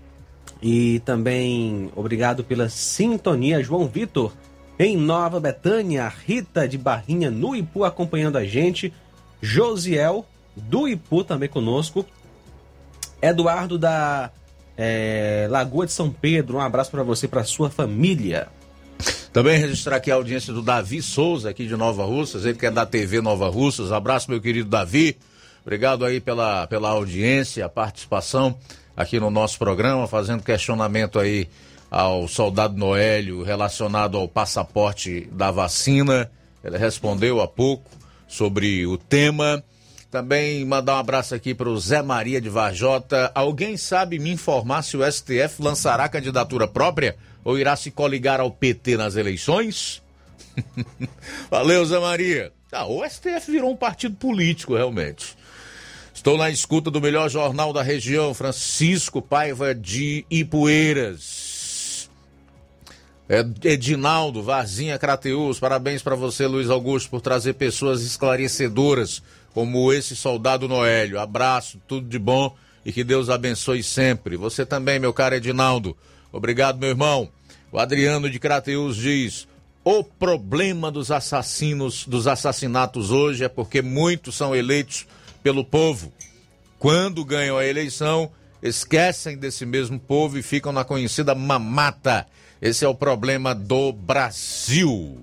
E também obrigado pela sintonia, João Vitor em Nova Betânia, Rita de Barrinha no Ipu acompanhando a gente, Josiel do Ipu também conosco, Eduardo da Lagoa de São Pedro, um abraço para você e para sua família. Também registrar aqui a audiência do Davi Souza, aqui de Nova Russas, ele que é da TV Nova Russas. Abraço, meu querido Davi, obrigado aí pela audiência, a participação aqui no nosso programa, fazendo questionamento aí ao Soldado Noélio relacionado ao passaporte da vacina. Ele respondeu há pouco sobre o tema. Também mandar um abraço aqui para o Zé Maria de Varjota. Alguém sabe me informar se o STF lançará candidatura própria ou irá se coligar ao PT nas eleições? Valeu, Zé Maria. O STF virou um partido político, realmente. Estou na escuta do melhor jornal da região, Francisco Paiva de Ipueiras. Edinaldo, Varzinha, Crateús, parabéns para você, Luiz Augusto, por trazer pessoas esclarecedoras como esse soldado Noélio. Abraço, tudo de bom e que Deus abençoe sempre. Você também, meu caro Edinaldo. Obrigado, meu irmão. O Adriano de Crateús diz: o problema dos assassinatos hoje é porque muitos são eleitos pelo povo. Quando ganham a eleição, esquecem desse mesmo povo e ficam na conhecida mamata. Esse é o problema do Brasil.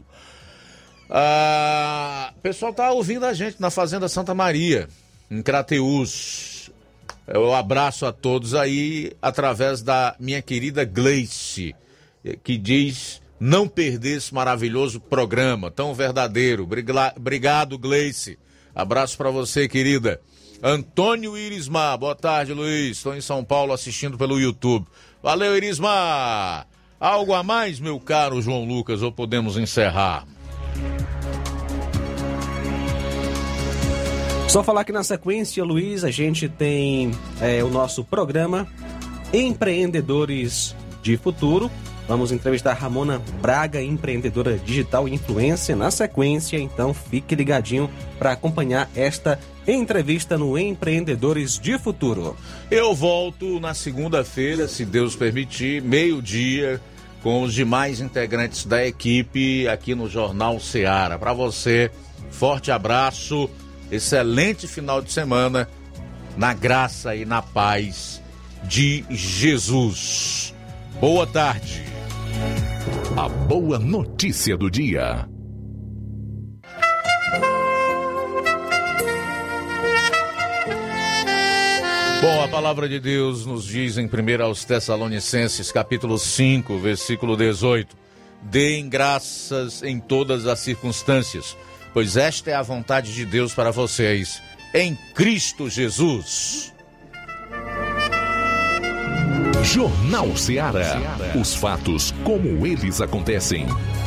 O pessoal está ouvindo a gente na Fazenda Santa Maria, em Crateús. Eu abraço a todos aí, através da minha querida Gleice, que diz não perder esse maravilhoso programa, tão verdadeiro. Obrigado, Gleice. Abraço para você, querida. Antônio Irismar, boa tarde, Luiz. Estou em São Paulo assistindo pelo YouTube. Valeu, Irismar. Algo a mais, meu caro João Lucas, ou podemos encerrar? Só falar que na sequência, Luiz, a gente tem o nosso programa Empreendedores de Futuro. Vamos entrevistar Ramona Braga, empreendedora digital e influencer. Na sequência, então, fique ligadinho para acompanhar esta entrevista no Empreendedores de Futuro. Eu volto na segunda-feira, se Deus permitir, meio-dia, com os demais integrantes da equipe aqui no Jornal Ceará. Para você, forte abraço, excelente final de semana, na graça e na paz de Jesus. Boa tarde. A boa notícia do dia. Bom, a palavra de Deus nos diz em 1 Tessalonicenses, capítulo 5, versículo 18: deem graças em todas as circunstâncias, pois esta é a vontade de Deus para vocês, em Cristo Jesus. Jornal Ceará. Os fatos como eles acontecem.